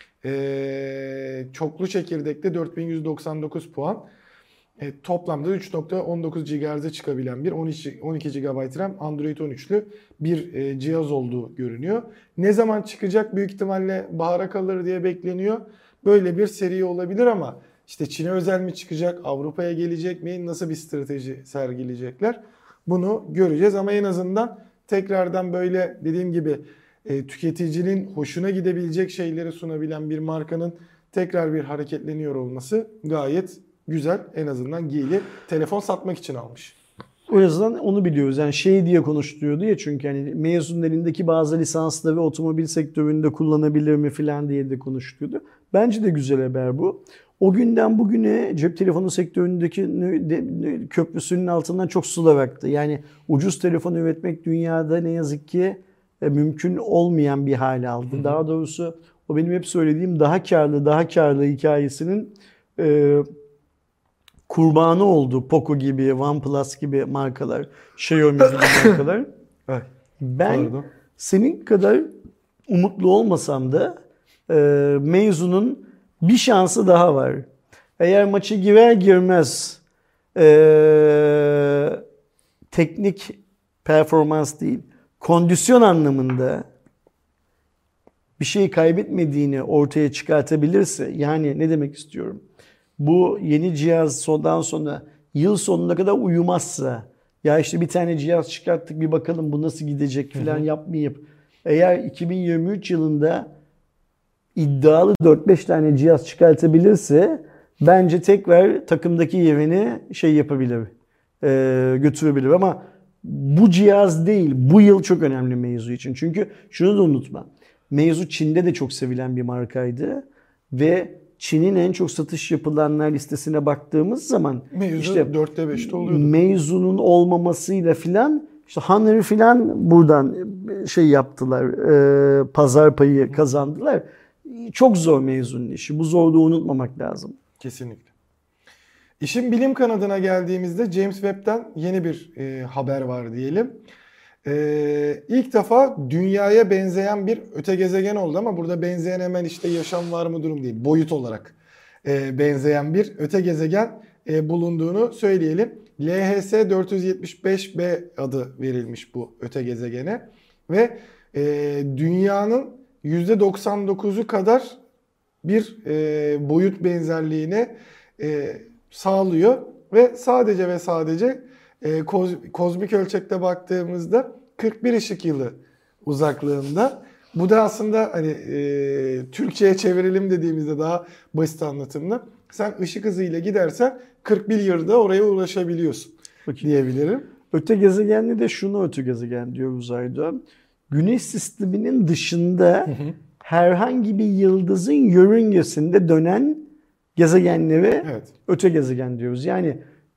Speaker 1: Çoklu çekirdekte 4199 puan. Toplamda 3.19 GHz'e çıkabilen bir 12 GB RAM Android 13'lü bir cihaz olduğu görünüyor. Ne zaman çıkacak? Büyük ihtimalle bahara kalır diye bekleniyor. Böyle bir seri olabilir ama işte Çin'e özel mi çıkacak? Avrupa'ya gelecek mi? Nasıl bir strateji sergileyecekler? Bunu göreceğiz ama en azından tekrardan böyle dediğim gibi tüketicinin hoşuna gidebilecek şeyleri sunabilen bir markanın tekrar bir hareketleniyor olması gayet güzel. En azından Geely telefon satmak için almış.
Speaker 2: O yüzden onu biliyoruz. Yani şey diye konuşuluyordu ya çünkü hani mezunun elindeki bazı lisansları otomobil sektöründe kullanabilir mi falan diye de konuşuluyordu. Bence de güzel haber bu. O günden bugüne cep telefonu sektöründeki köprüsünün altından çok sular aktı. Yani ucuz telefon üretmek dünyada ne yazık ki mümkün olmayan bir hale aldı. Daha doğrusu o benim hep söylediğim daha karlı hikayesinin kurbanı oldu. Poco gibi, OnePlus gibi markalar, Xiaomi gibi markalar. Ben senin kadar umutlu olmasam da Meizu'nun bir şansı daha var. Eğer maçı girer girmez teknik performans değil, kondisyon anlamında bir şey kaybetmediğini ortaya çıkartabilirse, yani ne demek istiyorum? Bu yeni cihaz sondan sonra yıl sonuna kadar uyumazsa, ya işte bir tane cihaz çıkarttık bir bakalım bu nasıl gidecek falan yapmayıp, eğer 2023 yılında iddialı 4-5 tane cihaz çıkartabilirse bence tekrar takımdaki yerini şey yapabilir, götürebilir ama bu cihaz değil, bu yıl çok önemli Meizu için. Çünkü şunu da unutma, Meizu Çin'de de çok sevilen bir markaydı ve Çin'in en çok satış yapılanlar listesine baktığımız zaman
Speaker 1: Meizu
Speaker 2: işte
Speaker 1: 4'te 5'te oluyordu.
Speaker 2: Meizu'nun olmamasıyla filan işte Honor filan buradan şey yaptılar, pazar payı kazandılar. Çok zor Meizu'nun işi. Bu zorluğu unutmamak lazım.
Speaker 1: Kesinlikle. İşin bilim kanadına geldiğimizde James Webb'den yeni bir haber var diyelim. İlk defa dünyaya benzeyen bir öte gezegen oldu ama burada benzeyen hemen işte yaşam var mı durum değil. Boyut olarak benzeyen bir öte gezegen bulunduğunu söyleyelim. LHS 475b adı verilmiş bu öte gezegene ve dünyanın %99'u kadar bir boyut benzerliğine sağlıyor ve sadece kozmik ölçekte baktığımızda 41 ışık yılı uzaklığında. Bu da aslında hani Türkçe'ye çevirelim dediğimizde daha basit anlatımla sen ışık hızıyla gidersen 41 yılda oraya ulaşabiliyorsun diyebilirim.
Speaker 2: Öte gezegenli de şunu öte gezegen diyor uzayda. Güneş sisteminin dışında herhangi bir yıldızın yörüngesinde dönen gezegenlere öte gezegen diyoruz. Yani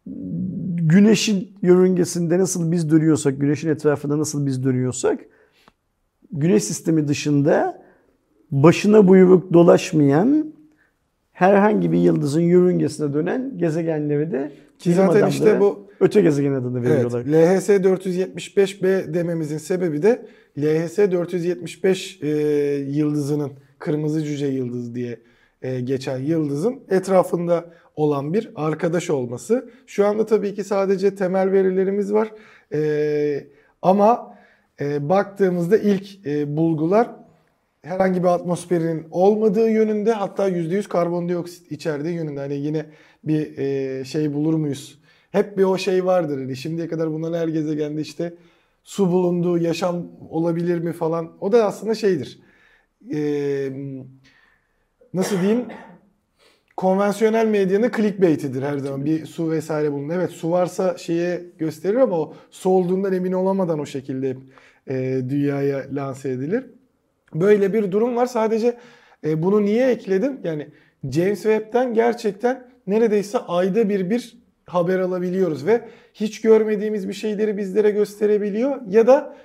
Speaker 2: Güneşin yörüngesinde nasıl biz dönüyorsak, Güneşin etrafında nasıl biz dönüyorsak, Güneş sistemi dışında başına buyruk dolaşmayan herhangi bir yıldızın yörüngesine dönen gezegenlere de
Speaker 1: ki zaten işte bu
Speaker 2: öte gezegen adını veriyorlar.
Speaker 1: LHS 475b dememizin sebebi de LHS 475 yıldızının kırmızı cüce yıldız diye geçen yıldızın etrafında olan bir arkadaş olması. Şu anda tabii ki sadece temel verilerimiz var. Ama baktığımızda ilk bulgular herhangi bir atmosferin olmadığı yönünde, hatta %100 karbondioksit içerdiği yönünde. Hani yine bir şey bulur muyuz? Hep bir o şey vardır. Hani şimdiye kadar bunların her gezegende işte su bulunduğu, yaşam olabilir mi falan. O da aslında şeydir. Nasıl diyeyim? Konvansiyonel medyanın clickbait'idir her zaman. Bir su vesaire bulunur. Evet, su varsa şeye gösterir ama o su olduğundan emin olamadan o şekilde hep dünyaya lanse edilir. Böyle bir durum var. Sadece bunu niye ekledim? Yani James Webb'den gerçekten neredeyse ayda bir haber alabiliyoruz ve hiç görmediğimiz bir şeyleri bizlere gösterebiliyor ya da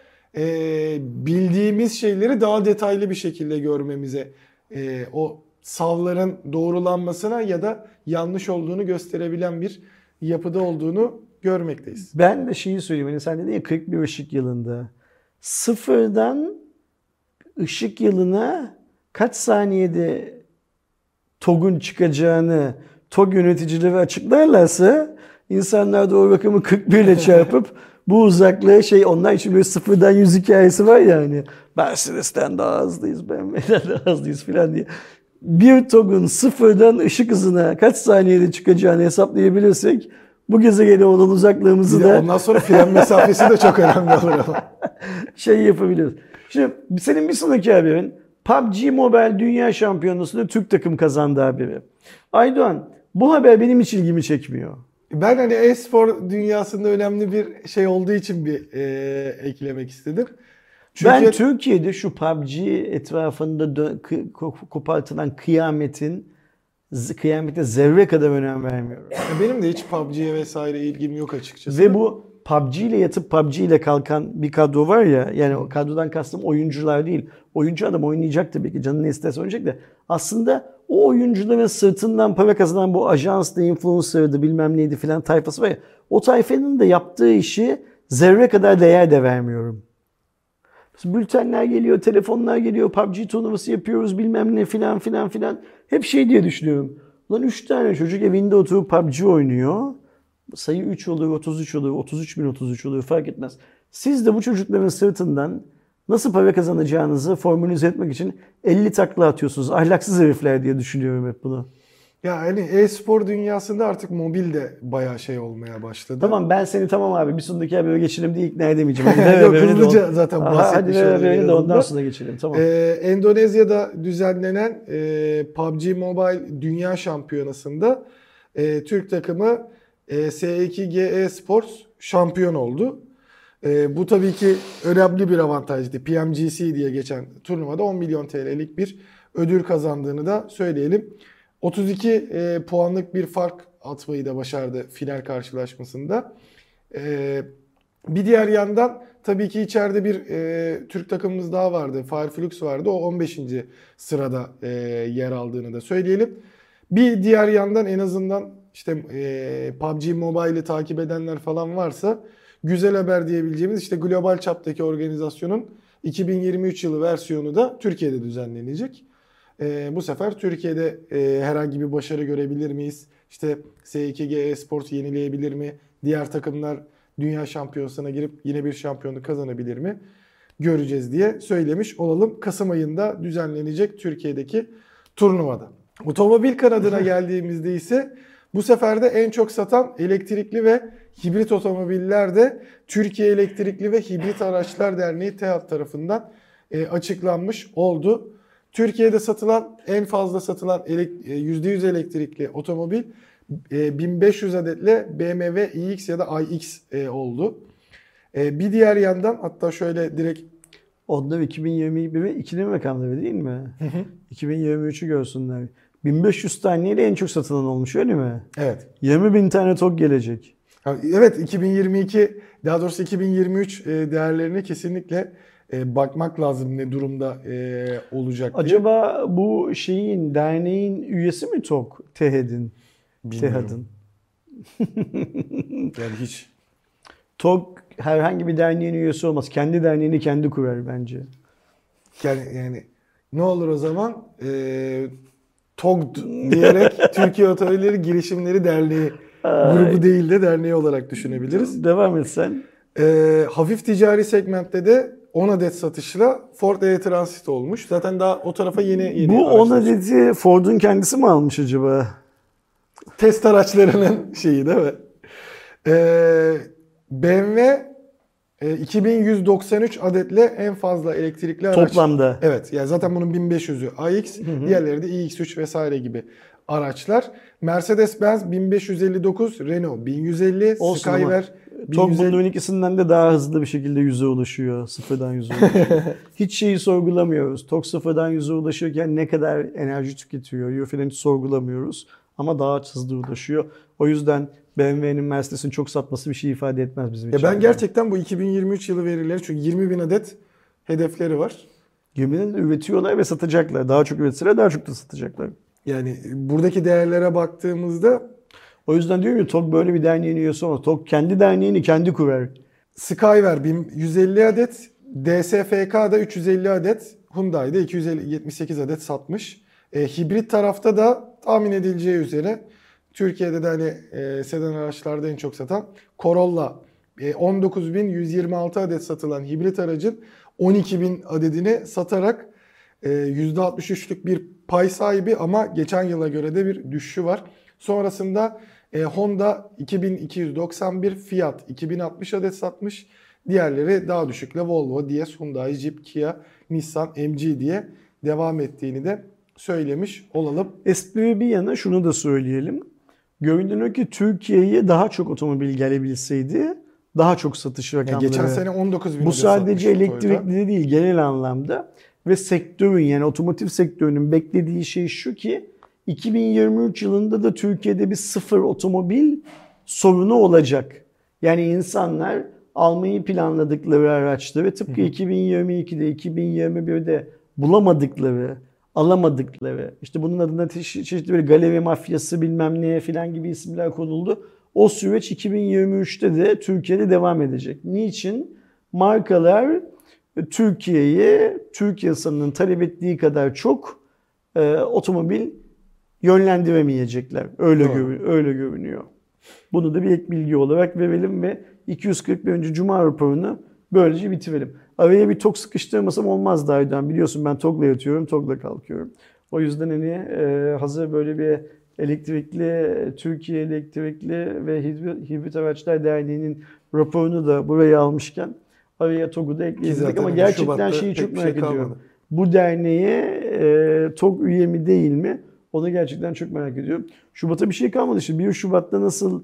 Speaker 1: bildiğimiz şeyleri daha detaylı bir şekilde görmemize, o savların doğrulanmasına ya da yanlış olduğunu gösterebilen bir yapıda olduğunu görmekteyiz.
Speaker 2: Ben de şeyi söyleyeyim. Hani sen dedin ya 41 ışık yılında. Sıfırdan ışık yılına kaç saniyede TOG'un çıkacağını TOG yöneticileri açıklarlarsa insanlar da o rakamı 41 ile çarpıp bu uzaklığa onlar için böyle sıfırdan 100 hikayesi var ya hani Mercedes'ten daha hızlıyız, BMW'den daha hızlıyız falan diye. Bir TOG'un sıfırdan ışık hızına kaç saniyede çıkacağını hesaplayabilirsek bu gezegene olan uzaklığımızı da
Speaker 1: ondan sonra fren mesafesi de çok önemli olur ama.
Speaker 2: yapabiliyoruz. Şimdi senin bir sonraki haberin PUBG Mobile Dünya Şampiyonası'nda Türk takım kazandı haberi. Aydoğan, bu haber benim hiç ilgimi çekmiyor.
Speaker 1: Ben hani e-spor dünyasında önemli bir şey olduğu için bir eklemek istedim. Çünkü
Speaker 2: Ben Türkiye'de şu PUBG etrafında kopartılan kıyamete zerre kadar önem vermiyorum.
Speaker 1: benim de hiç PUBG'ye vesaire ilgim yok açıkçası.
Speaker 2: Ve bu PUBG ile yatıp PUBG ile kalkan bir kadro var ya, yani o kadrodan kastım oyuncular değil. Oyuncu adam oynayacak tabii ki, canı ne isterse oynayacak da aslında o oyuncuların sırtından para kazanan bu ajanstı, influencer'dı, bilmem neydi filan tayfası var ya, o tayfanın da yaptığı işi zerre kadar değer de vermiyorum. Bültenler geliyor, telefonlar geliyor, PUBG turnuvası yapıyoruz bilmem ne filan filan filan. Hep şey diye düşünüyorum. Lan 3 tane çocuk evinde oturup PUBG oynuyor. Sayı 3 olur, 33 olur, 33 olur fark etmez. Siz de bu çocukların sırtından nasıl para kazanacağınızı formülize etmek için 50 takla atıyorsunuz. Ahlaksız herifler diye düşünüyorum hep bunu.
Speaker 1: Ya hani e-spor dünyasında artık mobil de bayağı şey olmaya başladı.
Speaker 2: Tamam, ben seni tamam abi bir sonraki habere geçelim diye ikna edemeyeceğim.
Speaker 1: Yok, hızlıca zaten bahsetmiş
Speaker 2: olayım. Hadi
Speaker 1: olayım
Speaker 2: de ondan sonra geçelim. Tamam.
Speaker 1: Endonezya'da düzenlenen PUBG Mobile Dünya Şampiyonası'nda Türk takımı S2G Esports şampiyon oldu. Bu tabii ki önemli bir avantajdı. PMGC diye geçen turnuvada 10 milyon TL'lik bir ödül kazandığını da söyleyelim. 32 puanlık bir fark atmayı da başardı final karşılaşmasında. Bir diğer yandan tabii ki içeride bir Türk takımımız daha vardı. Fireflux vardı. O 15. sırada yer aldığını da söyleyelim. Bir diğer yandan en azından işte PUBG Mobile'i takip edenler falan varsa güzel haber diyebileceğimiz işte global çaptaki organizasyonun 2023 yılı versiyonu da Türkiye'de düzenlenecek. Bu sefer Türkiye'de herhangi bir başarı görebilir miyiz? İşte S2G Esports yenileyebilir mi? Diğer takımlar dünya şampiyonasına girip yine bir şampiyonluk kazanabilir mi? Göreceğiz diye söylemiş olalım. Kasım ayında düzenlenecek Türkiye'deki turnuvada. Otomobil kanadına geldiğimizde ise bu sefer de en çok satan elektrikli ve hibrit otomobiller de Türkiye Elektrikli ve Hibrit Araçlar Derneği TEHAD tarafından açıklanmış oldu. Türkiye'de en fazla satılan %100 elektrikli otomobil 1500 adetle BMW iX ya da iX oldu. Bir diğer yandan hatta şöyle direkt
Speaker 2: onlar 2021 ve 2000 rakamları değil mi? 2023'ü görsünler. 1500 taneyle en çok satılan olmuş öyle mi?
Speaker 1: Evet.
Speaker 2: 20.000 tane TOG gelecek.
Speaker 1: Evet, 2022 daha doğrusu 2023 değerlerine kesinlikle bakmak lazım ne durumda olacak diye.
Speaker 2: Acaba bu derneğin üyesi mi TOG? TEHAD'ın.
Speaker 1: Yani hiç.
Speaker 2: TOG herhangi bir derneğin üyesi olmaz. Kendi derneğini kendi kurar bence.
Speaker 1: Yani ne olur o zaman? TOG diyerek Türkiye Otomobilleri Girişimleri Derneği grubu değil de derneği olarak düşünebiliriz.
Speaker 2: Devam et sen.
Speaker 1: Hafif ticari segmentte de 10 adet satışla Ford E-Transit olmuş. Zaten daha o tarafa yeni
Speaker 2: Bu 10
Speaker 1: araçlar.
Speaker 2: adeti Ford'un kendisi mi almış acaba?
Speaker 1: Test araçlarının şeyi değil mi? BMW 2193 adetle en fazla elektrikli araç.
Speaker 2: Toplamda.
Speaker 1: Evet. Yani zaten bunun 1500'ü iX, diğerleri de iX3 vesaire gibi araçlar. Mercedes-Benz 1559, Renault 1150,
Speaker 2: Olsun ama
Speaker 1: Skyver
Speaker 2: TOG
Speaker 1: 1150.
Speaker 2: bunların ikisinden de daha hızlı bir şekilde 100'e ulaşıyor. Sıfırdan 100'e ulaşıyor. Hiç şeyi sorgulamıyoruz. TOG sıfırdan 100'e ulaşırken ne kadar enerji tüketiyor? Yok falan hiç sorgulamıyoruz. Ama daha hızlı ulaşıyor. O yüzden BMW'nin Mercedes'in çok satması bir şey ifade etmez bizim için.
Speaker 1: Ben gerçekten bu 2023 yılı verileri, çünkü 20 bin adet hedefleri var.
Speaker 2: Gemiden de üretiyorlar ve satacaklar. Daha çok üretseler daha çok da satacaklar.
Speaker 1: Yani buradaki değerlere baktığımızda
Speaker 2: O yüzden diyorum ya TOG böyle bir derneğin üyesi olmaz. TOG kendi derneğini kendi kurar.
Speaker 1: Skyver 150 adet, DSFK'da 350 adet, Hyundai'de 278 adet satmış. Hibrit tarafta da tahmin edileceği üzere Türkiye'de de hani sedan araçlarda en çok satan Corolla 19.126 adet satılan hibrit aracın 12.000 adedini satarak %63'lük bir pay sahibi, ama geçen yıla göre de bir düşüşü var. Sonrasında Honda 2291, Fiat 2060 adet satmış. Diğerleri daha düşükle Volvo, DS, Hyundai, Jeep, Kia, Nissan, MG diye devam ettiğini de söylemiş olalım.
Speaker 2: Espri bir yana şunu da söyleyelim. Göründüğü ki Türkiye'ye daha çok otomobil gelebilseydi daha çok satış rakamları.
Speaker 1: Geçen sene 19 bin
Speaker 2: Bu
Speaker 1: adet
Speaker 2: sadece
Speaker 1: satmış
Speaker 2: elektrikli
Speaker 1: Toyota.
Speaker 2: değil, genel anlamda. Ve sektörün, yani otomotiv sektörünün beklediği şey şu ki 2023 yılında da Türkiye'de bir sıfır otomobil sorunu olacak. Yani insanlar almayı planladıkları araçları tıpkı 2022'de, 2021'de bulamadıkları, alamadıkları, işte bunun adına çeşitli bir galeri mafyası bilmem neye filan gibi isimler konuldu. O süreç 2023'te de Türkiye'de devam edecek. Niçin? Markalar Türkiye'ye, Türk insanının talep ettiği kadar çok otomobil yönlendiremeyecekler. Öyle görünüyor. Bunu da bir ek bilgi olarak verelim ve 241. Cuma raporunu böylece bitirelim. Araya bir TOG sıkıştırmasam olmazdı Aydan. Biliyorsun ben TOG'la yatıyorum, TOG'la kalkıyorum. O yüzden hani hazır böyle bir Türkiye Elektrikli ve Hibrit Araçlar Derneği'nin raporunu da buraya almışken araya TOG'u da ekleyecektik ama gerçekten şeyi çok merak ediyorum. Bu derneğe TOG üye mi değil mi? Onu gerçekten çok merak ediyorum. Şubat'a bir şey kalmadı işte. 1 Şubat'ta nasıl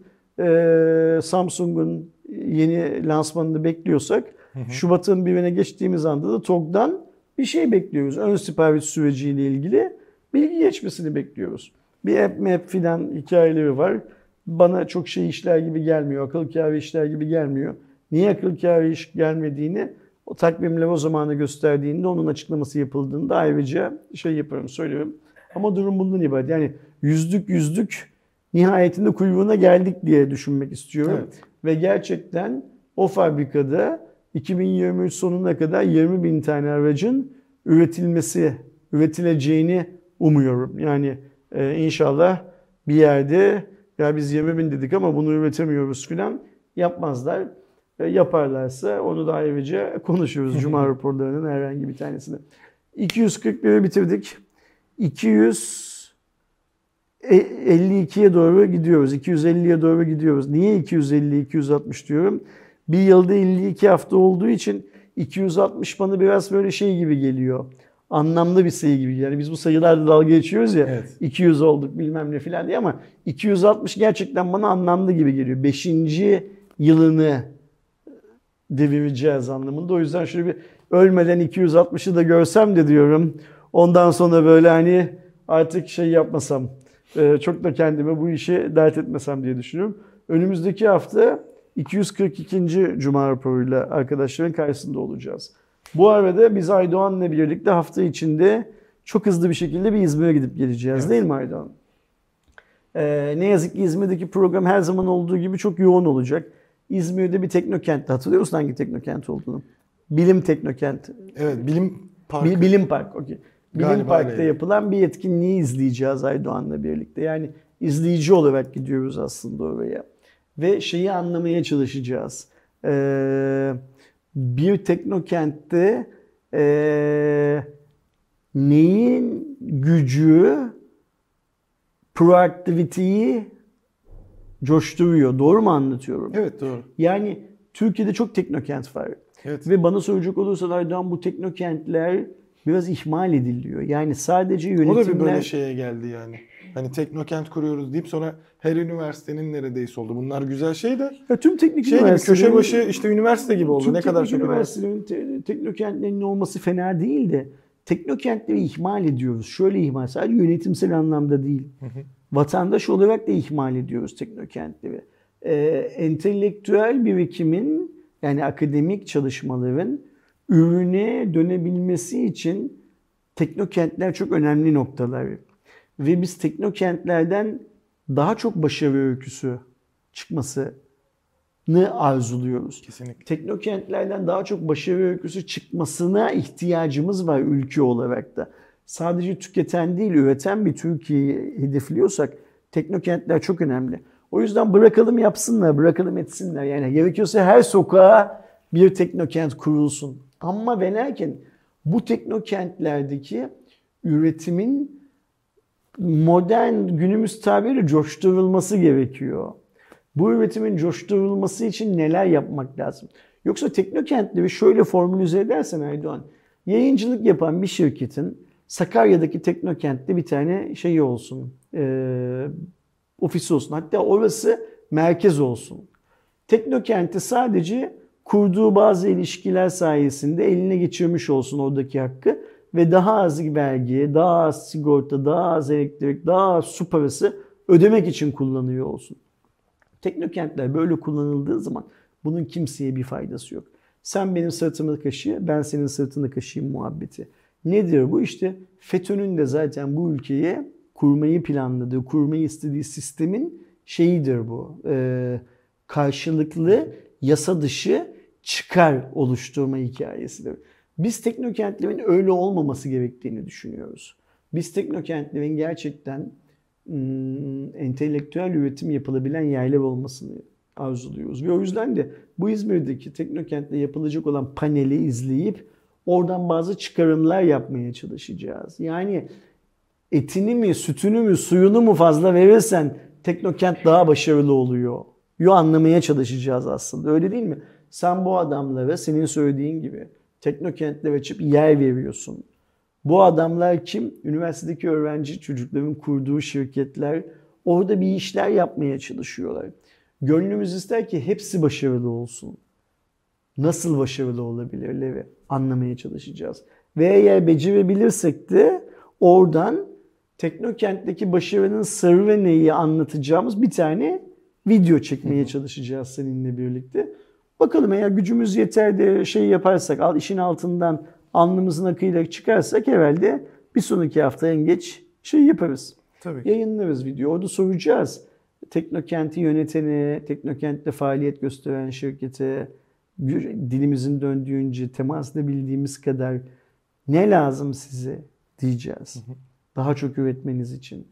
Speaker 2: Samsung'un yeni lansmanını bekliyorsak Şubat'ın birine geçtiğimiz anda da TOG'dan bir şey bekliyoruz. Ön sipariş süreciyle ilgili bilgi geçmesini bekliyoruz. Bir app filan hikayeleri var. Bana çok şey işler gibi gelmiyor. Akıl kârı işler gibi gelmiyor. Niye akıl kârı iş gelmediğini o takvimler o zamanı gösterdiğinde onun açıklaması yapıldığında ayrıca söylüyorum. Ama durum bundan ibaret. Yani yüzlük nihayetinde kuyruğuna geldik diye düşünmek istiyorum.
Speaker 1: Evet.
Speaker 2: Ve gerçekten o fabrikada 2023 sonuna kadar 20.000 tane aracın üretileceğini umuyorum. Yani inşallah bir yerde ya biz 20.000 dedik ama bunu üretemiyoruz falan yapmazlar. Yaparlarsa onu da ayrıca konuşuyoruz Cuma raporlarının herhangi bir tanesini. 241'i bitirdik. 252'ye doğru gidiyoruz. 250'ye doğru gidiyoruz. Niye 250-260 diyorum? Bir yılda 52 hafta olduğu için 260 bana biraz böyle şey gibi geliyor. Anlamlı bir sayı gibi. Yani biz bu sayılarla dalga geçiyoruz ya.
Speaker 1: Evet.
Speaker 2: 200 olduk bilmem ne filan diye ama 260 gerçekten bana anlamlı gibi geliyor. 5. yılını devireceğiz anlamında. O yüzden şöyle bir ölmeden 260'ı da görsem de diyorum. Ondan sonra böyle hani artık şey yapmasam, çok da kendime bu işi dert etmesem diye düşünüyorum. Önümüzdeki hafta 242. Cuma raporuyla arkadaşların karşısında olacağız. Bu arada biz Aydoğan'la birlikte hafta içinde çok hızlı bir şekilde bir İzmir'e gidip geleceğiz, evet. Değil mi Aydoğan? Ne yazık ki İzmir'deki program her zaman olduğu gibi çok yoğun olacak. İzmir'de bir teknokent, hatırlıyor musun hangi teknokent olduğunu? Bilim Teknokent.
Speaker 1: Evet, Bilim Park.
Speaker 2: Bilim Park, okey. Bilim
Speaker 1: Galiba
Speaker 2: Park'ta
Speaker 1: öyle.
Speaker 2: Yapılan bir etkinliği izleyeceğiz Aydoğan'la birlikte. Yani izleyici olarak gidiyoruz aslında oraya. Ve şeyi anlamaya çalışacağız. bir teknokentte neyin gücü proaktiviteyi coşturuyor. Doğru mu anlatıyorum?
Speaker 1: Evet, doğru.
Speaker 2: Yani Türkiye'de çok teknokent var.
Speaker 1: Evet.
Speaker 2: Ve bana soracak olursan Aydoğan, bu teknokentler biraz ihmal ediliyor. Yani sadece
Speaker 1: O da bir böyle
Speaker 2: yönetimler...
Speaker 1: şeye geldi yani. Hani teknokent kuruyoruz deyip sonra her üniversitenin neredeyse oldu. Bunlar güzel şey de
Speaker 2: Ya tüm teknik
Speaker 1: şey gibi
Speaker 2: üniversitelerin...
Speaker 1: köşe başı işte üniversite gibi oldu.
Speaker 2: Tüm
Speaker 1: Ne kadar çok
Speaker 2: teknik
Speaker 1: üniversite.
Speaker 2: üniversitelerin teknokentlerinin olması fena değil de teknokentleri ihmal ediyoruz. Şöyle ihmal, sadece yönetimsel anlamda değil. Vatandaş olarak da ihmal ediyoruz teknokentleri. Entelektüel birikimin, yani akademik çalışmaların ürüne dönebilmesi için teknokentler çok önemli noktalar. Ve biz teknokentlerden daha çok başarı öyküsü çıkmasını arzuluyoruz.
Speaker 1: Kesinlikle.
Speaker 2: Teknokentlerden daha çok başarı öyküsü çıkmasına ihtiyacımız var ülke olarak da. Sadece tüketen değil, üreten bir Türkiye'yi hedefliyorsak teknokentler çok önemli. O yüzden bırakalım yapsınlar, bırakalım etsinler. Yani gerekiyorsa her sokağa bir teknokent kurulsun. Ama ve lakin bu teknokentlerdeki üretimin modern, günümüz tabiriyle coşturulması gerekiyor. Bu üretimin coşturulması için neler yapmak lazım? Yoksa teknokentleri şöyle formülize edersen Aydoğan, yayıncılık yapan bir şirketin Sakarya'daki teknokentte bir tane şeyi olsun, ofisi olsun. Hatta orası merkez olsun. Teknokenti sadece kurduğu bazı ilişkiler sayesinde eline geçirmiş olsun oradaki hakkı ve daha az vergi, daha az sigorta, daha az elektrik, daha az su parası ödemek için kullanıyor olsun. Teknokentler böyle kullanıldığı zaman bunun kimseye bir faydası yok. Sen benim sırtımı kaşı, ben senin sırtını kaşıyım muhabbeti. Nedir bu? İşte FETÖ'nün de zaten bu ülkeye kurmayı planladığı, kurmayı istediği sistemin şeyidir bu. Karşılıklı yasa dışı çıkar oluşturma hikayesidir. Biz teknokentlerin öyle olmaması gerektiğini düşünüyoruz. Biz teknokentlerin gerçekten entelektüel üretim yapılabilen yerler olmasını arzuluyoruz. Ve o yüzden de bu İzmir'deki teknokentle yapılacak olan paneli izleyip oradan bazı çıkarımlar yapmaya çalışacağız. Yani etini mi, sütünü mü, suyunu mu fazla verirsen teknokent daha başarılı oluyor. Anlamaya çalışacağız aslında. Öyle değil mi? Sen bu adamlara senin söylediğin gibi teknokentler açıp yer veriyorsun. Bu adamlar kim? Üniversitedeki öğrenci çocukların kurduğu şirketler. Orada bir işler yapmaya çalışıyorlar. Gönlümüz ister ki hepsi başarılı olsun. Nasıl başarılı olabilirleri anlamaya çalışacağız. Ve eğer becerebilirsek de oradan teknokentteki başarının sırrı ve neyi anlatacağımız bir tane video çekmeye çalışacağız seninle birlikte. Bakalım, eğer gücümüz yeter de şey yaparsak, işin altından alnımızın akıyla çıkarsak herhalde bir sonraki hafta en geç şey yaparız.
Speaker 1: Tabii ki.
Speaker 2: Yayınlarız video. Orada soracağız. Teknokenti yönetene, teknokentte faaliyet gösteren şirkete, dilimizin döndüğünce temas edebildiğimiz kadar ne lazım size diyeceğiz. Daha çok üretmeniz için.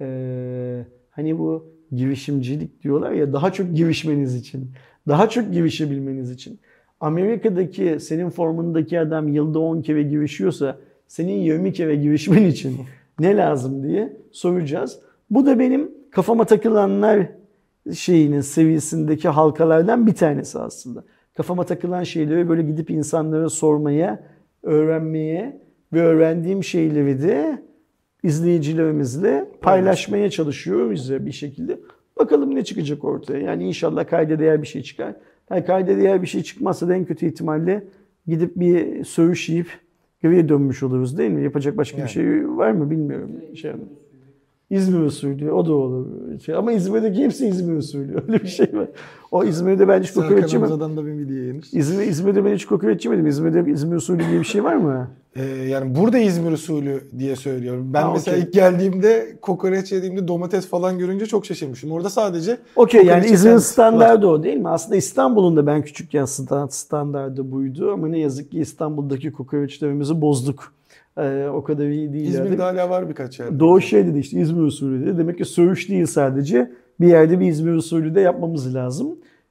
Speaker 2: Hani bu girişimcilik diyorlar ya, daha çok girişmeniz için. Daha çok girişebilmeniz için. Amerika'daki senin formundaki adam yılda 10 kere girişiyorsa senin 20 kere girişmen için ne lazım diye soracağız. Bu da benim kafama takılanlar şeyinin seviyesindeki halkalardan bir tanesi aslında. Kafama takılan şeyleri böyle gidip insanlara sormaya, öğrenmeye ve öğrendiğim şeyleri de izleyicilerimizle paylaşmaya çalışıyoruz bir şekilde. Bakalım ne çıkacak ortaya. Yani inşallah kayda değer bir şey çıkar. Yani kayda değer bir şey çıkmazsa da en kötü ihtimalle gidip bir söğüş yiyip geriye dönmüş oluruz değil mi? Yapacak başka bir şey var mı bilmiyorum. İzmir usulü, o da olur. Ama İzmir'deki hepsi İzmir usulü. Öyle bir şey var. O İzmir'de ben hiç kokoreç yemedim.
Speaker 1: Serkan da bir midye yenir.
Speaker 2: İzmir'de ben hiç kokoreç yemedim. İzmir'de İzmir usulü diye bir şey var mı?
Speaker 1: Yani burada İzmir usulü diye söylüyorum. Ben mesela
Speaker 2: okey.
Speaker 1: ilk geldiğimde kokoreç yediğimde domates falan görünce çok şaşırmışım. Orada sadece
Speaker 2: Okey, yani
Speaker 1: kokoreçin
Speaker 2: İzmir'in
Speaker 1: kendisi
Speaker 2: standardı o değil mi? Aslında İstanbul'un da ben küçükken standardı buydu. Ama ne yazık ki İstanbul'daki kokoreçlerimizi bozduk. O kadar iyi değil.
Speaker 1: İzmir'de hala var birkaç yerde.
Speaker 2: Doğu şey dedi, işte İzmir usulü dedi. Demek ki söğüş değil sadece. Bir yerde bir İzmir usulü de yapmamız lazım.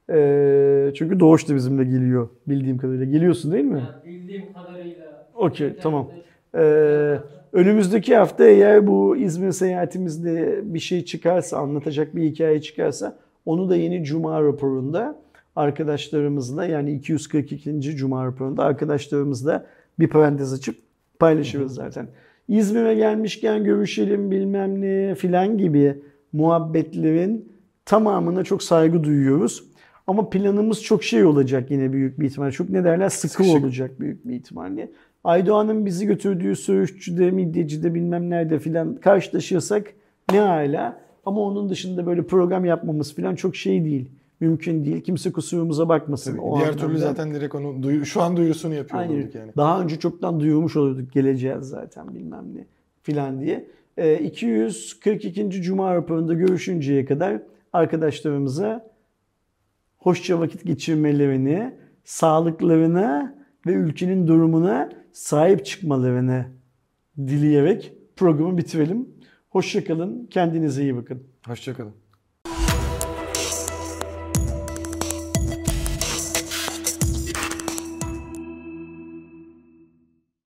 Speaker 2: Çünkü Doğuş da bizimle geliyor bildiğim kadarıyla. Geliyorsun değil mi?
Speaker 3: Yani bildiğim kadarıyla.
Speaker 2: Okey, tamam. Önümüzdeki hafta eğer bu İzmir seyahatimizde bir şey çıkarsa, anlatacak bir hikaye çıkarsa onu da yeni Cuma raporunda arkadaşlarımızla, yani 242. Cuma raporunda arkadaşlarımızla bir parantez açıp paylaşırız zaten. İzmir'e gelmişken görüşelim bilmem ne filan gibi muhabbetlerin tamamına çok saygı duyuyoruz. Ama planımız çok şey olacak yine büyük bir ihtimal. Çok ne derler, sıkı
Speaker 1: Sıkışık.
Speaker 2: olacak büyük bir ihtimalle. Aydoğan'ın bizi götürdüğü Söğüşçü'de, Midyeci'de bilmem nerede filan karşılaşırsak ne hala. Ama onun dışında böyle program yapmamız filan çok şey değil. Mümkün değil. Kimse kusurumuza bakmasın.
Speaker 1: Tabii,
Speaker 2: o
Speaker 1: diğer
Speaker 2: anlamda.
Speaker 1: türlü zaten direkt onu şu an duyurusunu yapıyor
Speaker 2: Aynen.
Speaker 1: olduk yani.
Speaker 2: Daha önce çoktan duyurmuş olurduk, geleceğiz zaten bilmem ne filan diye. 242. Cuma raporunda görüşünceye kadar arkadaşlarımıza hoşça vakit geçirmelerini, sağlıklarına ve ülkenin durumuna sahip çıkmalarını dileyerek programı bitirelim. Hoşça kalın, kendinize iyi bakın.
Speaker 1: Hoşça kalın.